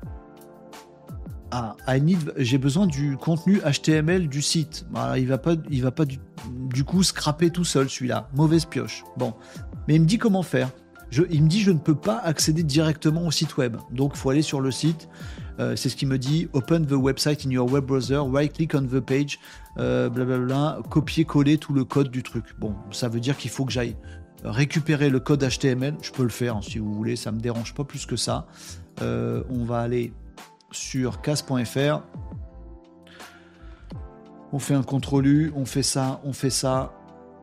Ah, I need, j'ai besoin du contenu H T M L du site. Voilà, il va pas, il va pas du, du coup scraper tout seul celui-là. Mauvaise pioche. Bon, mais il me dit comment faire. Je, il me dit je ne peux pas accéder directement au site web. Donc il faut aller sur le site. Euh, c'est ce qu'il me dit. Open the website in your web browser. Right click on the page. Euh, blablabla. Copier-coller tout le code du truc. Bon, ça veut dire qu'il faut que j'aille récupérer le code H T M L. Je peux le faire hein, si vous voulez. Ça me dérange pas plus que ça. Euh, on va aller sur cas.fr, on fait un contrôle U, on fait ça, on fait ça,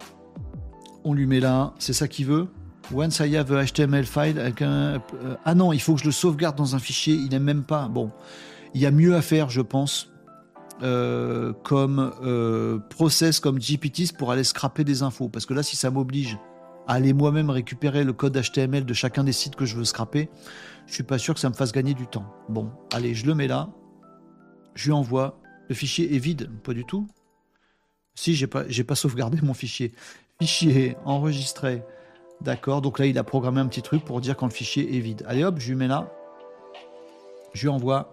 on lui met là, c'est ça qu'il veut. Once I have a H T M L file, avec un... euh, ah non, il faut que je le sauvegarde dans un fichier, il n'aime même pas. Bon, il y a mieux à faire, je pense, euh, comme euh, process, comme G P T pour aller scraper des infos, parce que là, si ça m'oblige à aller moi-même récupérer le code H T M L de chacun des sites que je veux scraper, je suis pas sûr que ça me fasse gagner du temps. Bon, allez, je le mets là. Je lui envoie. Le fichier est vide. Pas du tout. Si, j'ai pas, j'ai pas sauvegardé mon fichier. Fichier enregistré. D'accord. Donc là, il a programmé un petit truc pour dire quand le fichier est vide. Allez hop, je lui mets là. Je lui envoie.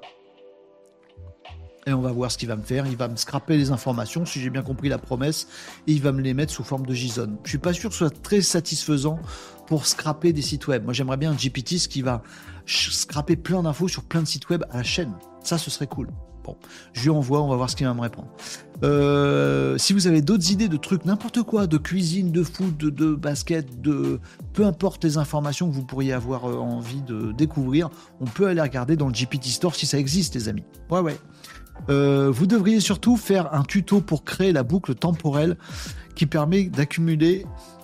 Et on va voir ce qu'il va me faire. Il va me scraper les informations, si j'ai bien compris la promesse, et il va me les mettre sous forme de JSON. Je suis pas sûr que ce soit très satisfaisant pour scraper des sites web. Moi, j'aimerais bien un G P T qui va scraper plein d'infos sur plein de sites web à la chaîne. Ça, ce serait cool. Bon, je lui envoie, on va voir ce qu'il va me répondre. Euh, si vous avez d'autres idées de trucs, n'importe quoi, de cuisine, de foot, de, de basket, de peu importe les informations que vous pourriez avoir envie de découvrir, on peut aller regarder dans le G P T Store si ça existe, les amis. Ouais, ouais. Euh, vous devriez surtout faire un tuto pour créer la boucle temporelle qui permet d'accumuler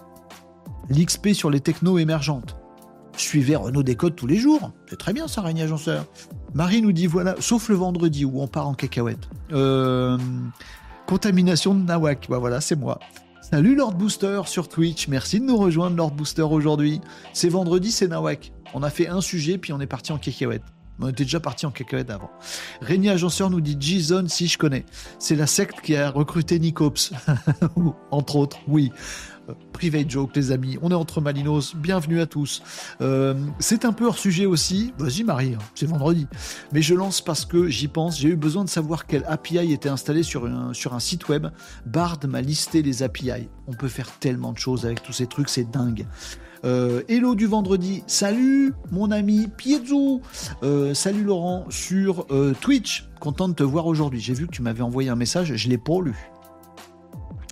l'X P sur les technos émergentes. Suivez Renaud Décode tous les jours. C'est très bien ça, Régnier Agenceur. Marie nous dit voilà, sauf le vendredi où on part en cacahuète. Euh, contamination de Nawak. Bah voilà, c'est moi. Salut Lord Booster sur Twitch. Merci de nous rejoindre, Lord Booster, aujourd'hui. C'est vendredi, c'est Nawak. On a fait un sujet, puis on est parti en cacahuète. On était déjà parti en cacahuète avant. Régnier Agenceur nous dit JSON, si je connais. C'est la secte qui a recruté Nicops. Entre autres, oui. Euh, private joke, les amis. On est entre Malinos. Bienvenue à tous. Euh, c'est un peu hors sujet aussi. Vas-y, Marie, c'est vendredi. Mais je lance parce que j'y pense. J'ai eu besoin de savoir quelle A P I était installée sur un, sur un site web. Bard m'a listé les A P I. On peut faire tellement de choses avec tous ces trucs, c'est dingue. Euh, hello du vendredi, salut mon ami Piezzo, euh, salut Laurent sur euh, Twitch, content de te voir aujourd'hui. J'ai vu que tu m'avais envoyé un message, je l'ai pas lu.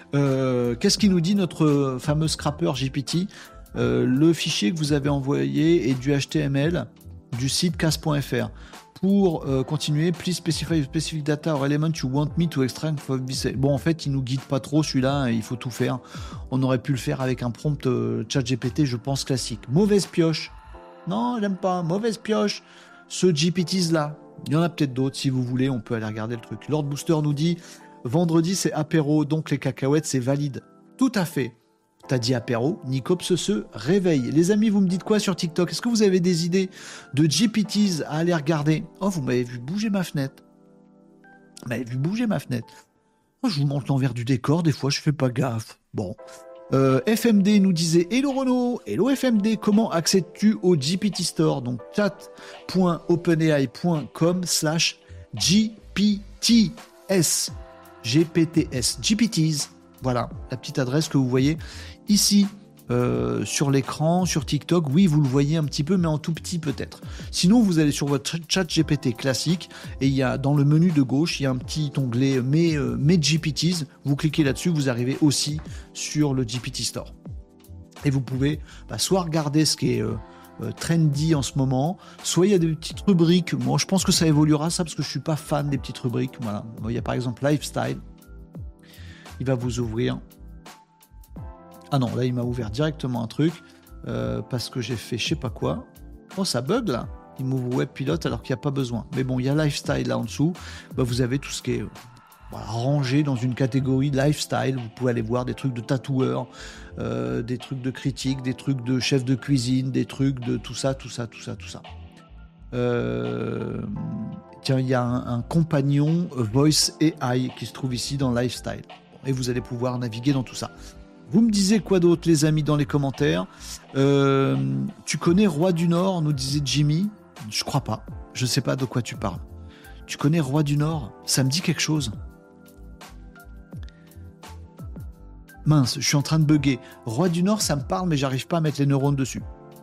Euh, qu'est-ce qu'il nous dit notre fameux scrapper G P T? euh, Le fichier que vous avez envoyé est du H T M L du site cas point f r. Pour euh, continuer, please specify specific data or element you want me to extract from this. Bon, en fait, il nous guide pas trop celui-là, il faut tout faire. On aurait pu le faire avec un prompt euh, ChatGPT, je pense, classique. Mauvaise pioche. Non, j'aime pas. Mauvaise pioche. Ce G P Ts là. Il y en a peut-être d'autres, si vous voulez, on peut aller regarder le truc. Lord Booster nous dit, vendredi c'est apéro, donc les cacahuètes c'est valide. Tout à fait. T'as dit apéro, Nicops se réveille. Les amis, vous me dites quoi sur TikTok? Est-ce que vous avez des idées de G P Ts à aller regarder? Oh, vous m'avez vu bouger ma fenêtre. Vous m'avez vu bouger ma fenêtre. Oh, je vous montre l'envers du décor, des fois je fais pas gaffe. Bon. Euh, F M D nous disait « Hello Renaud, hello F M D, comment accèdes-tu au G P T Store ?» Donc chat point openai point com slash G P T S. G P T S. G P Ts. Voilà, la petite adresse que vous voyez ici euh, sur l'écran, sur TikTok. Oui, vous le voyez un petit peu, mais en tout petit peut-être. Sinon, vous allez sur votre chat G P T classique et il y a dans le menu de gauche, il y a un petit onglet Mes, euh, Mes G P Ts. Vous cliquez là-dessus, vous arrivez aussi sur le G P T Store. Et vous pouvez bah, soit regarder ce qui est euh, euh, trendy en ce moment, soit il y a des petites rubriques. Moi, je pense que ça évoluera, ça, parce que je suis pas fan des petites rubriques. Voilà. Il y a par exemple Lifestyle. Il va vous ouvrir. Ah non, là, il m'a ouvert directement un truc euh, parce que j'ai fait je sais pas quoi. Oh, ça bug là. Il m'ouvre Web Pilot alors qu'il n'y a pas besoin. Mais bon, il y a Lifestyle là en dessous. Bah, vous avez tout ce qui est euh, voilà, rangé dans une catégorie Lifestyle. Vous pouvez aller voir des trucs de tatoueurs, euh, des trucs de critique, des trucs de chef de cuisine, des trucs de tout ça, tout ça, tout ça, tout ça. Euh... Tiens, il y a un, un compagnon Voice A I qui se trouve ici dans Lifestyle. Et vous allez pouvoir naviguer dans tout ça. Vous me disiez quoi d'autre, les amis, dans les commentaires? euh, Tu connais Roi du Nord, nous disait Jimmy. Je crois pas. Je sais pas de quoi tu parles. Tu connais Roi du Nord? Ça me dit quelque chose. Mince, je suis en train de bugger. Roi du Nord, ça me parle, mais j'arrive pas à mettre les neurones dessus.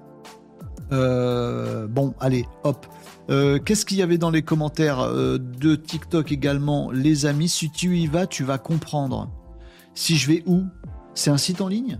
Euh, bon, allez, hop. Euh, qu'est-ce qu'il y avait dans les commentaires euh, de TikTok également? Les amis, si tu y vas, tu vas comprendre. Si je vais où? C'est un site en ligne?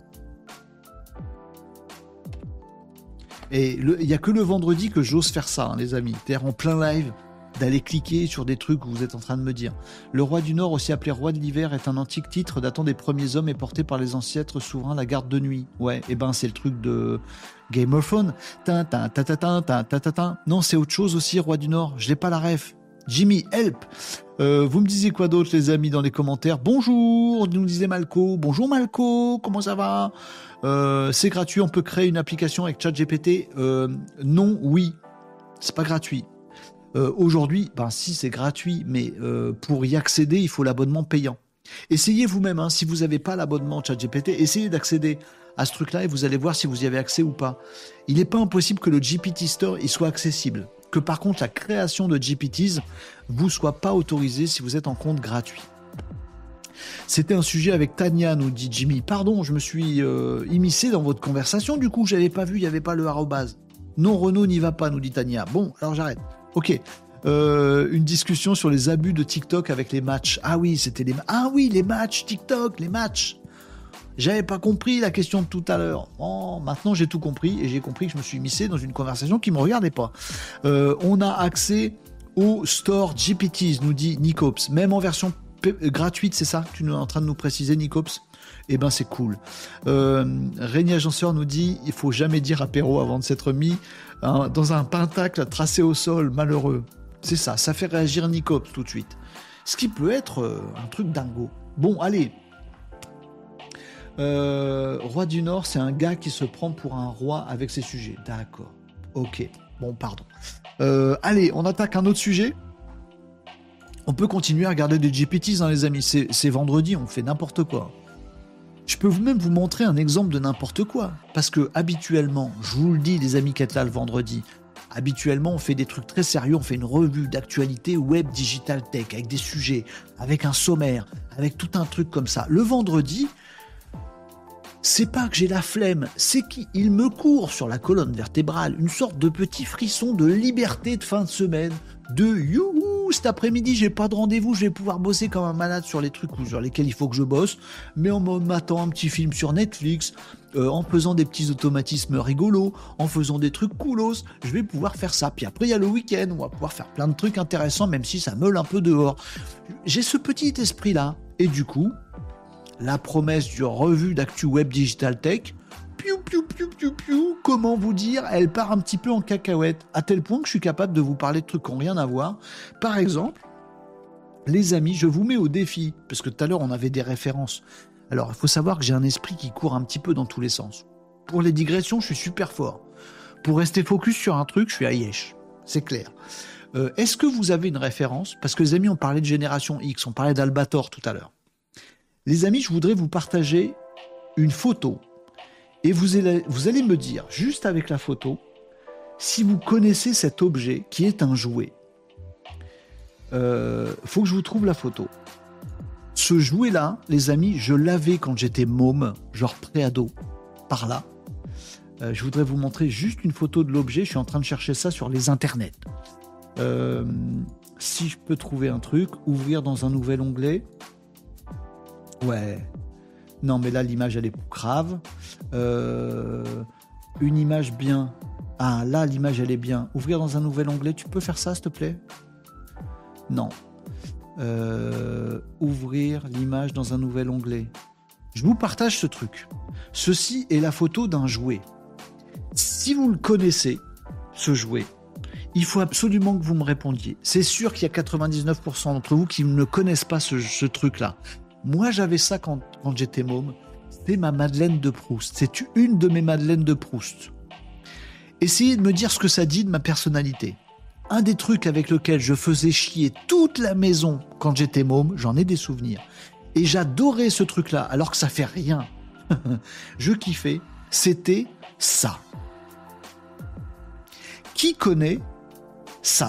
Et il n'y a que le vendredi que j'ose faire ça, hein, les amis. C'est-à-dire en plein live, d'aller cliquer sur des trucs que vous êtes en train de me dire. Le roi du Nord, aussi appelé roi de l'hiver, est un antique titre datant des premiers hommes et porté par les ancêtres souverains, la garde de nuit. Ouais, et ben c'est le truc de Game of Thrones. Tin, tin, tin, tin, tin, tin, tin, tin, tin. Non, c'est autre chose aussi, roi du Nord. Je n'ai pas la ref. Jimmy, help. Euh, vous me disiez quoi d'autre, les amis, dans les commentaires? Bonjour, nous disait Malco. Bonjour Malco, comment ça va? euh, C'est gratuit, on peut créer une application avec ChatGPT. euh, Non, oui, c'est pas gratuit. Euh, aujourd'hui, ben si, c'est gratuit, mais euh, pour y accéder, il faut l'abonnement payant. Essayez vous-même, hein, si vous n'avez pas l'abonnement ChatGPT, essayez d'accéder à ce truc-là et vous allez voir si vous y avez accès ou pas. Il n'est pas impossible que le G P T Store il soit accessible. Que par contre, la création de G P Ts vous soit pas autorisée si vous êtes en compte gratuit. C'était un sujet avec Tania, nous dit Jimmy. Pardon, je me suis euh, immiscé dans votre conversation, du coup, j'avais pas vu, il n'y avait pas le arrobase. Non, Renaud n'y va pas, nous dit Tania. Bon, alors j'arrête. Ok. Euh, une discussion sur les abus de TikTok avec les matchs. Ah oui, c'était les ah oui, les matchs TikTok, les matchs. J'avais pas compris la question de tout à l'heure. Oh, maintenant j'ai tout compris et j'ai compris que je me suis immiscé dans une conversation qui me regardait pas. Euh, on a accès au store G P Ts, nous dit Nicops. Même en version p- gratuite, c'est ça que tu es en train de nous préciser, Nicops? Eh ben c'est cool. Euh, Régnier Agenceur nous dit il faut jamais dire apéro avant de s'être mis hein, dans un pentacle tracé au sol, malheureux. C'est ça, ça fait réagir Nicops tout de suite. Ce qui peut être euh, un truc dingo. Bon, allez. Euh, roi du Nord, c'est un gars qui se prend pour un roi avec ses sujets. D'accord. Ok. Bon, pardon. Euh, allez, on attaque un autre sujet. On peut continuer à regarder des G P Ts, hein, les amis. C'est, c'est vendredi, on fait n'importe quoi. Je peux même vous montrer un exemple de n'importe quoi. Parce que habituellement, je vous le dis, les amis qui êtes là le vendredi, habituellement, on fait des trucs très sérieux. On fait une revue d'actualité web, digital, tech, avec des sujets, avec un sommaire, avec tout un truc comme ça. Le vendredi, c'est pas que j'ai la flemme, c'est qu'il me court sur la colonne vertébrale une sorte de petit frisson de liberté de fin de semaine, de youhou, Ouh, cet après-midi, j'ai pas de rendez-vous, je vais pouvoir bosser comme un malade sur les trucs sur lesquels il faut que je bosse, mais en me matant un petit film sur Netflix, euh, en faisant des petits automatismes rigolos, en faisant des trucs coolos, je vais pouvoir faire ça. Puis après, il y a le week-end, on va pouvoir faire plein de trucs intéressants, même si ça meule un peu dehors. J'ai ce petit esprit-là. Et du coup, la promesse du revue d'actu web digital tech, piou, piou, piou, piou, piou, comment vous dire, elle part un petit peu en cacahuète, à tel point que je suis capable de vous parler de trucs qui n'ont rien à voir. Par exemple, les amis, je vous mets au défi, parce que tout à l'heure, on avait des références. Alors, il faut savoir que j'ai un esprit qui court un petit peu dans tous les sens. Pour les digressions, je suis super fort. Pour rester focus sur un truc, je suis Ayesh. C'est clair. Euh, est-ce que vous avez une référence ? Parce que les amis, on parlait de Génération X, on parlait d'Albator tout à l'heure. Les amis, je voudrais vous partager une photo. Et vous allez, vous allez me dire, juste avec la photo, si vous connaissez cet objet qui est un jouet. Euh, faut que je vous trouve la photo. Ce jouet-là, les amis, je l'avais quand j'étais môme, genre pré-ado, par là. Euh, je voudrais vous montrer juste une photo de l'objet. Je suis en train de chercher ça sur les internets. Euh, si je peux trouver un truc, ouvrir dans un nouvel onglet. Ouais. Non, mais là, l'image, elle est grave. Euh, une image bien. Ah, là, l'image, elle est bien. Ouvrir dans un nouvel onglet. Tu peux faire ça, s'il te plaît ? Non. Euh, ouvrir l'image dans un nouvel onglet. Je vous partage ce truc. Ceci est la photo d'un jouet. Si vous le connaissez, ce jouet, il faut absolument que vous me répondiez. C'est sûr qu'il y a quatre-vingt-dix-neuf pour cent d'entre vous qui ne connaissent pas ce, ce truc-là. Moi, j'avais ça quand, quand j'étais môme. C'était ma Madeleine de Proust. C'est une de mes Madeleines de Proust. Essayez de me dire ce que ça dit de ma personnalité. Un des trucs avec lequel je faisais chier toute la maison quand j'étais môme, j'en ai des souvenirs. Et j'adorais ce truc-là, alors que ça fait rien. Je kiffais. C'était ça. Qui connaît ça ?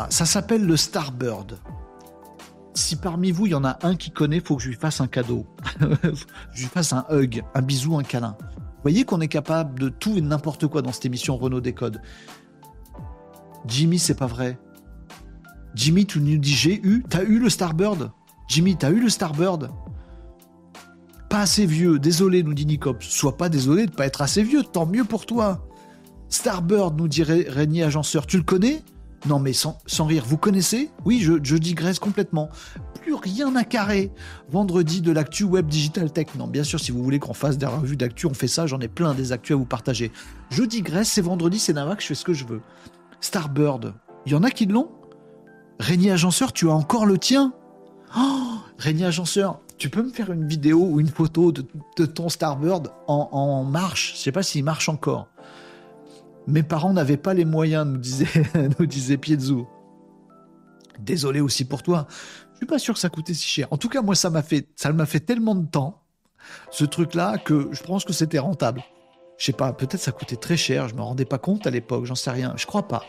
Ça s'appelle le Starbird. Si parmi vous, il y en a un qui connaît, il faut que je lui fasse un cadeau. Je lui fasse un hug, un bisou, un câlin. Vous voyez qu'on est capable de tout et n'importe quoi dans cette émission Renaud Décode. Jimmy, c'est pas vrai. Jimmy, tu nous dis j'ai eu, t'as eu le Starbird ? Jimmy, t'as eu le Starbird ? Pas assez vieux, désolé, nous dit Nicops. Sois pas désolé de pas être assez vieux, tant mieux pour toi. Starbird, nous dit Ré- Régnier Agenceur, tu le connais ? Non mais sans, sans rire, vous connaissez ? Oui, je, je digresse complètement. Plus rien à carrer. Vendredi de l'actu web digital tech. Non, bien sûr, si vous voulez qu'on fasse des revues d'actu, on fait ça, j'en ai plein des actus à vous partager. Je digresse, c'est vendredi, c'est Navac, je fais ce que je veux. Starbird, il y en a qui l'ont ? Régnier Agenceur, tu as encore le tien ? Oh, Régnier Agenceur, tu peux me faire une vidéo ou une photo de, de ton Starbird en, en marche ? Je sais pas s'il marche encore. Mes parents n'avaient pas les moyens, nous disait, nous disait Piezzo. Désolé aussi pour toi. Je suis pas sûr que ça coûtait si cher. En tout cas, moi, ça m'a fait, ça m'a fait tellement de temps, ce truc-là, que je pense que c'était rentable. Je sais pas, peut-être ça coûtait très cher. Je me rendais pas compte à l'époque, j'en sais rien. Je crois pas.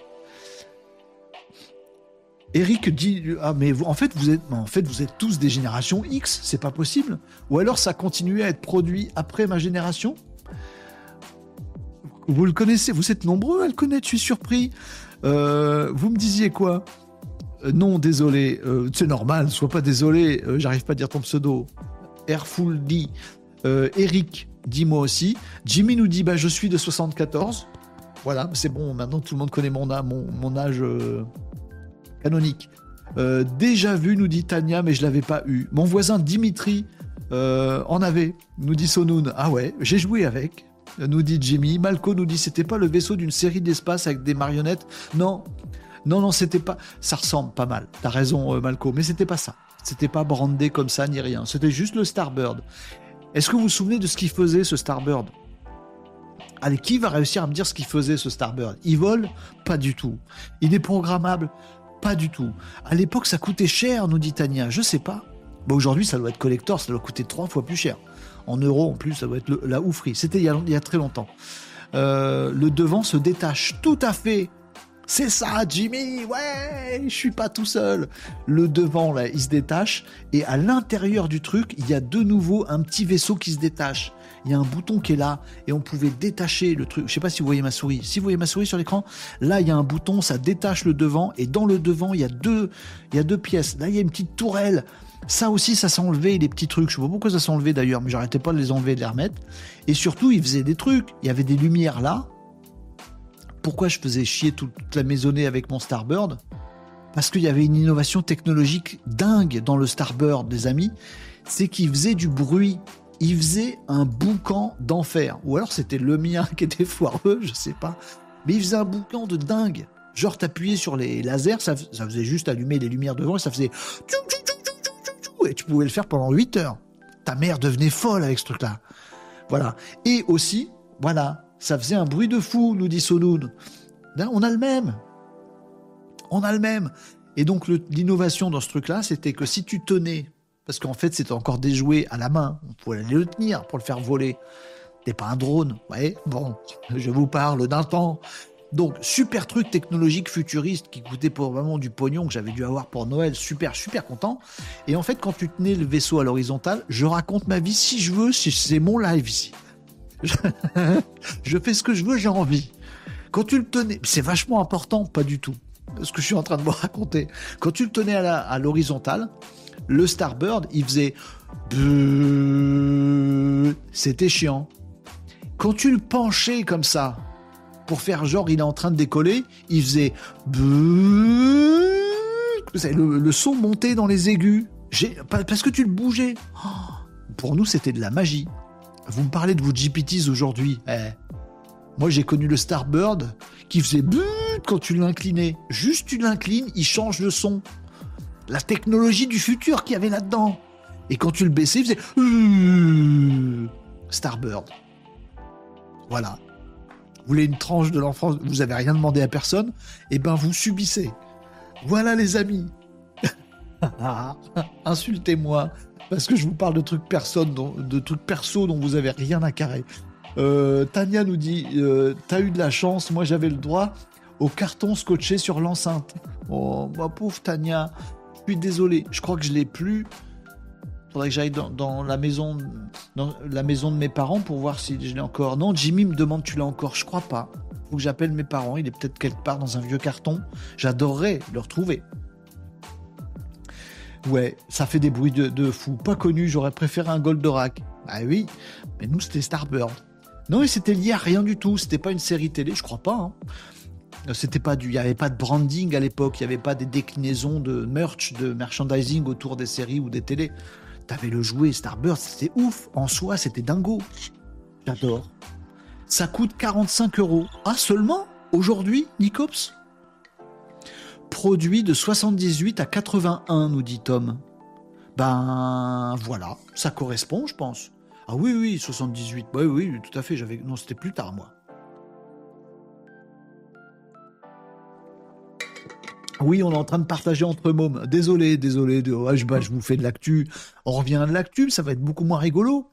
Eric dit ah mais vous, en fait vous êtes en fait vous êtes tous des générations X, c'est pas possible. Ou alors ça continuait à être produit après ma génération. Vous le connaissez, vous êtes nombreux à le connaître, je suis surpris. Euh, vous me disiez quoi ? euh, Non, désolé, euh, c'est normal, sois pas désolé, euh, j'arrive pas à dire ton pseudo. Airful dit, euh, Eric dit moi aussi. Jimmy nous dit bah je suis de soixante-quatorze. Voilà, c'est bon, maintenant tout le monde connaît mon, mon, mon âge euh, canonique. Euh, déjà vu, nous dit Tania, mais je l'avais pas eu. Mon voisin Dimitri euh, en avait, nous dit Sonoun. Ah ouais, j'ai joué avec. Nous dit Jimmy. Malco nous dit c'était pas le vaisseau d'une série d'espace avec des marionnettes. Non, non, non, c'était pas. Ça ressemble pas mal. T'as raison, euh, Malco, mais c'était pas ça. C'était pas brandé comme ça ni rien. C'était juste le Starbird. Est-ce que vous vous souvenez de ce qu'il faisait ce Starbird ? Allez, qui va réussir à me dire ce qu'il faisait ce Starbird ? Il vole ? Pas du tout. Il est programmable ? Pas du tout. À l'époque, ça coûtait cher, nous dit Tania. Je sais pas. Bah, aujourd'hui, ça doit être collector, ça doit coûter trois fois plus cher. En euros, en plus, ça doit être le, la oufrie. C'était il y a, il y a très longtemps. Euh, le devant se détache. Tout à fait. C'est ça, Jimmy. Ouais, je suis pas tout seul. Le devant, là, il se détache. Et à l'intérieur du truc, il y a de nouveau un petit vaisseau qui se détache. il y a un bouton qui est là et on pouvait détacher le truc. Je sais pas si vous voyez ma souris. Si vous voyez ma souris sur l'écran, là il y a un bouton, ça détache le devant et dans le devant il y a deux, il y a deux pièces. Là il y a une petite tourelle. Ça aussi, ça s'est enlevé, les petits trucs. Je sais pas pourquoi ça s'est enlevé d'ailleurs, mais j'arrêtais pas de les enlever et de les remettre. Et surtout, il faisait des trucs. Il y avait des lumières là. Pourquoi je faisais chier toute la maisonnée avec mon Starbird ? Parce qu'il y avait une innovation technologique dingue dans le Starbird, les amis. C'est qu'il faisait du bruit. Il faisait un boucan d'enfer. Ou alors c'était le mien qui était foireux, je sais pas. Mais il faisait un boucan de dingue. Genre, t'appuyais sur les lasers, ça, ça faisait juste allumer les lumières devant et ça faisait... Et tu pouvais le faire pendant huit heures. Ta mère devenait folle avec ce truc-là. Voilà. Et aussi, voilà, ça faisait un bruit de fou, nous dit Sonoun. Là, on a le même. On a le même. Et donc, le, l'innovation dans ce truc-là, c'était que si tu tenais, parce qu'en fait, c'était encore des jouets à la main, on pouvait aller le tenir pour le faire voler. T'es pas un drone, ouais. Bon, je vous parle d'un temps. Donc, super truc technologique futuriste qui coûtait probablement du pognon que j'avais dû avoir pour Noël. Super, super content. Et en fait, quand tu tenais le vaisseau à l'horizontale, je raconte ma vie si je veux, si c'est mon live ici. Je, je fais ce que je veux, j'ai envie. Quand tu le tenais, c'est vachement important, pas du tout. Ce que je suis en train de vous raconter. Quand tu le tenais à, la, à l'horizontale, le Starbird, il faisait... C'était chiant. Quand tu le penchais comme ça, pour faire genre il est en train de décoller, il faisait... Le, le son montait dans les aigus. J'ai, parce que tu le bougeais. Oh, pour nous, c'était de la magie. Vous me parlez de vos G P Ts aujourd'hui. Eh. Moi, j'ai connu le Starbird qui faisait but quand tu l'inclinais. Juste tu l'inclines, il change le son. La technologie du futur qu'il y avait là-dedans. Et quand tu le baissais, il faisait... Starbird. Voilà. Vous voulez une tranche de l'enfance, vous n'avez rien demandé à personne, et ben vous subissez. Voilà les amis. Insultez-moi, parce que je vous parle de trucs personnes, dont, de trucs perso dont vous avez rien à carrer. Euh, Tania nous dit, euh, t'as eu de la chance, moi j'avais le droit au carton scotché sur l'enceinte. Oh, ma pauvre Tania, je suis désolé, je crois que je l'ai plus. Faudrait que j'aille dans, dans la maison, dans la maison de mes parents pour voir si je l'ai encore. Non, Jimmy me demande, tu l'as encore? Je crois pas. Faut que j'appelle mes parents. Il est peut-être quelque part dans un vieux carton. J'adorerais le retrouver. Ouais, ça fait des bruits de, de fou. Pas connu, j'aurais préféré un Goldorak. Ah oui, mais nous c'était Starbird. Non, et c'était lié à rien du tout. C'était pas une série télé, je crois pas. Hein. C'était pas du, il y avait pas de branding à l'époque. Il y avait pas des déclinaisons de merch, de merchandising autour des séries ou des télés. T'avais le jouet Starbird, c'était ouf. En soi, c'était dingo. J'adore. Ça coûte quarante-cinq euros. Ah, seulement? Aujourd'hui, Nicops? Produit de soixante-dix-huit à quatre-vingt-un, nous dit Tom. Ben, voilà. Ça correspond, je pense. Ah oui, oui, soixante-dix-huit. Oui, oui, tout à fait. J'avais... Non, c'était plus tard, moi. Oui, on est en train de partager entre mômes. Désolé, désolé. De... Ouais, je, bah, je vous fais de l'actu. On revient à de l'actu, ça va être beaucoup moins rigolo.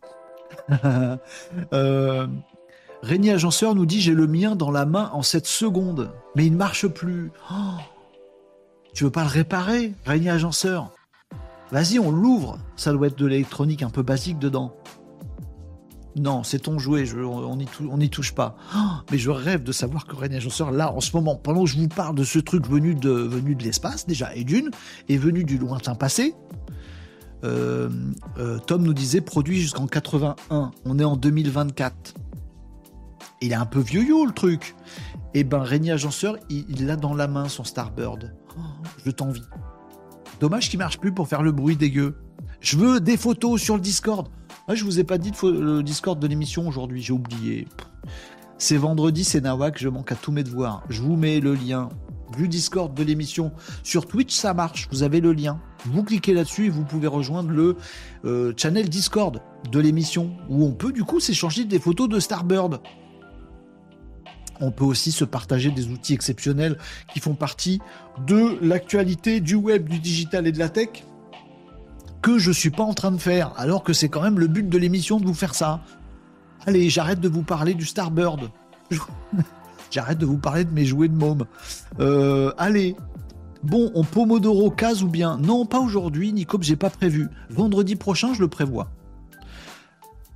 euh... Régnier Agenceur nous dit « J'ai le mien dans la main en sept secondes. Mais il ne marche plus. Oh, tu veux pas le réparer, Régnier Agenceur? Vas-y, on l'ouvre. Ça doit être de l'électronique un peu basique dedans. » Non, c'est ton jouet, je, on n'y tou- touche pas. Oh, mais je rêve de savoir que Régnier Agenceur, là, en ce moment, pendant que je vous parle de ce truc venu de, venu de l'espace, déjà, et d'une, et venu du lointain passé, euh, euh, Tom nous disait produit jusqu'en quatre-vingt-un. On est en deux mille vingt-quatre. Il est un peu vieux-yo, le truc. Et ben, Régnier Agenceur, il, il l'a dans la main, son Starbird. Oh, je t'envie. Dommage qu'il marche plus pour faire le bruit dégueu. Je veux des photos sur le Discord. Ah, je vous ai pas dit de fo- le Discord de l'émission aujourd'hui, j'ai oublié. C'est vendredi, c'est Nawak, je manque à tous mes devoirs. Je vous mets le lien du Discord de l'émission. Sur Twitch, ça marche, vous avez le lien. Vous cliquez là-dessus et vous pouvez rejoindre le euh, channel Discord de l'émission, où on peut du coup s'échanger des photos de Starbird. On peut aussi se partager des outils exceptionnels qui font partie de l'actualité du web, du digital et de la tech, que je suis pas en train de faire, alors que c'est quand même le but de l'émission de vous faire ça. Allez, j'arrête de vous parler du Starbird. J'arrête de vous parler de mes jouets de môme. Euh, allez. Bon, on Pomodoro case ou bien? Non, pas aujourd'hui, Nicops, j'ai pas prévu. Vendredi prochain, je le prévois.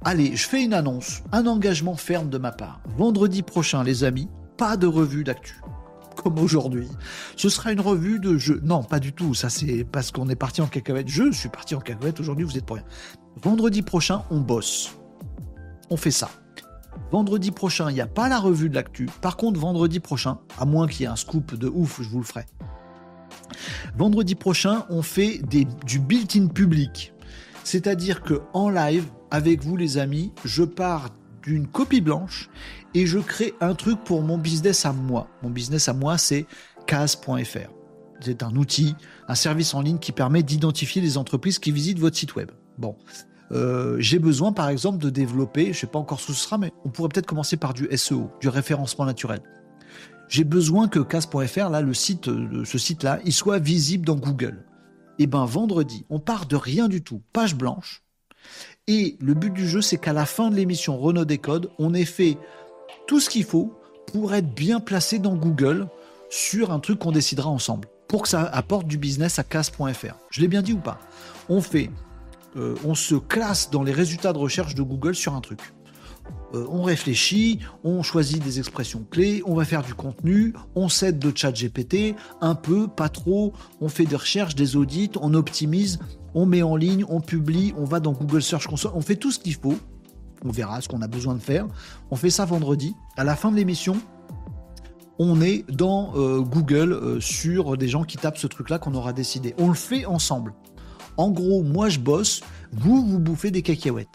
Allez, je fais une annonce, un engagement ferme de ma part. Vendredi prochain, les amis, pas de revue d'actu. Comme aujourd'hui. Ce sera une revue de jeux. Non, pas du tout. Ça, c'est parce qu'on est parti en cacahuète. Je suis parti en cacahuète. Aujourd'hui, vous êtes pour rien. Vendredi prochain, on bosse. On fait ça. Vendredi prochain, il n'y a pas la revue de l'actu. Par contre, vendredi prochain, à moins qu'il y ait un scoop de ouf, je vous le ferai. Vendredi prochain, on fait des, du built-in public. C'est-à-dire qu'en live, avec vous les amis, je pars d'une copie blanche et je crée un truc pour mon business à moi. Mon business à moi, c'est case point f r. C'est un outil, un service en ligne qui permet d'identifier les entreprises qui visitent votre site web. Bon, euh, j'ai besoin par exemple de développer, je ne sais pas encore ce que ce sera, mais on pourrait peut-être commencer par du S E O, du référencement naturel. J'ai besoin que case point f r, là, le site, ce site-là, il soit visible dans Google. Et ben vendredi, on part de rien du tout, page blanche. Et le but du jeu, c'est qu'à la fin de l'émission Renaud Décode, on ait fait tout ce qu'il faut pour être bien placé dans Google sur un truc qu'on décidera ensemble, pour que ça apporte du business à case point f r. Je l'ai bien dit ou pas ? On fait, euh, on se classe dans les résultats de recherche de Google sur un truc. Euh, on réfléchit, on choisit des expressions clés, on va faire du contenu, on s'aide de ChatGPT, un peu, pas trop, on fait des recherches, des audits, on optimise, on met en ligne, on publie, on va dans Google Search Console, on fait tout ce qu'il faut, on verra ce qu'on a besoin de faire, on fait ça vendredi, à la fin de l'émission, on est dans euh, Google euh, sur des gens qui tapent ce truc-là qu'on aura décidé. On le fait ensemble. En gros, moi je bosse, vous, vous bouffez des cacahuètes.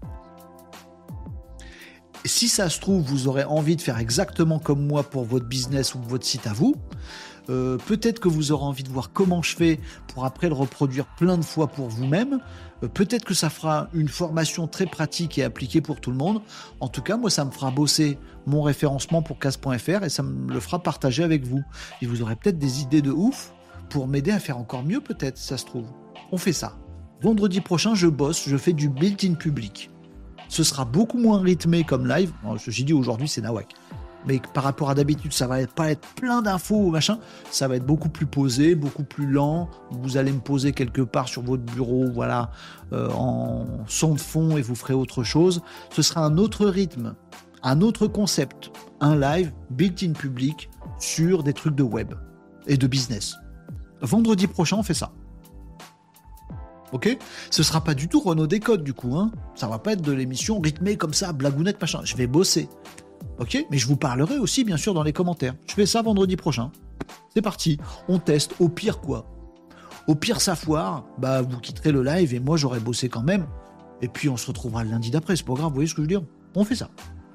Si ça se trouve, vous aurez envie de faire exactement comme moi pour votre business ou votre site à vous. Euh, peut-être que vous aurez envie de voir comment je fais pour après le reproduire plein de fois pour vous-même. Euh, peut-être que ça fera une formation très pratique et appliquée pour tout le monde. En tout cas, moi, ça me fera bosser mon référencement pour case point f r et ça me le fera partager avec vous. Et vous aurez peut-être des idées de ouf pour m'aider à faire encore mieux, peut-être, si ça se trouve. On fait ça. Vendredi prochain, je bosse, je fais du built-in public. Ce sera beaucoup moins rythmé comme live. Alors, j'ai dit aujourd'hui, c'est nawak. Mais par rapport à d'habitude, ça va pas être plein d'infos, machin. Ça va être beaucoup plus posé, beaucoup plus lent. Vous allez me poser quelque part sur votre bureau, voilà, euh, en son de fond et vous ferez autre chose. Ce sera un autre rythme, un autre concept. Un live built-in public sur des trucs de web et de business. Vendredi prochain, on fait ça. Ok ? Ce sera pas du tout Renaud Décode, du coup. Hein. Ça va pas être de l'émission rythmée comme ça, blagounette, machin. Je vais bosser. Ok ? Mais je vous parlerai aussi, bien sûr, dans les commentaires. Je fais ça vendredi prochain. C'est parti. On teste. Au pire, quoi ? Au pire, ça foire. Bah, vous quitterez le live et moi, j'aurai bossé quand même. Et puis, on se retrouvera le lundi d'après. C'est pas grave, vous voyez ce que je veux dire ? On fait ça.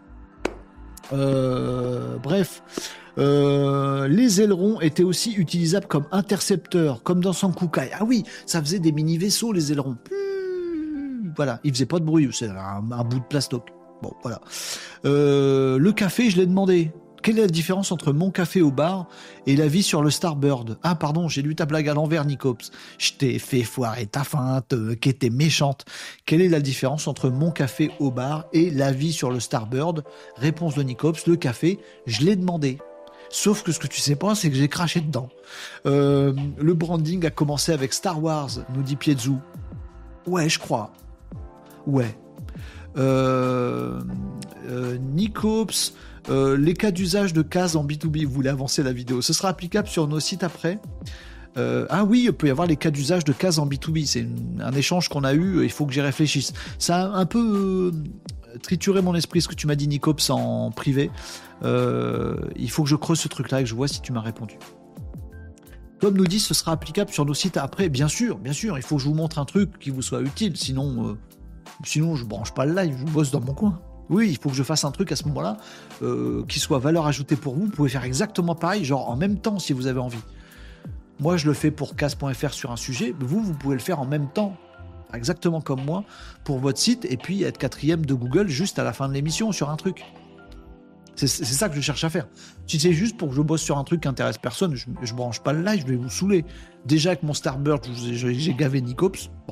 Euh, bref. Euh, les ailerons étaient aussi utilisables comme intercepteurs, comme dans Sankukai. Ah oui, ça faisait des mini-vaisseaux, les ailerons. Voilà, ils faisaient pas de bruit, c'est un, un bout de plastoc. Bon, voilà. Euh, le café, je l'ai demandé. Quelle est la différence entre mon café au bar et la vie sur le Starbird ? Ah pardon, j'ai lu ta blague à l'envers, Nicops. Je t'ai fait foirer ta feinte, euh, qui était méchante. Quelle est la différence entre mon café au bar et la vie sur le Starbird ? Réponse de Nicops, le café, je l'ai demandé. Sauf que ce que tu sais pas, c'est que j'ai craché dedans. Euh, le branding a commencé avec Star Wars, nous dit Piezu. Ouais, je crois. Ouais. Euh, euh, Nicops, euh, les cas d'usage de cases en B deux B, vous voulez avancer la vidéo. Ce sera applicable sur nos sites après. Euh, ah oui, il peut y avoir les cas d'usage de cases en B deux B. C'est une, un échange qu'on a eu, il faut que j'y réfléchisse. Ça a un peu euh, trituré mon esprit, ce que tu m'as dit, Nicops, en privé. Euh, il faut que je creuse ce truc-là et que je vois si tu m'as répondu. Comme nous dit, ce sera applicable sur nos sites après. Bien sûr, bien sûr, il faut que je vous montre un truc qui vous soit utile. Sinon, euh, sinon je branche pas le live, je bosse dans mon coin. Oui, il faut que je fasse un truc à ce moment-là euh, qui soit valeur ajoutée pour vous. Vous pouvez faire exactement pareil, genre en même temps si vous avez envie. Moi, je le fais pour case point f r sur un sujet. Vous, vous pouvez le faire en même temps, exactement comme moi, pour votre site et puis être quatrième de Google juste à la fin de l'émission sur un truc. C'est, c'est ça que je cherche à faire. Si c'est juste pour que je bosse sur un truc qui intéresse personne, je, je branche pas le live, je vais vous saouler. Déjà avec mon Starbird, j'ai, j'ai gavé Nicops. Bon.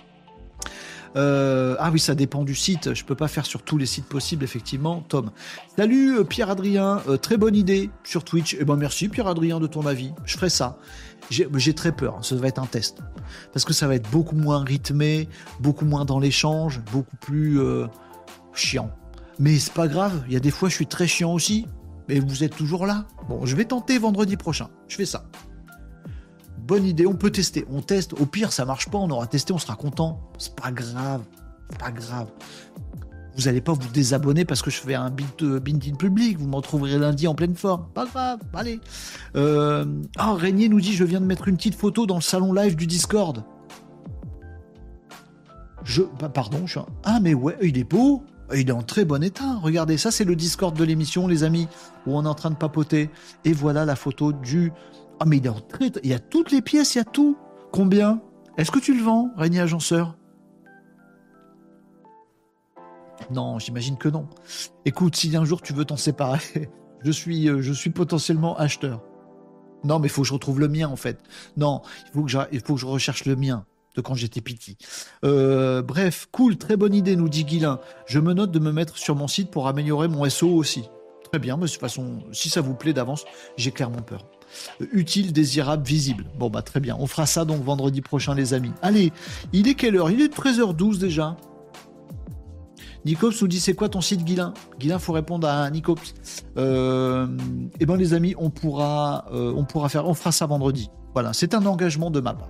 Euh, ah oui, ça dépend du site. Je peux pas faire sur tous les sites possibles, effectivement. Tom. Salut euh, Pierre-Adrien, euh, très bonne idée sur Twitch. Eh ben merci Pierre-Adrien de ton avis. Je ferai ça. J'ai, j'ai très peur. Hein. Ça va être un test parce que ça va être beaucoup moins rythmé, beaucoup moins dans l'échange, beaucoup plus. Euh, chiant. Mais c'est pas grave, il y a des fois je suis très chiant aussi. Mais vous êtes toujours là. Bon, je vais tenter vendredi prochain. Je fais ça. Bonne idée, on peut tester. On teste. Au pire, ça marche pas, on aura testé, on sera content. C'est pas grave. C'est pas grave. Vous allez pas vous désabonner parce que je fais un build-in public. Vous me retrouverez lundi en pleine forme. Pas grave, allez. Euh... Ah, Régnier nous dit, je viens de mettre une petite photo dans le salon live du Discord. Je... Bah, pardon, je suis un... Ah, mais ouais, il est beau. Il est en très bon état. Regardez, ça c'est le Discord de l'émission, les amis, où on est en train de papoter. Et voilà la photo du... Ah, mais il est en très... Il y a toutes les pièces, il y a tout. Combien? Est-ce que tu le vends, Régnier Agenceur? Non, j'imagine que non. Écoute, si un jour tu veux t'en séparer, je suis, je suis potentiellement acheteur. Non, mais il faut que je retrouve le mien, en fait. Non, il faut que je, il faut que je recherche le mien de quand j'étais petit. Euh, bref, cool, très bonne idée, nous dit Guilain. Je me note de me mettre sur mon site pour améliorer mon S E O aussi. Très bien, mais de toute façon, si ça vous plaît d'avance, j'ai clairement peur. Euh, utile, désirable, visible. Bon, bah très bien, on fera ça donc vendredi prochain, les amis. Allez, il est quelle heure? Il est treize heures douze déjà. Nicops nous dit, c'est quoi ton site, Guilain? Guilain, faut répondre à Nicops. Euh, eh ben les amis, on pourra, euh, on pourra faire, on fera ça vendredi. Voilà, c'est un engagement de ma part.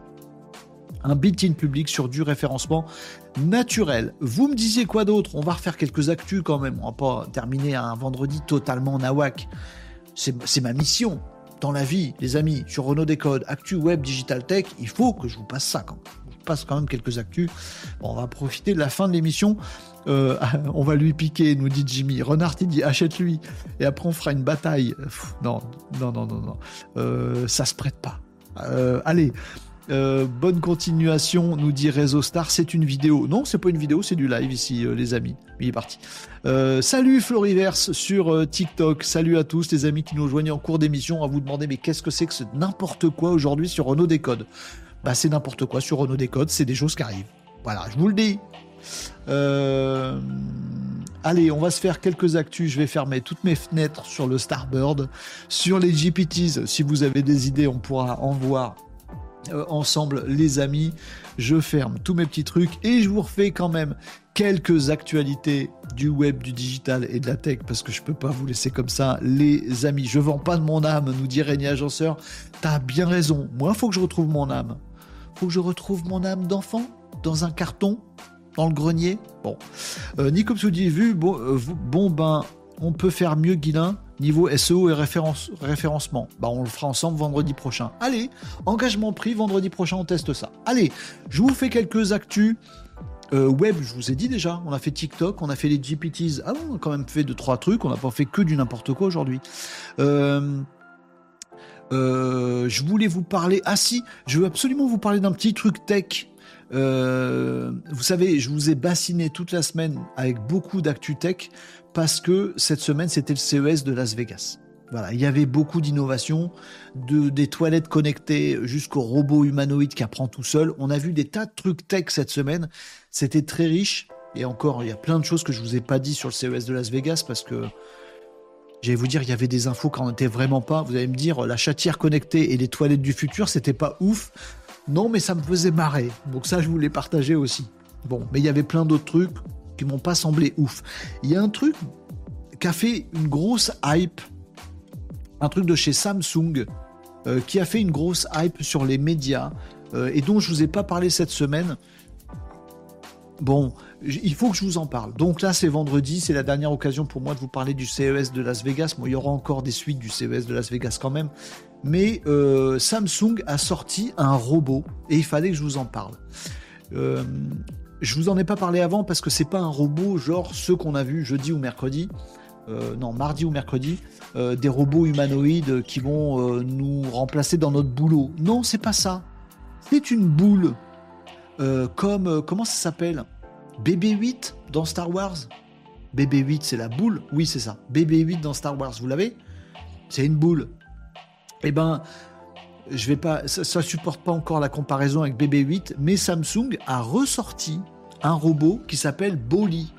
Un built-in public sur du référencement naturel. Vous me disiez quoi d'autre? On va refaire quelques actus quand même. On va pas terminer un vendredi totalement nawak. C'est, c'est ma mission dans la vie, les amis. Sur Renaud Décode, actu web, digital tech, il faut que je vous passe ça quand même. Je vous passe quand même quelques actus. Bon, on va profiter de la fin de l'émission. Euh, on va lui piquer, nous dit Jimmy. Renard, il dit achète-lui. Et après, on fera une bataille. Pff, non, non, non, non, non. Euh, ça se prête pas. Euh, allez. Euh, bonne continuation, nous dit Réseau Star. C'est une vidéo. Non, c'est pas une vidéo, c'est du live ici, euh, les amis. Il est parti. Euh, salut Floriverse sur euh, TikTok. Salut à tous les amis qui nous rejoignent en cours d'émission. À vous demander, mais qu'est-ce que c'est que ce n'importe quoi aujourd'hui sur Renaud Décode? Bah, c'est n'importe quoi sur Renaud Décode. C'est des choses qui arrivent. Voilà, je vous le dis. Euh... Allez, on va se faire quelques actus. Je vais fermer toutes mes fenêtres sur le Starbird, sur les G P Ts. Si vous avez des idées, on pourra en voir. Euh, ensemble les amis, je ferme tous mes petits trucs et je vous refais quand même quelques actualités du web, du digital et de la tech parce que je peux pas vous laisser comme ça les amis. Je vends pas de mon âme, nous dit Régnier Agenceur. T'as bien raison, moi faut que je retrouve mon âme. Faut que je retrouve mon âme d'enfant dans un carton, dans le grenier. Bon, euh, Nicops vous dit, vu bon, euh, bon ben on peut faire mieux, Guilain, niveau S E O et référence, référencement. Bah, on le fera ensemble vendredi prochain. Allez, engagement pris, vendredi prochain, on teste ça. Allez, je vous fais quelques actus. Euh, web, je vous ai dit déjà, on a fait TikTok, on a fait les G P Ts. Ah, on a quand même fait deux, trois trucs, on n'a pas fait que du n'importe quoi aujourd'hui. Euh... Euh, je voulais vous parler... Ah si, je veux absolument vous parler d'un petit truc tech. Euh, vous savez, je vous ai bassiné toute la semaine avec beaucoup d'actu tech parce que cette semaine, c'était le C E S de Las Vegas. Voilà, il y avait beaucoup d'innovations, de, des toilettes connectées jusqu'au robot humanoïde qui apprend tout seul. On a vu des tas de trucs tech cette semaine. C'était très riche. Et encore, il y a plein de choses que je vous ai pas dit sur le C E S de Las Vegas parce que j'allais vous dire, il y avait des infos qui n'en étaient vraiment pas. Vous allez me dire, la chatière connectée et les toilettes du futur, c'était pas ouf. Non, mais ça me faisait marrer. Donc ça, je voulais partager aussi. Bon, mais il y avait plein d'autres trucs qui m'ont pas semblé ouf. Il y a un truc qui a fait une grosse hype, un truc de chez Samsung, euh, qui a fait une grosse hype sur les médias, euh, et dont je vous ai pas parlé cette semaine. Bon, il faut que je vous en parle. Donc là, c'est vendredi, c'est la dernière occasion pour moi de vous parler du C E S de Las Vegas. Bon, il y aura encore des suites du C E S de Las Vegas quand même. Mais euh, Samsung a sorti un robot et il fallait que je vous en parle. Euh, je vous en ai pas parlé avant parce que c'est pas un robot genre ceux qu'on a vus jeudi ou mercredi. Euh, non, mardi ou mercredi. Euh, des robots humanoïdes qui vont euh, nous remplacer dans notre boulot. Non, c'est pas ça. C'est une boule. Euh, comme, euh, comment ça s'appelle? B B huit dans Star Wars. B B huit, c'est la boule? Oui, c'est ça. B B huit dans Star Wars, vous l'avez? C'est une boule. Eh ben, je vais pas, ça, ça supporte pas encore la comparaison avec B B huit, mais Samsung a ressorti un robot qui s'appelle Bolly.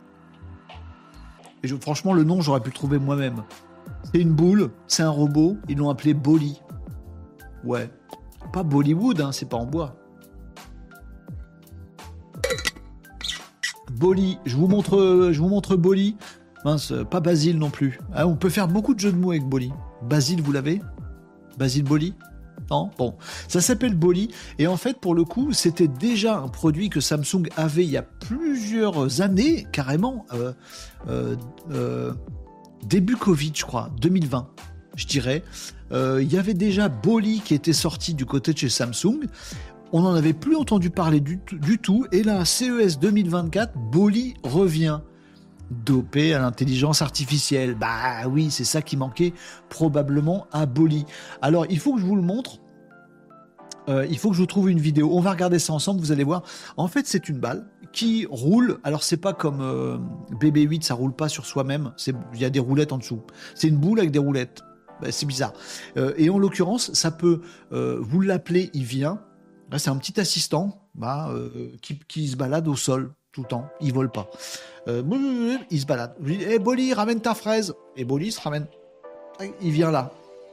Et je, franchement, le nom, j'aurais pu le trouver moi-même. C'est une boule, c'est un robot, ils l'ont appelé Bolly. Ouais. Pas Bollywood, hein, c'est pas en bois. Bolly, je vous montre, je vous montre Bolly. Mince, pas Basile non plus. Ah, on peut faire beaucoup de jeux de mots avec Bolly. Basile, vous l'avez? Basile Bolly? Non, bon, ça s'appelle Bolly et en fait pour le coup c'était déjà un produit que Samsung avait il y a plusieurs années carrément euh, euh, euh, début Covid je crois deux mille vingt je dirais euh, il y avait déjà Bolly qui était sorti du côté de chez Samsung, on n'en avait plus entendu parler du, du tout et là C E S deux mille vingt-quatre Bolly revient dopé à l'intelligence artificielle. Bah oui, c'est ça qui manquait probablement à Bolly. Alors, il faut que je vous le montre. Euh, il faut que je vous trouve une vidéo. On va regarder ça ensemble, vous allez voir. En fait, c'est une balle qui roule. Alors, c'est pas comme euh, B B huit, ça roule pas sur soi-même. Il y a des roulettes en dessous. C'est une boule avec des roulettes. Bah, c'est bizarre. Euh, et en l'occurrence, ça peut... Euh, vous l'appelez, il vient. Là, c'est un petit assistant bah, euh, qui, qui se balade au sol tout le temps. Il vole pas. Euh, il se balade. Je lui dis, hey, Bolly, ramène ta fraise. Et Bolly se ramène. Il vient là.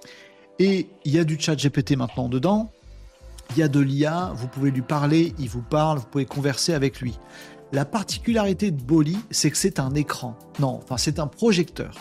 Et il y a du chat G P T maintenant dedans. Il y a de l'I A. Vous pouvez lui parler. Il vous parle. Vous pouvez converser avec lui. La particularité de Bolly, c'est que c'est un écran. Non, enfin, c'est un projecteur.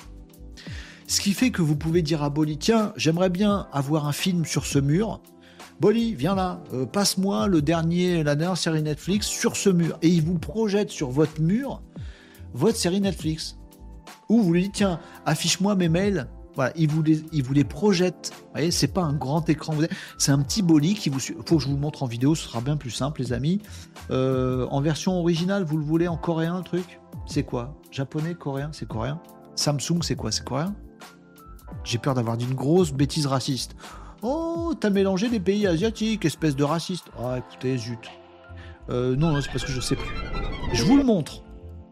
Ce qui fait que vous pouvez dire à Bolly, tiens, j'aimerais bien avoir un film sur ce mur. Bolly, viens là, euh, passe-moi le dernier, la dernière série Netflix sur ce mur. Et il vous projette sur votre mur votre série Netflix. Ou vous lui dites, tiens, affiche-moi mes mails. Voilà, il vous les, il vous les projette. Vous voyez, c'est pas un grand écran. C'est un petit Bolly qui vous suit. Faut que je vous montre en vidéo, ce sera bien plus simple, les amis. Euh, en version originale, vous le voulez en coréen, le truc? C'est quoi? Japonais, coréen? C'est coréen. Samsung, c'est quoi? C'est coréen? J'ai peur d'avoir dit une grosse bêtise raciste. Oh, t'as mélangé les pays asiatiques, espèce de raciste. Ah, écoutez, zut. Euh, non, non, c'est parce que je sais plus. Je vous le montre.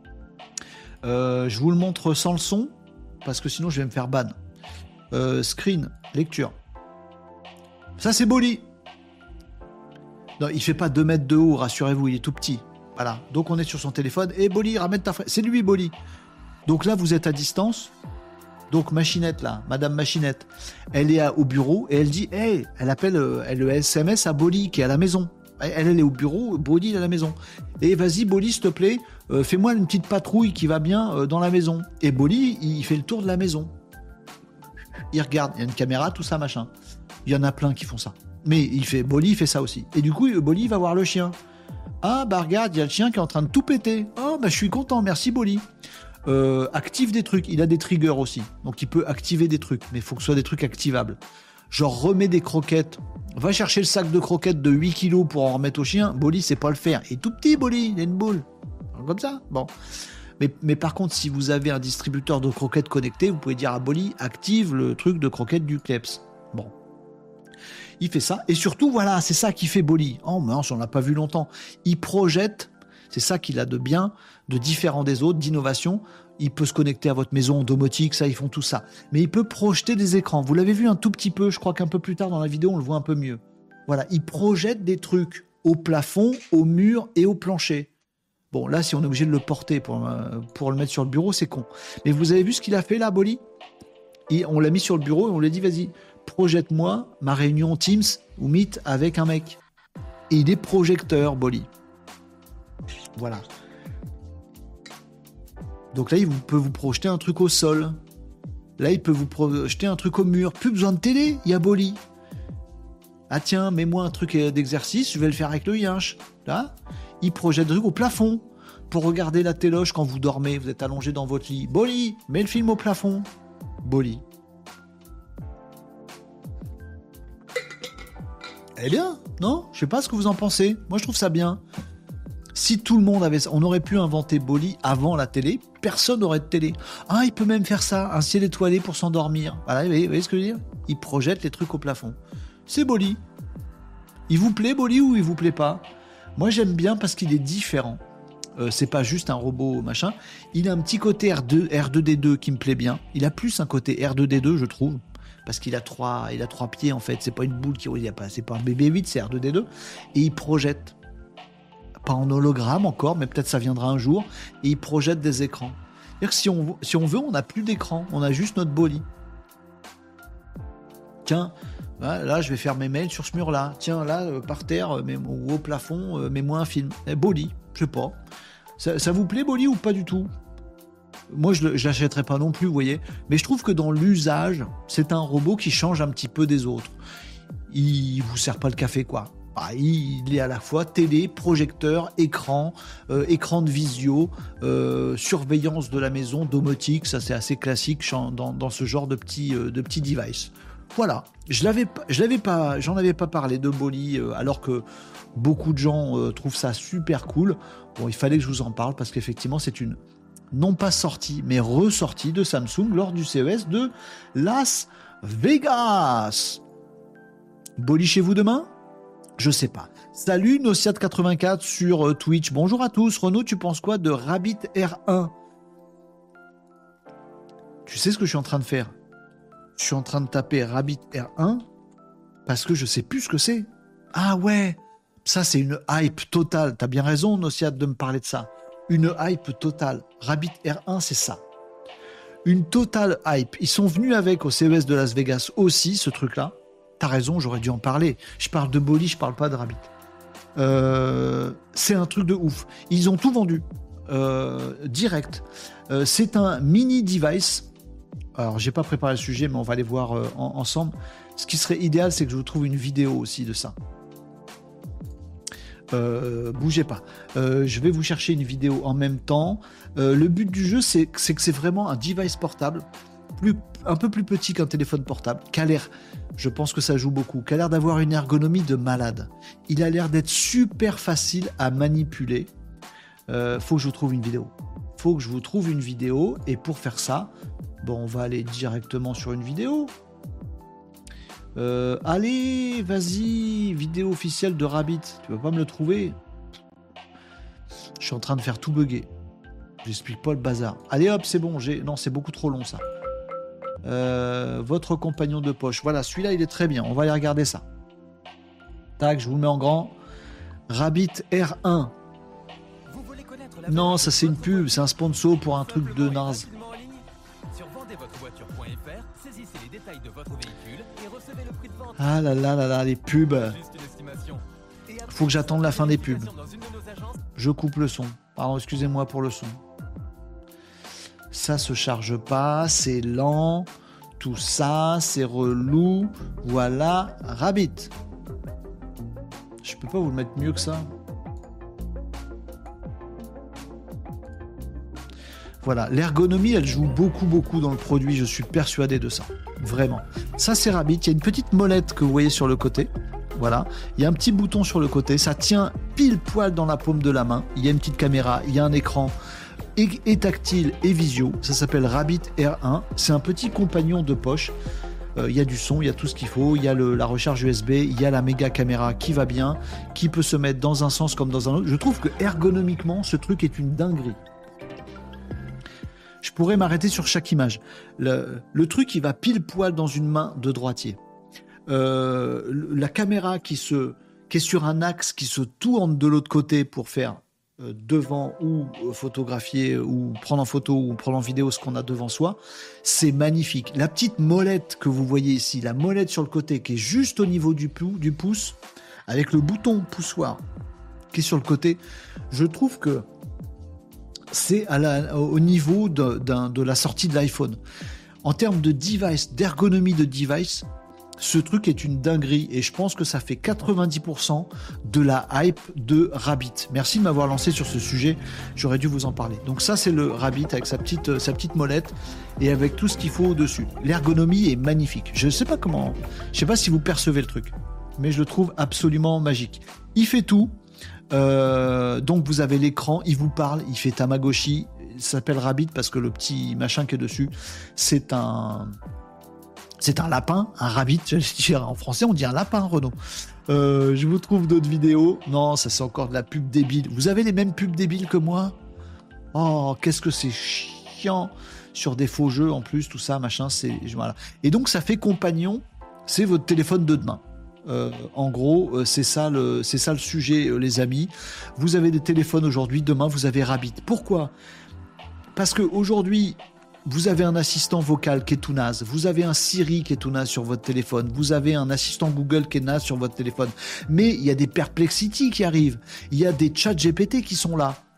Euh, je vous le montre sans le son, parce que sinon je vais me faire ban. Euh, screen, lecture. Ça, c'est Bolly. Non, il fait pas deux mètres de haut, rassurez-vous, il est tout petit. Voilà. Donc on est sur son téléphone. Et Bolly, ramène ta fraise. C'est lui, Bolly. Donc là, vous êtes à distance. Donc Machinette là, Madame Machinette, elle est à, au bureau et elle dit, hey, elle appelle, euh, elle S M S à Bolly qui est à la maison. Elle, elle est au bureau, Bolly est à la maison. Et vas-y Bolly, s'il te plaît, euh, fais-moi une petite patrouille qui va bien euh, dans la maison. Et Bolly, il fait le tour de la maison. Il regarde, il y a une caméra, tout ça machin. Il y en a plein qui font ça. Mais il fait, Bolly fait ça aussi. Et du coup, Bolly va voir le chien. Ah bah regarde, il y a le chien qui est en train de tout péter. Oh bah je suis content, merci Bolly. Euh, active des trucs, il a des triggers aussi, donc il peut activer des trucs, mais il faut que ce soit des trucs activables. Genre remets des croquettes, va chercher le sac de croquettes de huit kilos pour en remettre au chien. Bolly sait pas le faire, il est tout petit Bolly, il a une boule comme ça, bon. Mais, mais par contre si vous avez un distributeur de croquettes connecté, vous pouvez dire à Bolly active le truc de croquettes du Kleps. Bon, il fait ça, et surtout voilà, c'est ça qui fait Bolly. Oh mince, on l'a pas vu longtemps. Il projette. C'est ça qu'il a de bien, de différent des autres, d'innovation. Il peut se connecter à votre maison en domotique, ça, ils font tout ça. Mais il peut projeter des écrans. Vous l'avez vu un tout petit peu, je crois qu'un peu plus tard dans la vidéo, on le voit un peu mieux. Voilà, il projette des trucs au plafond, au mur et au plancher. Bon, là, si on est obligé de le porter pour, euh, pour le mettre sur le bureau, c'est con. Mais vous avez vu ce qu'il a fait là, Bolly? Et on l'a mis sur le bureau et on lui a dit, vas-y, projette-moi ma réunion Teams ou Meet avec un mec. Et il est projecteur, Bolly. Voilà. Donc là, il peut vous projeter un truc au sol. Là, il peut vous projeter un truc au mur. Plus besoin de télé, il y a Bolly. Ah tiens, mets-moi un truc d'exercice, je vais le faire avec le yinche. Là, il projette des trucs au plafond pour regarder la téloche quand vous dormez, vous êtes allongé dans votre lit. Bolly, mets le film au plafond. Bolly. Eh bien, non? Je sais pas ce que vous en pensez. Moi, je trouve ça bien. Si tout le monde avait ça, on aurait pu inventer Bolly avant la télé, personne n'aurait de télé. Ah, il peut même faire ça, un ciel étoilé pour s'endormir. Voilà, vous voyez, vous voyez ce que je veux dire? Il projette les trucs au plafond. C'est Bolly. Il vous plaît Bolly ou il vous plaît pas? Moi j'aime bien parce qu'il est différent. Euh, c'est pas juste un robot machin. Il a un petit côté R deux, R deux D deux qui me plaît bien. Il a plus un côté R deux D deux, je trouve. Parce qu'il a trois, il a trois pieds en fait. C'est pas une boule qui, il y a pas, c'est pas un B B huit, c'est R deux D deux. Et il projette. Pas en hologramme encore, mais peut-être ça viendra un jour, et il projette des écrans. C'est-à-dire que si on, si on veut, on n'a plus d'écran, on a juste notre Bolly. Tiens, là, je vais faire mes mails sur ce mur-là. Tiens, là, par terre, ou au plafond, mets-moi un film. Et Bolly, je sais pas. Ça, ça vous plaît, Bolly, ou pas du tout? Moi, je ne l'achèterais pas non plus, vous voyez. Mais je trouve que dans l'usage, c'est un robot qui change un petit peu des autres. Il vous sert pas le café, quoi. Ah, il est à la fois télé, projecteur, écran, euh, écran de visio, euh, surveillance de la maison, domotique. Ça, c'est assez classique dans, dans ce genre de petits euh, de petits device. Voilà. Je l'avais, je l'avais pas, j'en avais pas parlé de Bolly, euh, alors que beaucoup de gens euh, trouvent ça super cool. Bon, il fallait que je vous en parle parce qu'effectivement, c'est une non pas sortie, mais ressortie de Samsung lors du C E S de Las Vegas. Bolly chez vous demain ? Je sais pas. Salut Nociat quatre-vingt-quatre sur Twitch. Bonjour à tous. Renaud, tu penses quoi de Rabbit R un ? Tu sais ce que je suis en train de faire ? Je suis en train de taper Rabbit R un parce que je sais plus ce que c'est. Ah ouais, ça c'est une hype totale. T'as bien raison, Nociat, de me parler de ça. Une hype totale. Rabbit R un, c'est ça. Une totale hype. Ils sont venus avec au C E S de Las Vegas aussi, ce truc-là. T'as raison, j'aurais dû en parler. Je parle de Bolly, je parle pas de Rabbit. Euh, c'est un truc de ouf. Ils ont tout vendu. Euh, direct. Euh, c'est un mini device. Alors, j'ai pas préparé le sujet, mais on va aller voir euh, en, ensemble. Ce qui serait idéal, c'est que je vous trouve une vidéo aussi de ça. Euh, bougez pas. Euh, je vais vous chercher une vidéo en même temps. Euh, le but du jeu, c'est, c'est que c'est vraiment un device portable, plus, un peu plus petit qu'un téléphone portable, qui a l'air, je pense que ça joue beaucoup, qui a l'air d'avoir une ergonomie de malade. Il a l'air d'être super facile à manipuler. Euh, faut que je vous trouve une vidéo. Faut que je vous trouve une vidéo. Et pour faire ça, bon, on va aller directement sur une vidéo. Euh, allez, vas-y, vidéo officielle de Rabbit. Tu vas pas me le trouver? Je suis en train de faire tout bugger. J'explique pas le bazar. Allez hop, c'est bon. J'ai... Non, c'est beaucoup trop long ça. Euh, votre compagnon de poche. Voilà, celui-là, il est très bien. On va aller regarder ça. Tac, je vous le mets en grand. Rabbit R un. Non, ça c'est une pub. C'est un sponsor pour un truc de naze. Ah là là là là, les pubs. Faut que j'attende la fin des pubs. Je coupe le son. Pardon, excusez-moi pour le son. Ça se charge pas, c'est lent. Tout ça, c'est relou. Voilà, Rabbit. Je peux pas vous le mettre mieux que ça. Voilà, l'ergonomie, elle joue beaucoup, beaucoup dans le produit. Je suis persuadé de ça. Vraiment. Ça, c'est Rabbit. Il y a une petite molette que vous voyez sur le côté. Voilà. Il y a un petit bouton sur le côté. Ça tient pile poil dans la paume de la main. Il y a une petite caméra. Il y a un écran et, et tactile et visio. Ça s'appelle Rabbit R un. C'est un petit compagnon de poche. Euh, il y a du son, il y a tout ce qu'il faut. Il y a le, la recharge U S B. Il y a la méga caméra qui va bien, qui peut se mettre dans un sens comme dans un autre. Je trouve que ergonomiquement, ce truc est une dinguerie. Je pourrais m'arrêter sur chaque image. Le, le truc, il va pile poil dans une main de droitier. Euh, la caméra qui, se, qui est sur un axe, qui se tourne de l'autre côté pour faire euh, devant ou euh, photographier ou prendre en photo ou prendre en vidéo ce qu'on a devant soi, c'est magnifique. La petite molette que vous voyez ici, la molette sur le côté qui est juste au niveau du, pou, du pouce, avec le bouton poussoir qui est sur le côté, je trouve que c'est à la, au niveau de, d'un, de la sortie de l'iPhone. En termes de device, d'ergonomie de device, ce truc est une dinguerie et je pense que ça fait quatre-vingt-dix pour cent de la hype de Rabbit. Merci de m'avoir lancé sur ce sujet, j'aurais dû vous en parler. Donc ça, c'est le Rabbit avec sa petite, sa petite molette et avec tout ce qu'il faut au-dessus. L'ergonomie est magnifique. Je ne sais pas comment, je sais pas si vous percevez le truc, mais je le trouve absolument magique. Il fait tout. Euh, donc vous avez l'écran, il vous parle, il fait Tamagotchi, il s'appelle Rabbit parce que le petit machin qui est dessus, c'est un, c'est un lapin, un rabbit. En français, on dit un lapin, Renaud. Euh, je vous trouve d'autres vidéos. Non, ça c'est encore de la pub débile. Vous avez les mêmes pubs débiles que moi? Oh, qu'est-ce que c'est chiant sur des faux jeux en plus, tout ça, machin. C'est voilà. Et donc ça fait compagnon. C'est votre téléphone de demain. Euh, en gros, euh, c'est ça le, c'est ça le sujet, euh, les amis. Vous avez des téléphones aujourd'hui, demain vous avez Rabbit. Pourquoi ? Parce que aujourd'hui, vous avez un assistant vocal qui est tout naze, vous avez un Siri qui est tout naze sur votre téléphone, vous avez un assistant Google qui est naze sur votre téléphone. Mais il y a des Perplexity qui arrivent, il y a des Chat G P T qui sont là.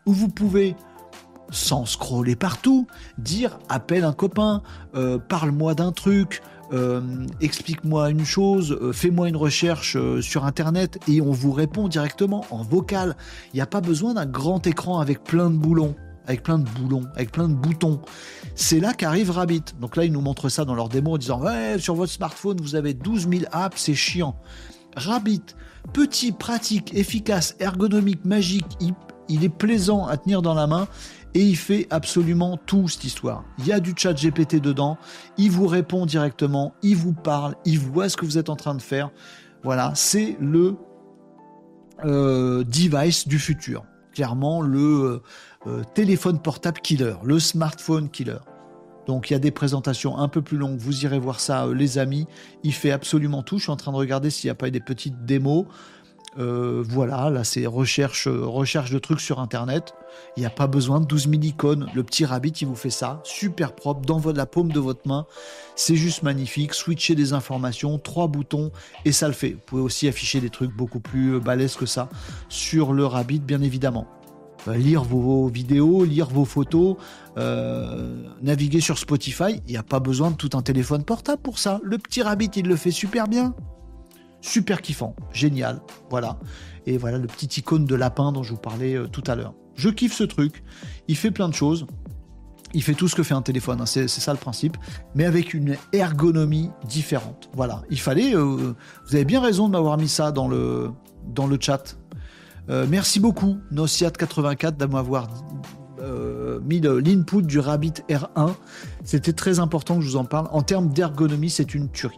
où vous pouvez, sans scroller partout, dire « appelle un copain, euh, parle-moi d'un truc ». Euh, explique-moi une chose, euh, fais-moi une recherche euh, sur internet et on vous répond directement en vocal. Il n'y a pas besoin d'un grand écran avec plein de boulons, avec plein de boulons, avec plein de boutons. C'est là qu'arrive Rabbit. Donc là, ils nous montrent ça dans leur démo en disant ouais, sur votre smartphone, vous avez douze mille apps, c'est chiant. Rabbit, petit, pratique, efficace, ergonomique, magique, il, il est plaisant à tenir dans la main. Et il fait absolument tout, cette histoire. Il y a du chat G P T dedans, il vous répond directement, il vous parle, il voit ce que vous êtes en train de faire. Voilà, c'est le euh, device du futur. Clairement, le euh, téléphone portable killer, le smartphone killer. Donc, il y a des présentations un peu plus longues. Vous irez voir ça, euh, les amis. Il fait absolument tout. Je suis en train de regarder s'il n'y a pas des petites démos. Euh, voilà, là c'est recherche, euh, recherche de trucs sur internet. Il n'y a pas besoin de douze mille icônes. Le petit Rabbit, il vous fait ça, super propre, dans votre, la paume de votre main. C'est juste magnifique. Switcher des informations, trois boutons, et ça le fait. Vous pouvez aussi afficher des trucs beaucoup plus balèzes que ça sur le Rabbit, bien évidemment. Euh, lire vos, vos vidéos, lire vos photos, euh, naviguer sur Spotify. Il n'y a pas besoin de tout un téléphone portable pour ça. Le petit Rabbit, il le fait super bien. Super kiffant, génial, voilà. Et voilà le petit icône de lapin dont je vous parlais euh, tout à l'heure. Je kiffe ce truc, il fait plein de choses, il fait tout ce que fait un téléphone, hein. c'est, c'est ça le principe, mais avec une ergonomie différente. Voilà, il fallait, euh, vous avez bien raison de m'avoir mis ça dans le, dans le chat. Euh, merci beaucoup, Nociat quatre-vingt-quatre, de m'avoir euh, mis le, l'input du Rabbit R un. C'était très important que je vous en parle. En termes d'ergonomie, c'est une tuerie.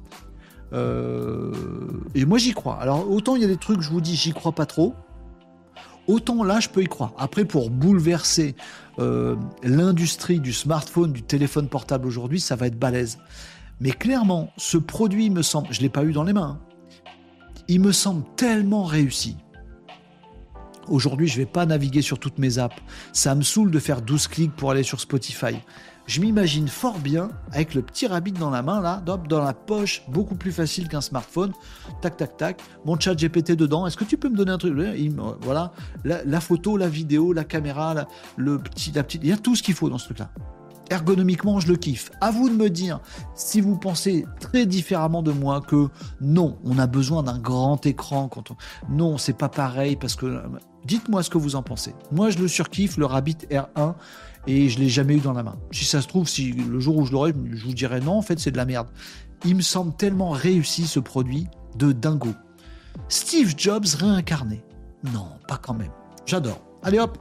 Euh, et moi j'y crois. Alors autant il y a des trucs je vous dis j'y crois pas trop, autant là je peux y croire. Après pour bouleverser euh, l'industrie du smartphone, du téléphone portable aujourd'hui, ça va être balèze. Mais clairement ce produit me semble, je l'ai pas eu dans les mains, hein, il me semble tellement réussi. Aujourd'hui je vais pas naviguer sur toutes mes apps, ça me saoule de faire douze clics pour aller sur Spotify. Je m'imagine fort bien avec le petit Rabbit dans la main, là, dans la poche, beaucoup plus facile qu'un smartphone. Tac, tac, tac. Mon chat G P T dedans. Est-ce que tu peux me donner un truc ? Il, voilà. La, la photo, la vidéo, la caméra, la, le petit, la petite. Il y a tout ce qu'il faut dans ce truc-là. Ergonomiquement, je le kiffe. À vous de me dire si vous pensez très différemment de moi que non, on a besoin d'un grand écran. Quand on... Non, c'est pas pareil parce que. Dites-moi ce que vous en pensez. Moi, je le surkiffe, le Rabbit R un. Et je ne l'ai jamais eu dans la main. Si ça se trouve, si le jour où je l'aurai, je vous dirais non, en fait, c'est de la merde. Il me semble tellement réussi, ce produit, de dingo. Steve Jobs réincarné. Non, pas quand même. J'adore. Allez hop.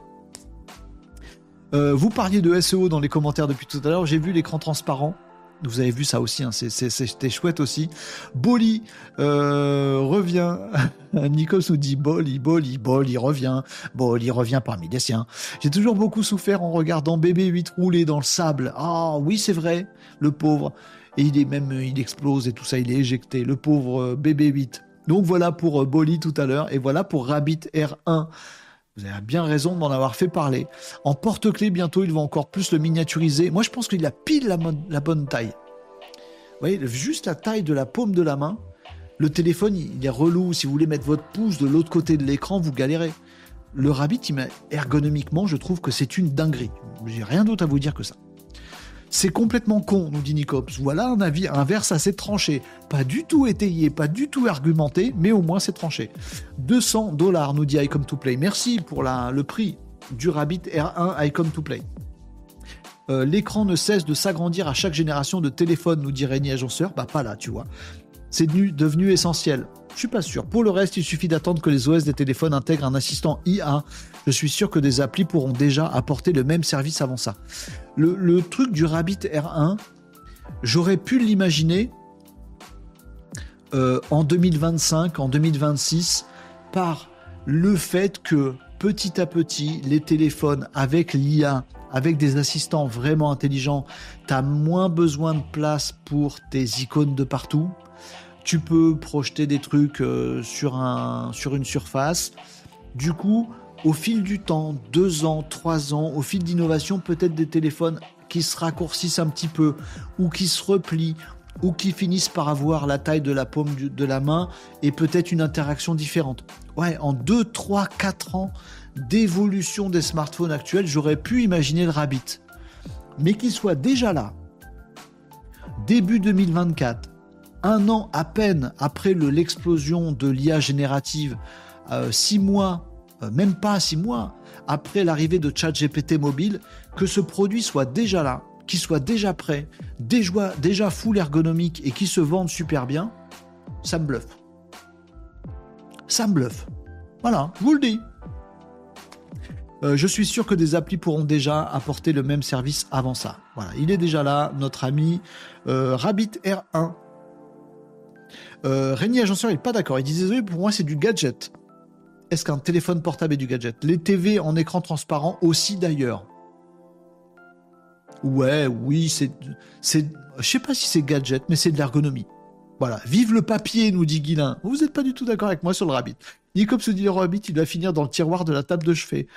Euh, vous parliez de S E O dans les commentaires depuis tout à l'heure. J'ai vu l'écran transparent. Vous avez vu ça aussi, hein, c'est, c'est, c'était chouette aussi. Bolly euh, revient. Nikos nous dit Bolly, Bolly, Bolly revient. Bolly revient parmi les siens. J'ai toujours beaucoup souffert en regardant B B huit rouler dans le sable. Ah oui, c'est vrai, le pauvre. Et il est même, il explose et tout ça, il est éjecté. Le pauvre B B huit. Donc voilà pour euh, Bolly tout à l'heure. Et voilà pour Rabbit R un. Vous avez bien raison d'en avoir fait parler. En porte-clés, bientôt, ils vont encore plus le miniaturiser. Moi, je pense qu'il a pile la, mon- la bonne taille. Vous voyez, juste la taille de la paume de la main. Le téléphone, il est relou. Si vous voulez mettre votre pouce de l'autre côté de l'écran, vous galérez. Le Rabbit, il met, ergonomiquement, je trouve que c'est une dinguerie. J'ai rien d'autre à vous dire que ça. C'est complètement con, nous dit Nicops. Voilà un avis inverse assez tranché. Pas du tout étayé, pas du tout argumenté, mais au moins c'est tranché. deux cents dollars, nous dit iCome to Play. Merci pour la, le prix du Rabbit R un iCome to Play. Euh, l'écran ne cesse de s'agrandir à chaque génération de téléphone, nous dit Rémi Agenceur. Bah pas là, tu vois. C'est devenu, devenu essentiel. Je suis pas sûr. Pour le reste, il suffit d'attendre que les O S des téléphones intègrent un assistant I A. Je suis sûr que des applis pourront déjà apporter le même service avant ça. Le, le truc du Rabbit R un, j'aurais pu l'imaginer euh, en deux mille vingt-cinq, en deux mille vingt-six, par le fait que petit à petit, les téléphones avec l'I A, avec des assistants vraiment intelligents, tu as moins besoin de place pour tes icônes de partout. Tu peux projeter des trucs euh, sur, un, sur une surface. Du coup, au fil du temps, deux ans, trois ans, au fil d'innovation, peut-être des téléphones qui se raccourcissent un petit peu ou qui se replient ou qui finissent par avoir la taille de la paume du, de la main et peut-être une interaction différente. Ouais, en deux, trois, quatre ans d'évolution des smartphones actuels, j'aurais pu imaginer le Rabbit. Mais qu'il soit déjà là, début deux mille vingt-quatre, un an à peine après le, l'explosion de l'I A générative, euh, six mois, euh, même pas six mois, après l'arrivée de ChatGPT mobile, que ce produit soit déjà là, qu'il soit déjà prêt, déjà, déjà full ergonomique et qui se vende super bien, ça me bluffe. Ça me bluffe. Voilà, je vous le dis. Euh, je suis sûr que des applis pourront déjà apporter le même service avant ça. Voilà, il est déjà là, notre ami euh, Rabbit R un. Euh, Régnier Agenceur, il n'est pas d'accord. Il dit désolé, pour moi c'est du gadget. Est-ce qu'un téléphone portable est du gadget? Les T V en écran transparent aussi d'ailleurs. Ouais, oui, c'est, c'est, je sais pas si c'est gadget, mais c'est de l'ergonomie. Voilà, vive le papier, nous dit Guilain. Vous n'êtes pas du tout d'accord avec moi sur le Rabbit. Nicops se dit le Rabbit, il doit finir dans le tiroir de la table de chevet.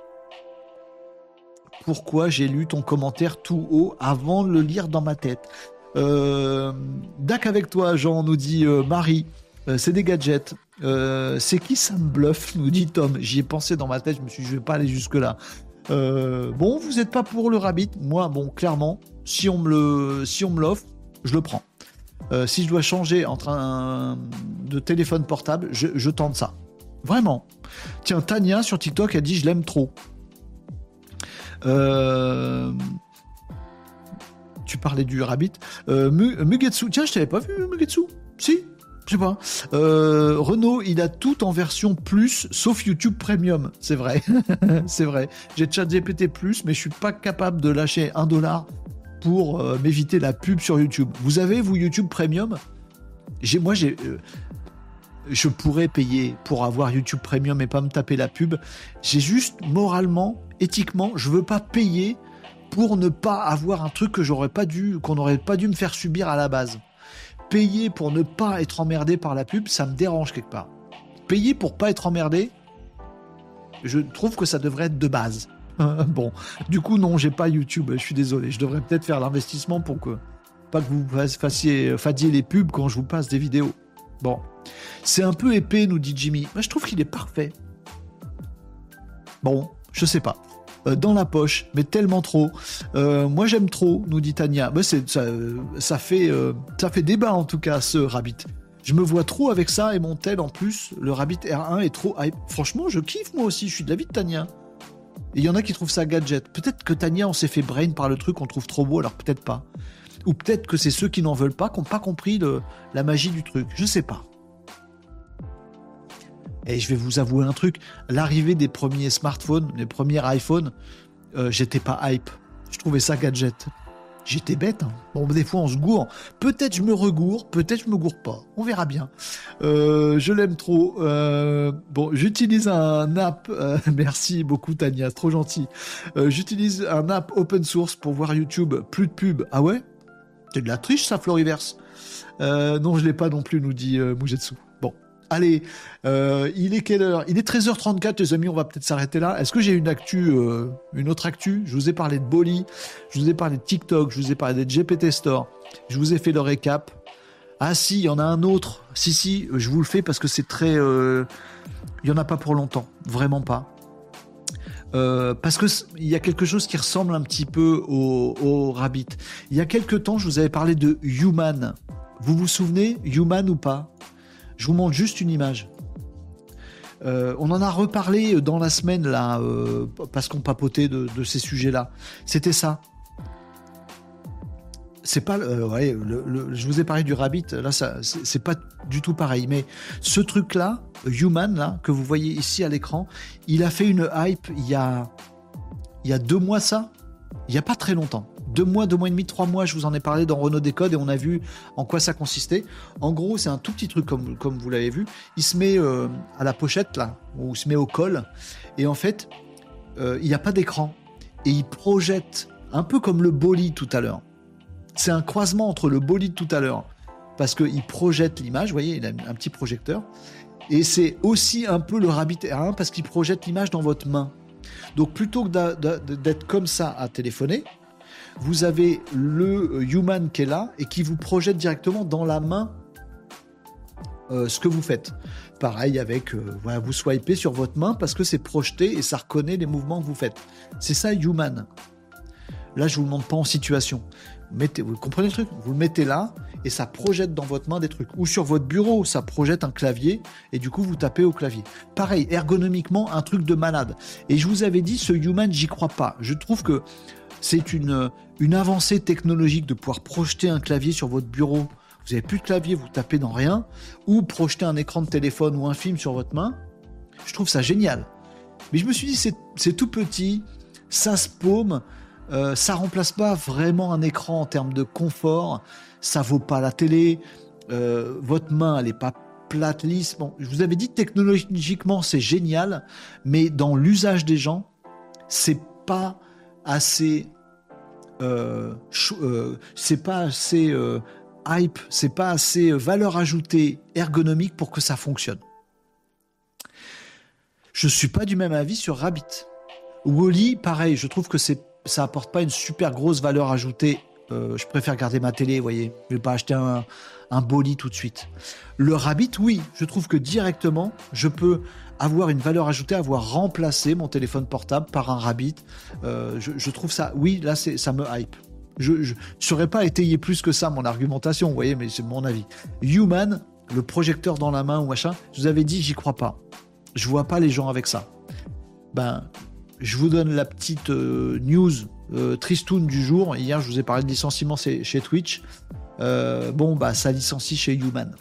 Pourquoi j'ai lu ton commentaire tout haut avant de le lire dans ma tête? euh, Dac avec toi, Jean, nous dit euh, Marie. Euh, c'est des gadgets. Euh, c'est qui ça me bluffe, nous dit Tom. J'y ai pensé dans ma tête, je me suis dit, je vais pas aller jusque-là. Euh, bon, vous n'êtes pas pour le Rabbit. Moi, bon, clairement, si on me le, si on me l'offre, je le prends. Euh, si je dois changer entre un de téléphone portable, je, je tente ça. Vraiment. Tiens, Tania sur TikTok a dit je l'aime trop. Euh... Tu parlais du Rabbit. Euh, Mugetsu. Tiens, je t'avais pas vu Mugetsu. Si. Je sais pas. Euh, Renault, il a tout en version plus, sauf YouTube Premium. C'est vrai. C'est vrai. J'ai ChatGPT plus, mais je suis pas capable de lâcher un dollar pour euh, m'éviter la pub sur YouTube. Vous avez, vous, YouTube Premium? J'ai, Moi, j'ai, euh, je pourrais payer pour avoir YouTube Premium et pas me taper la pub. J'ai juste, moralement, éthiquement, je veux pas payer pour ne pas avoir un truc que j'aurais pas dû, qu'on n'aurait pas dû me faire subir à la base. Payer pour ne pas être emmerdé par la pub, ça me dérange quelque part. Payer pour pas être emmerdé, je trouve que ça devrait être de base. Bon, du coup, non, j'ai pas YouTube, je suis désolé. Je devrais peut-être faire l'investissement pour que, pas que vous fassiez, fadiez les pubs quand je vous passe des vidéos. Bon, c'est un peu épais, nous dit Jimmy. Moi, je trouve qu'il est parfait. Bon, je sais pas. Euh, dans la poche, mais tellement trop. Euh, moi, j'aime trop, nous dit Tania. Bah, c'est, ça, ça, fait, euh, ça fait débat, en tout cas, ce Rabbit. Je me vois trop avec ça, et mon tel, en plus, le Rabbit R un est trop hype. Franchement, je kiffe, moi aussi. Je suis de l'avis de Tania. Et il y en a qui trouvent ça gadget. Peut-être que Tania, on s'est fait brain par le truc, on trouve trop beau, alors peut-être pas. Ou peut-être que c'est ceux qui n'en veulent pas, qui n'ont pas compris le, la magie du truc. Je sais pas. Et je vais vous avouer un truc, l'arrivée des premiers smartphones, les premiers iPhones, euh, j'étais pas hype. Je trouvais ça gadget. J'étais bête. Hein. Bon, des fois, on se gourre. Peut-être je me regourre, peut-être je me gourre pas. On verra bien. Euh, je l'aime trop. Euh, bon, j'utilise un app. Euh, merci beaucoup, Tania. C'est trop gentil. Euh, j'utilise un app open source pour voir YouTube. Plus de pub. Ah ouais? C'est de la triche, ça, Floriverse. Euh, non, je l'ai pas non plus, nous dit euh, Mugetsu. Bon. Allez, euh, il est quelle heure? Il est treize heures trente-quatre, les amis, on va peut-être s'arrêter là. Est-ce que j'ai une actu, euh, une autre actu? Je vous ai parlé de Bolly, je vous ai parlé de TikTok, je vous ai parlé de G P T Store, je vous ai fait le récap. Ah si, il y en a un autre. Si, si, je vous le fais parce que c'est très... Euh, il n'y en a pas pour longtemps, vraiment pas. Euh, parce que il y a quelque chose qui ressemble un petit peu au, au Rabbit. Il y a quelque temps, je vous avais parlé de Human. Vous vous souvenez, Human ou pas? Je vous montre juste une image. Euh, on en a reparlé dans la semaine, là, euh, parce qu'on papotait de, de ces sujets-là. C'était ça. C'est pas... Euh, ouais, le, le, je vous ai parlé du Rabbit, là, ça, c'est, c'est pas du tout pareil. Mais ce truc-là, Human, là, que vous voyez ici à l'écran, il a fait une hype il y a, il y a deux mois, ça. Il n'y a pas très longtemps. Deux mois, deux mois et demi, trois mois, je vous en ai parlé dans Renault Décode et on a vu en quoi ça consistait. En gros, c'est un tout petit truc comme, comme vous l'avez vu. Il se met euh, à la pochette, là, ou il se met au col. Et en fait, euh, il n'y a pas d'écran. Et il projette, un peu comme le Bolly tout à l'heure. C'est un croisement entre le Bolly de tout à l'heure. Parce qu'il projette l'image, vous voyez, il a un petit projecteur. Et c'est aussi un peu le Rabbit R un parce qu'il projette l'image dans votre main. Donc plutôt que d'être comme ça à téléphoner, vous avez le Human qui est là et qui vous projette directement dans la main euh, ce que vous faites. Pareil avec, euh, voilà, vous swipez sur votre main parce que c'est projeté et ça reconnaît les mouvements que vous faites. C'est ça Human. Là, je vous le montre pas en situation. Vous, mettez, vous comprenez le truc ? Vous le mettez là et ça projette dans votre main des trucs. Ou sur votre bureau, ça projette un clavier et du coup, vous tapez au clavier. Pareil, ergonomiquement, un truc de malade. Et je vous avais dit, ce Human, j'y crois pas. Je trouve que c'est une, une avancée technologique de pouvoir projeter un clavier sur votre bureau. Vous n'avez plus de clavier, vous tapez dans rien. Ou projeter un écran de téléphone ou un film sur votre main. Je trouve ça génial. Mais je me suis dit, c'est, c'est tout petit, ça se paume. Euh, ça remplace pas vraiment un écran en termes de confort, ça vaut pas la télé, euh, votre main elle est pas plate, lisse. Bon, je vous avais dit technologiquement c'est génial, mais dans l'usage des gens, c'est pas assez, euh, chou- euh, c'est pas assez euh, hype, c'est pas assez valeur ajoutée ergonomique pour que ça fonctionne. Je suis pas du même avis sur Rabbit. Wall-E, pareil, je trouve que c'est ça apporte pas une super grosse valeur ajoutée. Euh, je préfère garder ma télé, vous voyez. Je vais pas acheter un, un beau lit tout de suite. Le Rabbit, oui, je trouve que directement, je peux avoir une valeur ajoutée, avoir remplacé mon téléphone portable par un Rabbit. Euh, je, je trouve ça, oui, là, c'est, ça me hype. Je ne saurais pas étayer plus que ça mon argumentation, vous voyez, mais c'est mon avis. Human, le projecteur dans la main ou machin, je vous avais dit, j'y crois pas. Je vois pas les gens avec ça. Ben... Je vous donne la petite euh, news euh, tristoun du jour. Hier, je vous ai parlé de licenciement chez Twitch. Euh, bon, bah, ça licencie chez Human.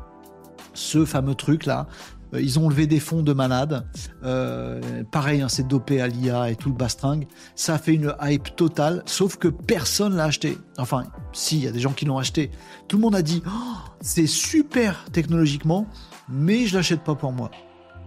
Ce fameux truc-là, euh, ils ont levé des fonds de malades. Euh, pareil, hein, c'est dopé à l'I A et tout le bastringue. Ça a fait une hype totale, sauf que personne l'a acheté. Enfin, si, il y a des gens qui l'ont acheté. Tout le monde a dit oh, « c'est super technologiquement, mais je l'achète pas pour moi ».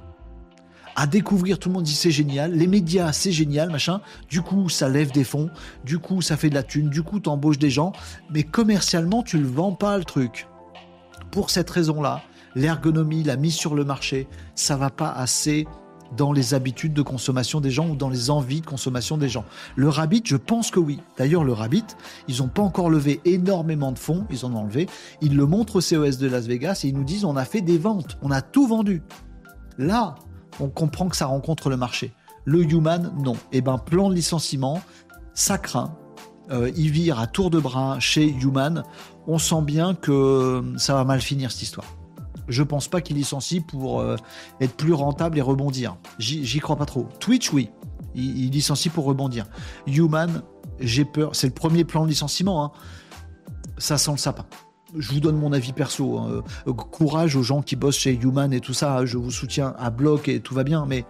À découvrir, tout le monde dit c'est génial, les médias c'est génial, machin, du coup ça lève des fonds, du coup ça fait de la thune, du coup t'embauches des gens, mais commercialement tu le vends pas le truc. Pour cette raison-là, l'ergonomie, la mise sur le marché, ça va pas assez dans les habitudes de consommation des gens ou dans les envies de consommation des gens. Le Rabbit, je pense que oui. D'ailleurs le Rabbit, ils ont pas encore levé énormément de fonds, ils en ont enlevé, ils le montrent au C E S de Las Vegas et ils nous disent on a fait des ventes, on a tout vendu. Là, on comprend que ça rencontre le marché. Le Human, non. Eh ben, plan de licenciement, ça craint. Euh, ils virent à tour de bras chez Human. On sent bien que ça va mal finir cette histoire. Je pense pas qu'ils licencient pour euh, être plus rentable et rebondir. J'y, j'y crois pas trop. Twitch, oui. Ils, ils licencient pour rebondir. Human, j'ai peur. C'est le premier plan de licenciement. Hein. Ça sent le sapin. Je vous donne mon avis perso. Hein. Euh, courage aux gens qui bossent chez Human et tout ça. Je vous soutiens à bloc et tout va bien, mais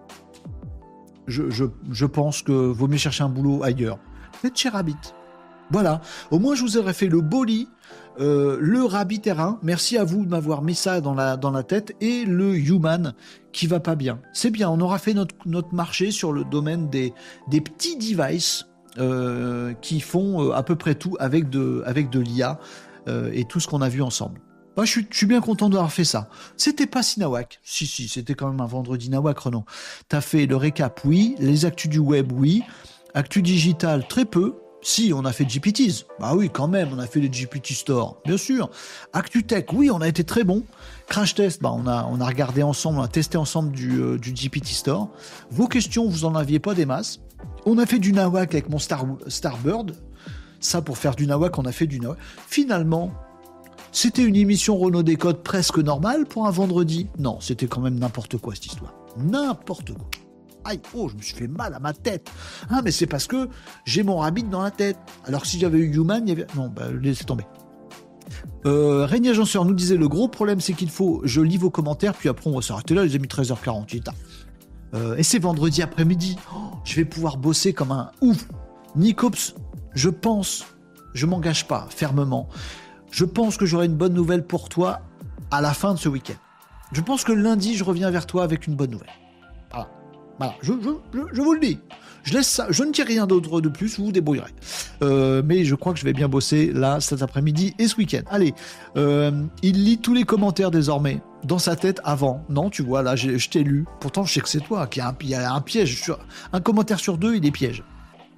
je, je, je pense que vaut mieux chercher un boulot ailleurs. Faites chez Rabbit. Voilà. Au moins, je vous aurais fait le beau lit, euh, le Rabbit terrain. Merci à vous de m'avoir mis ça dans la, dans la tête. Et le Human qui va pas bien. C'est bien. On aura fait notre, notre marché sur le domaine des, des petits devices euh, qui font euh, à peu près tout avec de, avec de l'I A. Euh, et tout ce qu'on a vu ensemble. Bah, je, suis, je suis bien content d'avoir fait ça. C'était pas si nawak. Si, si, c'était quand même un vendredi nawak, Renaud. T'as fait le récap, oui. Les actus du web, oui. Actu digital, très peu. Si, on a fait G P Ts. Bah oui, quand même, on a fait les G P T Store, bien sûr. Actu Tech, oui, on a été très bon. Crash Test, bah on a, on a regardé ensemble, on a testé ensemble du, euh, du G P T Store. Vos questions, vous en aviez pas des masses. On a fait du nawak avec mon Star, Starbird. Ça, pour faire du nawak, on a fait du nawak. Finalement, c'était une émission Renaud Décode presque normale pour un vendredi. Non, c'était quand même n'importe quoi, cette histoire. N'importe quoi. Aïe, oh, je me suis fait mal à ma tête. Ah, mais c'est parce que j'ai mon Rabbit dans la tête. Alors que si j'avais eu Human, il y avait... Non, bah, laissez tomber. Euh, Régnier Agenceur nous disait, le gros problème, c'est qu'il faut... Je lis vos commentaires, puis après, on va s'arrêter là, les amis, treize heures quarante-huit. Euh, et c'est vendredi après-midi. Oh, je vais pouvoir bosser comme un ouf. Nicops... Je pense, je m'engage pas fermement, je pense que j'aurai une bonne nouvelle pour toi à la fin de ce week-end. Je pense que lundi, je reviens vers toi avec une bonne nouvelle. Voilà, voilà. Je, je, je, je vous le dis. Je laisse ça, je ne dis rien d'autre de plus, vous vous débrouillerez. Euh, mais je crois que je vais bien bosser là, cet après-midi et ce week-end. Allez, euh, il lit tous les commentaires désormais dans sa tête avant. Non, tu vois, là, je, je t'ai lu. Pourtant, je sais que c'est toi, qu'il y a un, il y a un piège. Sur, un commentaire sur deux, il est piège.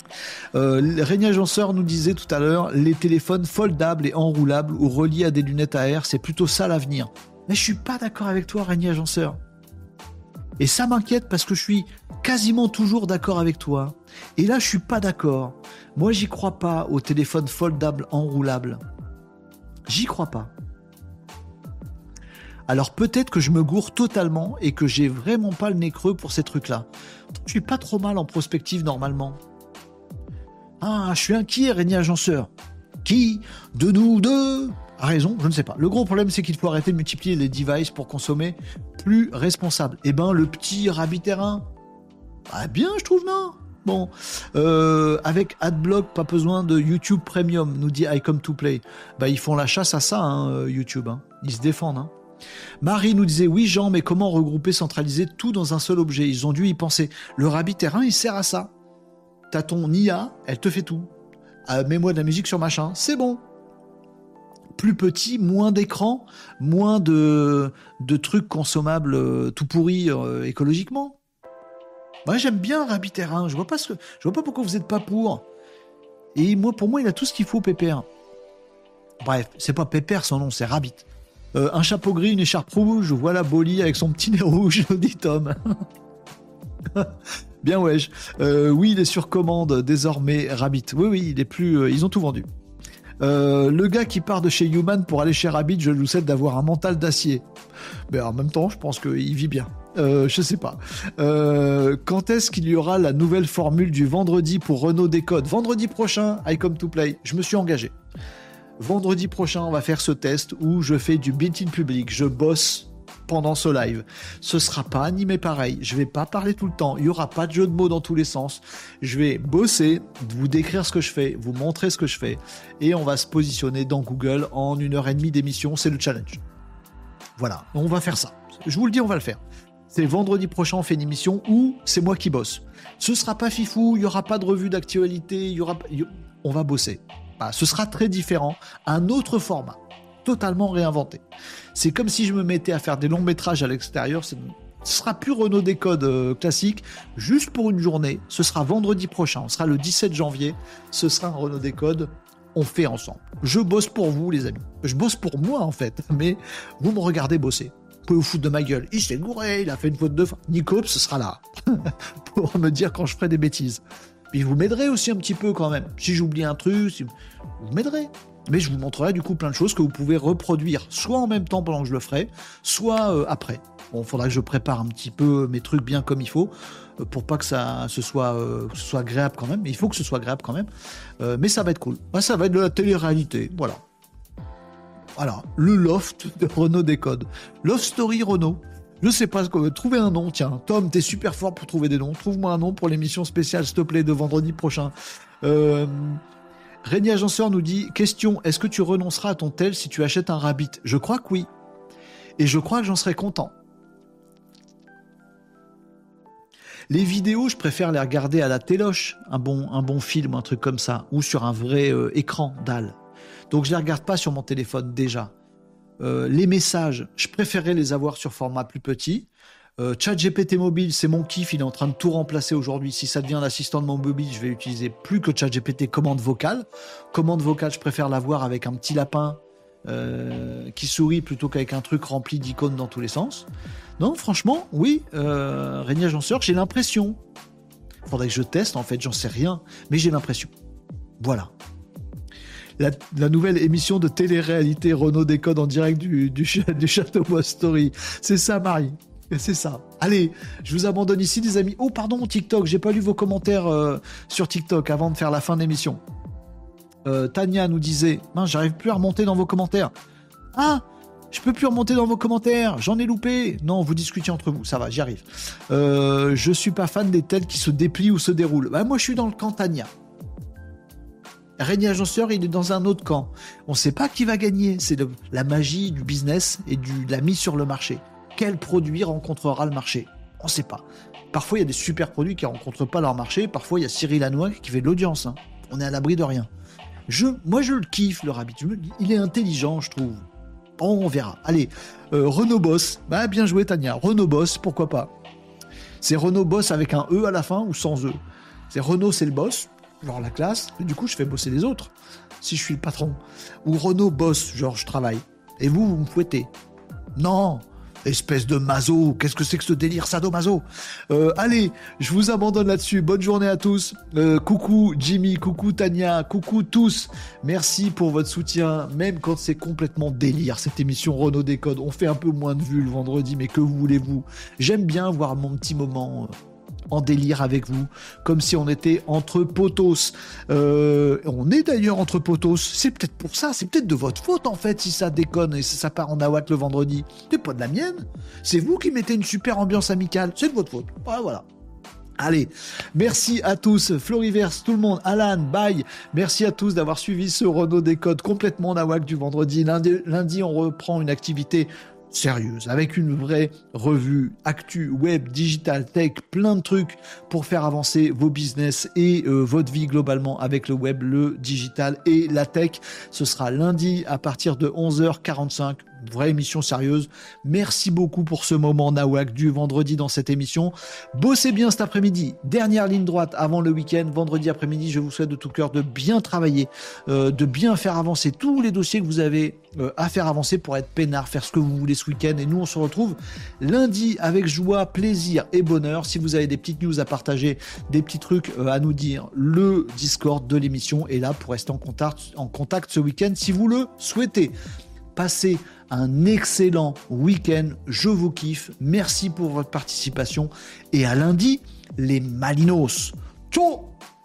Euh, Régnier Agenceur nous disait tout à l'heure, les téléphones foldables et enroulables ou reliés à des lunettes à air, c'est plutôt ça l'avenir. Mais je suis pas d'accord avec toi, Régnier Agenceur. Et ça m'inquiète parce que je suis quasiment toujours d'accord avec toi. Et là, je suis pas d'accord. Moi, j'y crois pas aux téléphones foldables enroulables. J'y crois pas. Alors peut-être que je me gourre totalement et que j'ai vraiment pas le nez creux pour ces trucs-là. Je suis pas trop mal en prospective normalement. Ah, je suis inquiet, Régnier Agenceur. Qui de nous deux a raison? Je ne sais pas. Le gros problème, c'est qu'il faut arrêter de multiplier les devices pour consommer plus responsable. Eh ben, le petit Rabbit R un, ah bien, je trouve, non? Bon, euh, avec Adblock, pas besoin de YouTube Premium, nous dit I Come to Play. Bah, ils font la chasse à ça, hein, YouTube. Hein. Ils se défendent. Hein. Marie nous disait, oui, Jean, mais comment regrouper, centraliser tout dans un seul objet? Ils ont dû y penser. Le Rabbit R un, il sert à ça. T'as ton I A, elle te fait tout. Ah, mets-moi de la musique sur machin, c'est bon. Plus petit, moins d'écran, moins de, de trucs consommables euh, tout pourris euh, écologiquement. Moi, j'aime bien Rabbit R un. Je vois pas ce, je vois pas pourquoi vous êtes pas pour. Et moi, pour moi, il a tout ce qu'il faut, Pépère. Bref, c'est pas Pépère son nom, c'est Rabbit. Euh, un chapeau gris, une écharpe rouge, voilà Bolly avec son petit nez rouge, dit Tom. Bien wesh. Euh, oui, il est sur commande désormais, Rabbit. Oui, oui, il est plus. Euh, ils ont tout vendu. Euh, le gars qui part de chez Human pour aller chez Rabbit, je lui souhaite d'avoir un mental d'acier. Mais en même temps, je pense qu'il vit bien. Euh, je sais pas. Euh, quand est-ce qu'il y aura la nouvelle formule du vendredi pour Renault Décode? Vendredi prochain, I Come to Play. Je me suis engagé. Vendredi prochain, on va faire ce test où je fais du built-in public. Je bosse pendant ce live. Ce sera pas animé pareil. Je vais pas parler tout le temps. Il y aura pas de jeu de mots dans tous les sens. Je vais bosser, vous décrire ce que je fais, vous montrer ce que je fais, et on va se positionner dans Google en une heure et demie d'émission. C'est le challenge. Voilà. On va faire ça. Je vous le dis, on va le faire. C'est vendredi prochain, on fait une émission où c'est moi qui bosse. Ce sera pas fifou. Il y aura pas de revue d'actualité. Il y aura. On va bosser. Bah, ce sera très différent. Un autre format. Totalement réinventé. C'est comme si je me mettais à faire des longs métrages à l'extérieur. Ce sera plus Renault Décode euh, classique, juste pour une journée. Ce sera vendredi prochain. On sera le dix-sept janvier. Ce sera un Renault Décode. On fait ensemble. Je bosse pour vous, les amis. Je bosse pour moi, en fait. Mais vous me regardez bosser. Vous pouvez vous foutre de ma gueule. Il s'est gouré, il a fait une faute de fin. Nico, ce sera là. pour me dire quand je ferai des bêtises. Puis vous m'aiderez aussi un petit peu quand même. Si j'oublie un truc, si... vous m'aiderez. Mais je vous montrerai du coup plein de choses que vous pouvez reproduire, soit en même temps pendant que je le ferai, soit euh, après. Bon, il faudra que je prépare un petit peu mes trucs bien comme il faut, euh, pour pas que ça ce soit, euh, que ce soit agréable quand même. Mais il faut que ce soit agréable quand même. Euh, mais ça va être cool. Bah, ça va être de la télé-réalité. Voilà. Voilà. Le loft de Renault Décode. Love Story Renault. Je sais pas ce qu'on veut. Trouver un nom, tiens. Tom, t'es super fort pour trouver des noms. Trouve-moi un nom pour l'émission spéciale, s'il te plaît, de vendredi prochain. Euh... Régnier Agenceur nous dit, question, est-ce que tu renonceras à ton tel si tu achètes un Rabbit? Je crois que oui. Et je crois que j'en serais content. Les vidéos, je préfère les regarder à la téloche, un bon, un bon film, un truc comme ça, ou sur un vrai euh, écran dalle. Donc je les regarde pas sur mon téléphone déjà. Euh, les messages, je préférais les avoir sur format plus petit. Euh, ChatGPT mobile, c'est mon kiff, il est en train de tout remplacer aujourd'hui. Si ça devient l'assistant de mon mobile, je vais utiliser plus que ChatGPT commande vocale. Commande vocale, je préfère l'avoir avec un petit lapin euh, qui sourit plutôt qu'avec un truc rempli d'icônes dans tous les sens. Non, franchement, oui, euh, Régnier Agenceur, j'ai l'impression. Faudrait que je teste, en fait, j'en sais rien, mais j'ai l'impression. Voilà. La, la nouvelle émission de télé-réalité Renault Décode en direct du, du, du Château Bois Story. C'est ça, Marie. C'est ça. Allez, je vous abandonne ici, les amis. Oh, pardon, TikTok. J'ai pas lu vos commentaires euh, sur TikTok avant de faire la fin de l'émission. Euh, Tania nous disait, mince, j'arrive plus à remonter dans vos commentaires. Ah, je peux plus remonter dans vos commentaires. J'en ai loupé. Non, vous discutez entre vous. Ça va, j'y arrive. Euh, je suis pas fan des tels qui se déplient ou se déroulent. Bah, moi, je suis dans le camp Tania. Régnier Agenceur, il est dans un autre camp. On sait pas qui va gagner. C'est de, la magie du business et du, de la mise sur le marché. Quel produit rencontrera le marché? On ne sait pas. Parfois, il y a des super produits qui ne rencontrent pas leur marché. Parfois, il y a Cyril Hanouna qui fait de l'audience. Hein. On est à l'abri de rien. Je, moi, je le kiffe, le Rabbit. Je me dis, il est intelligent, je trouve. Bon, on verra. Allez, euh, Renault Boss. Bah, bien joué, Tania. Renault Boss, pourquoi pas? C'est Renault Boss avec un E à la fin ou sans E? C'est Renault, c'est le boss. genre la classe, et du coup je fais bosser les autres, si je suis le patron. Ou Renaud bosse, genre je travaille. Et vous, vous me fouettez. Non, espèce de maso, qu'est-ce que c'est que ce délire sadomaso euh, Allez, je vous abandonne là-dessus, bonne journée à tous. Euh, coucou Jimmy, coucou Tania, coucou tous. Merci pour votre soutien, même quand c'est complètement délire, cette émission Renaud Décode. On fait un peu moins de vues le vendredi, mais que voulez-vous ? J'aime bien voir mon petit moment... Euh, en délire avec vous, comme si on était entre potos. Euh, on est d'ailleurs entre potos, c'est peut-être pour ça, c'est peut-être de votre faute en fait si ça déconne et si ça part en nawak le vendredi. C'est pas de la mienne, c'est vous qui mettez une super ambiance amicale, c'est de votre faute. Ouais, voilà. Allez, merci à tous, Floriverse, tout le monde, Alan, bye, merci à tous d'avoir suivi ce Renaud Décode complètement nawak du vendredi. Lundi, lundi, on reprend une activité sérieuse, avec une vraie revue, actu, web, digital, tech, plein de trucs pour faire avancer vos business et euh, votre vie globalement avec le web, le digital et la tech. Ce sera lundi à partir de onze heures quarante-cinq. Vraie émission sérieuse. Merci beaucoup pour ce moment nawak du vendredi dans cette émission. Bossez bien cet après-midi. Dernière ligne droite avant le week-end. Vendredi après-midi, je vous souhaite de tout cœur de bien travailler, euh, de bien faire avancer tous les dossiers que vous avez euh, à faire avancer pour être peinard, faire ce que vous voulez ce week-end. Et nous, on se retrouve lundi avec joie, plaisir et bonheur. Si vous avez des petites news à partager, des petits trucs euh, à nous dire, le Discord de l'émission est là pour rester en contact, en contact ce week-end si vous le souhaitez. Passez un excellent week-end, je vous kiffe, merci pour votre participation et à lundi, les Malinos. Ciao.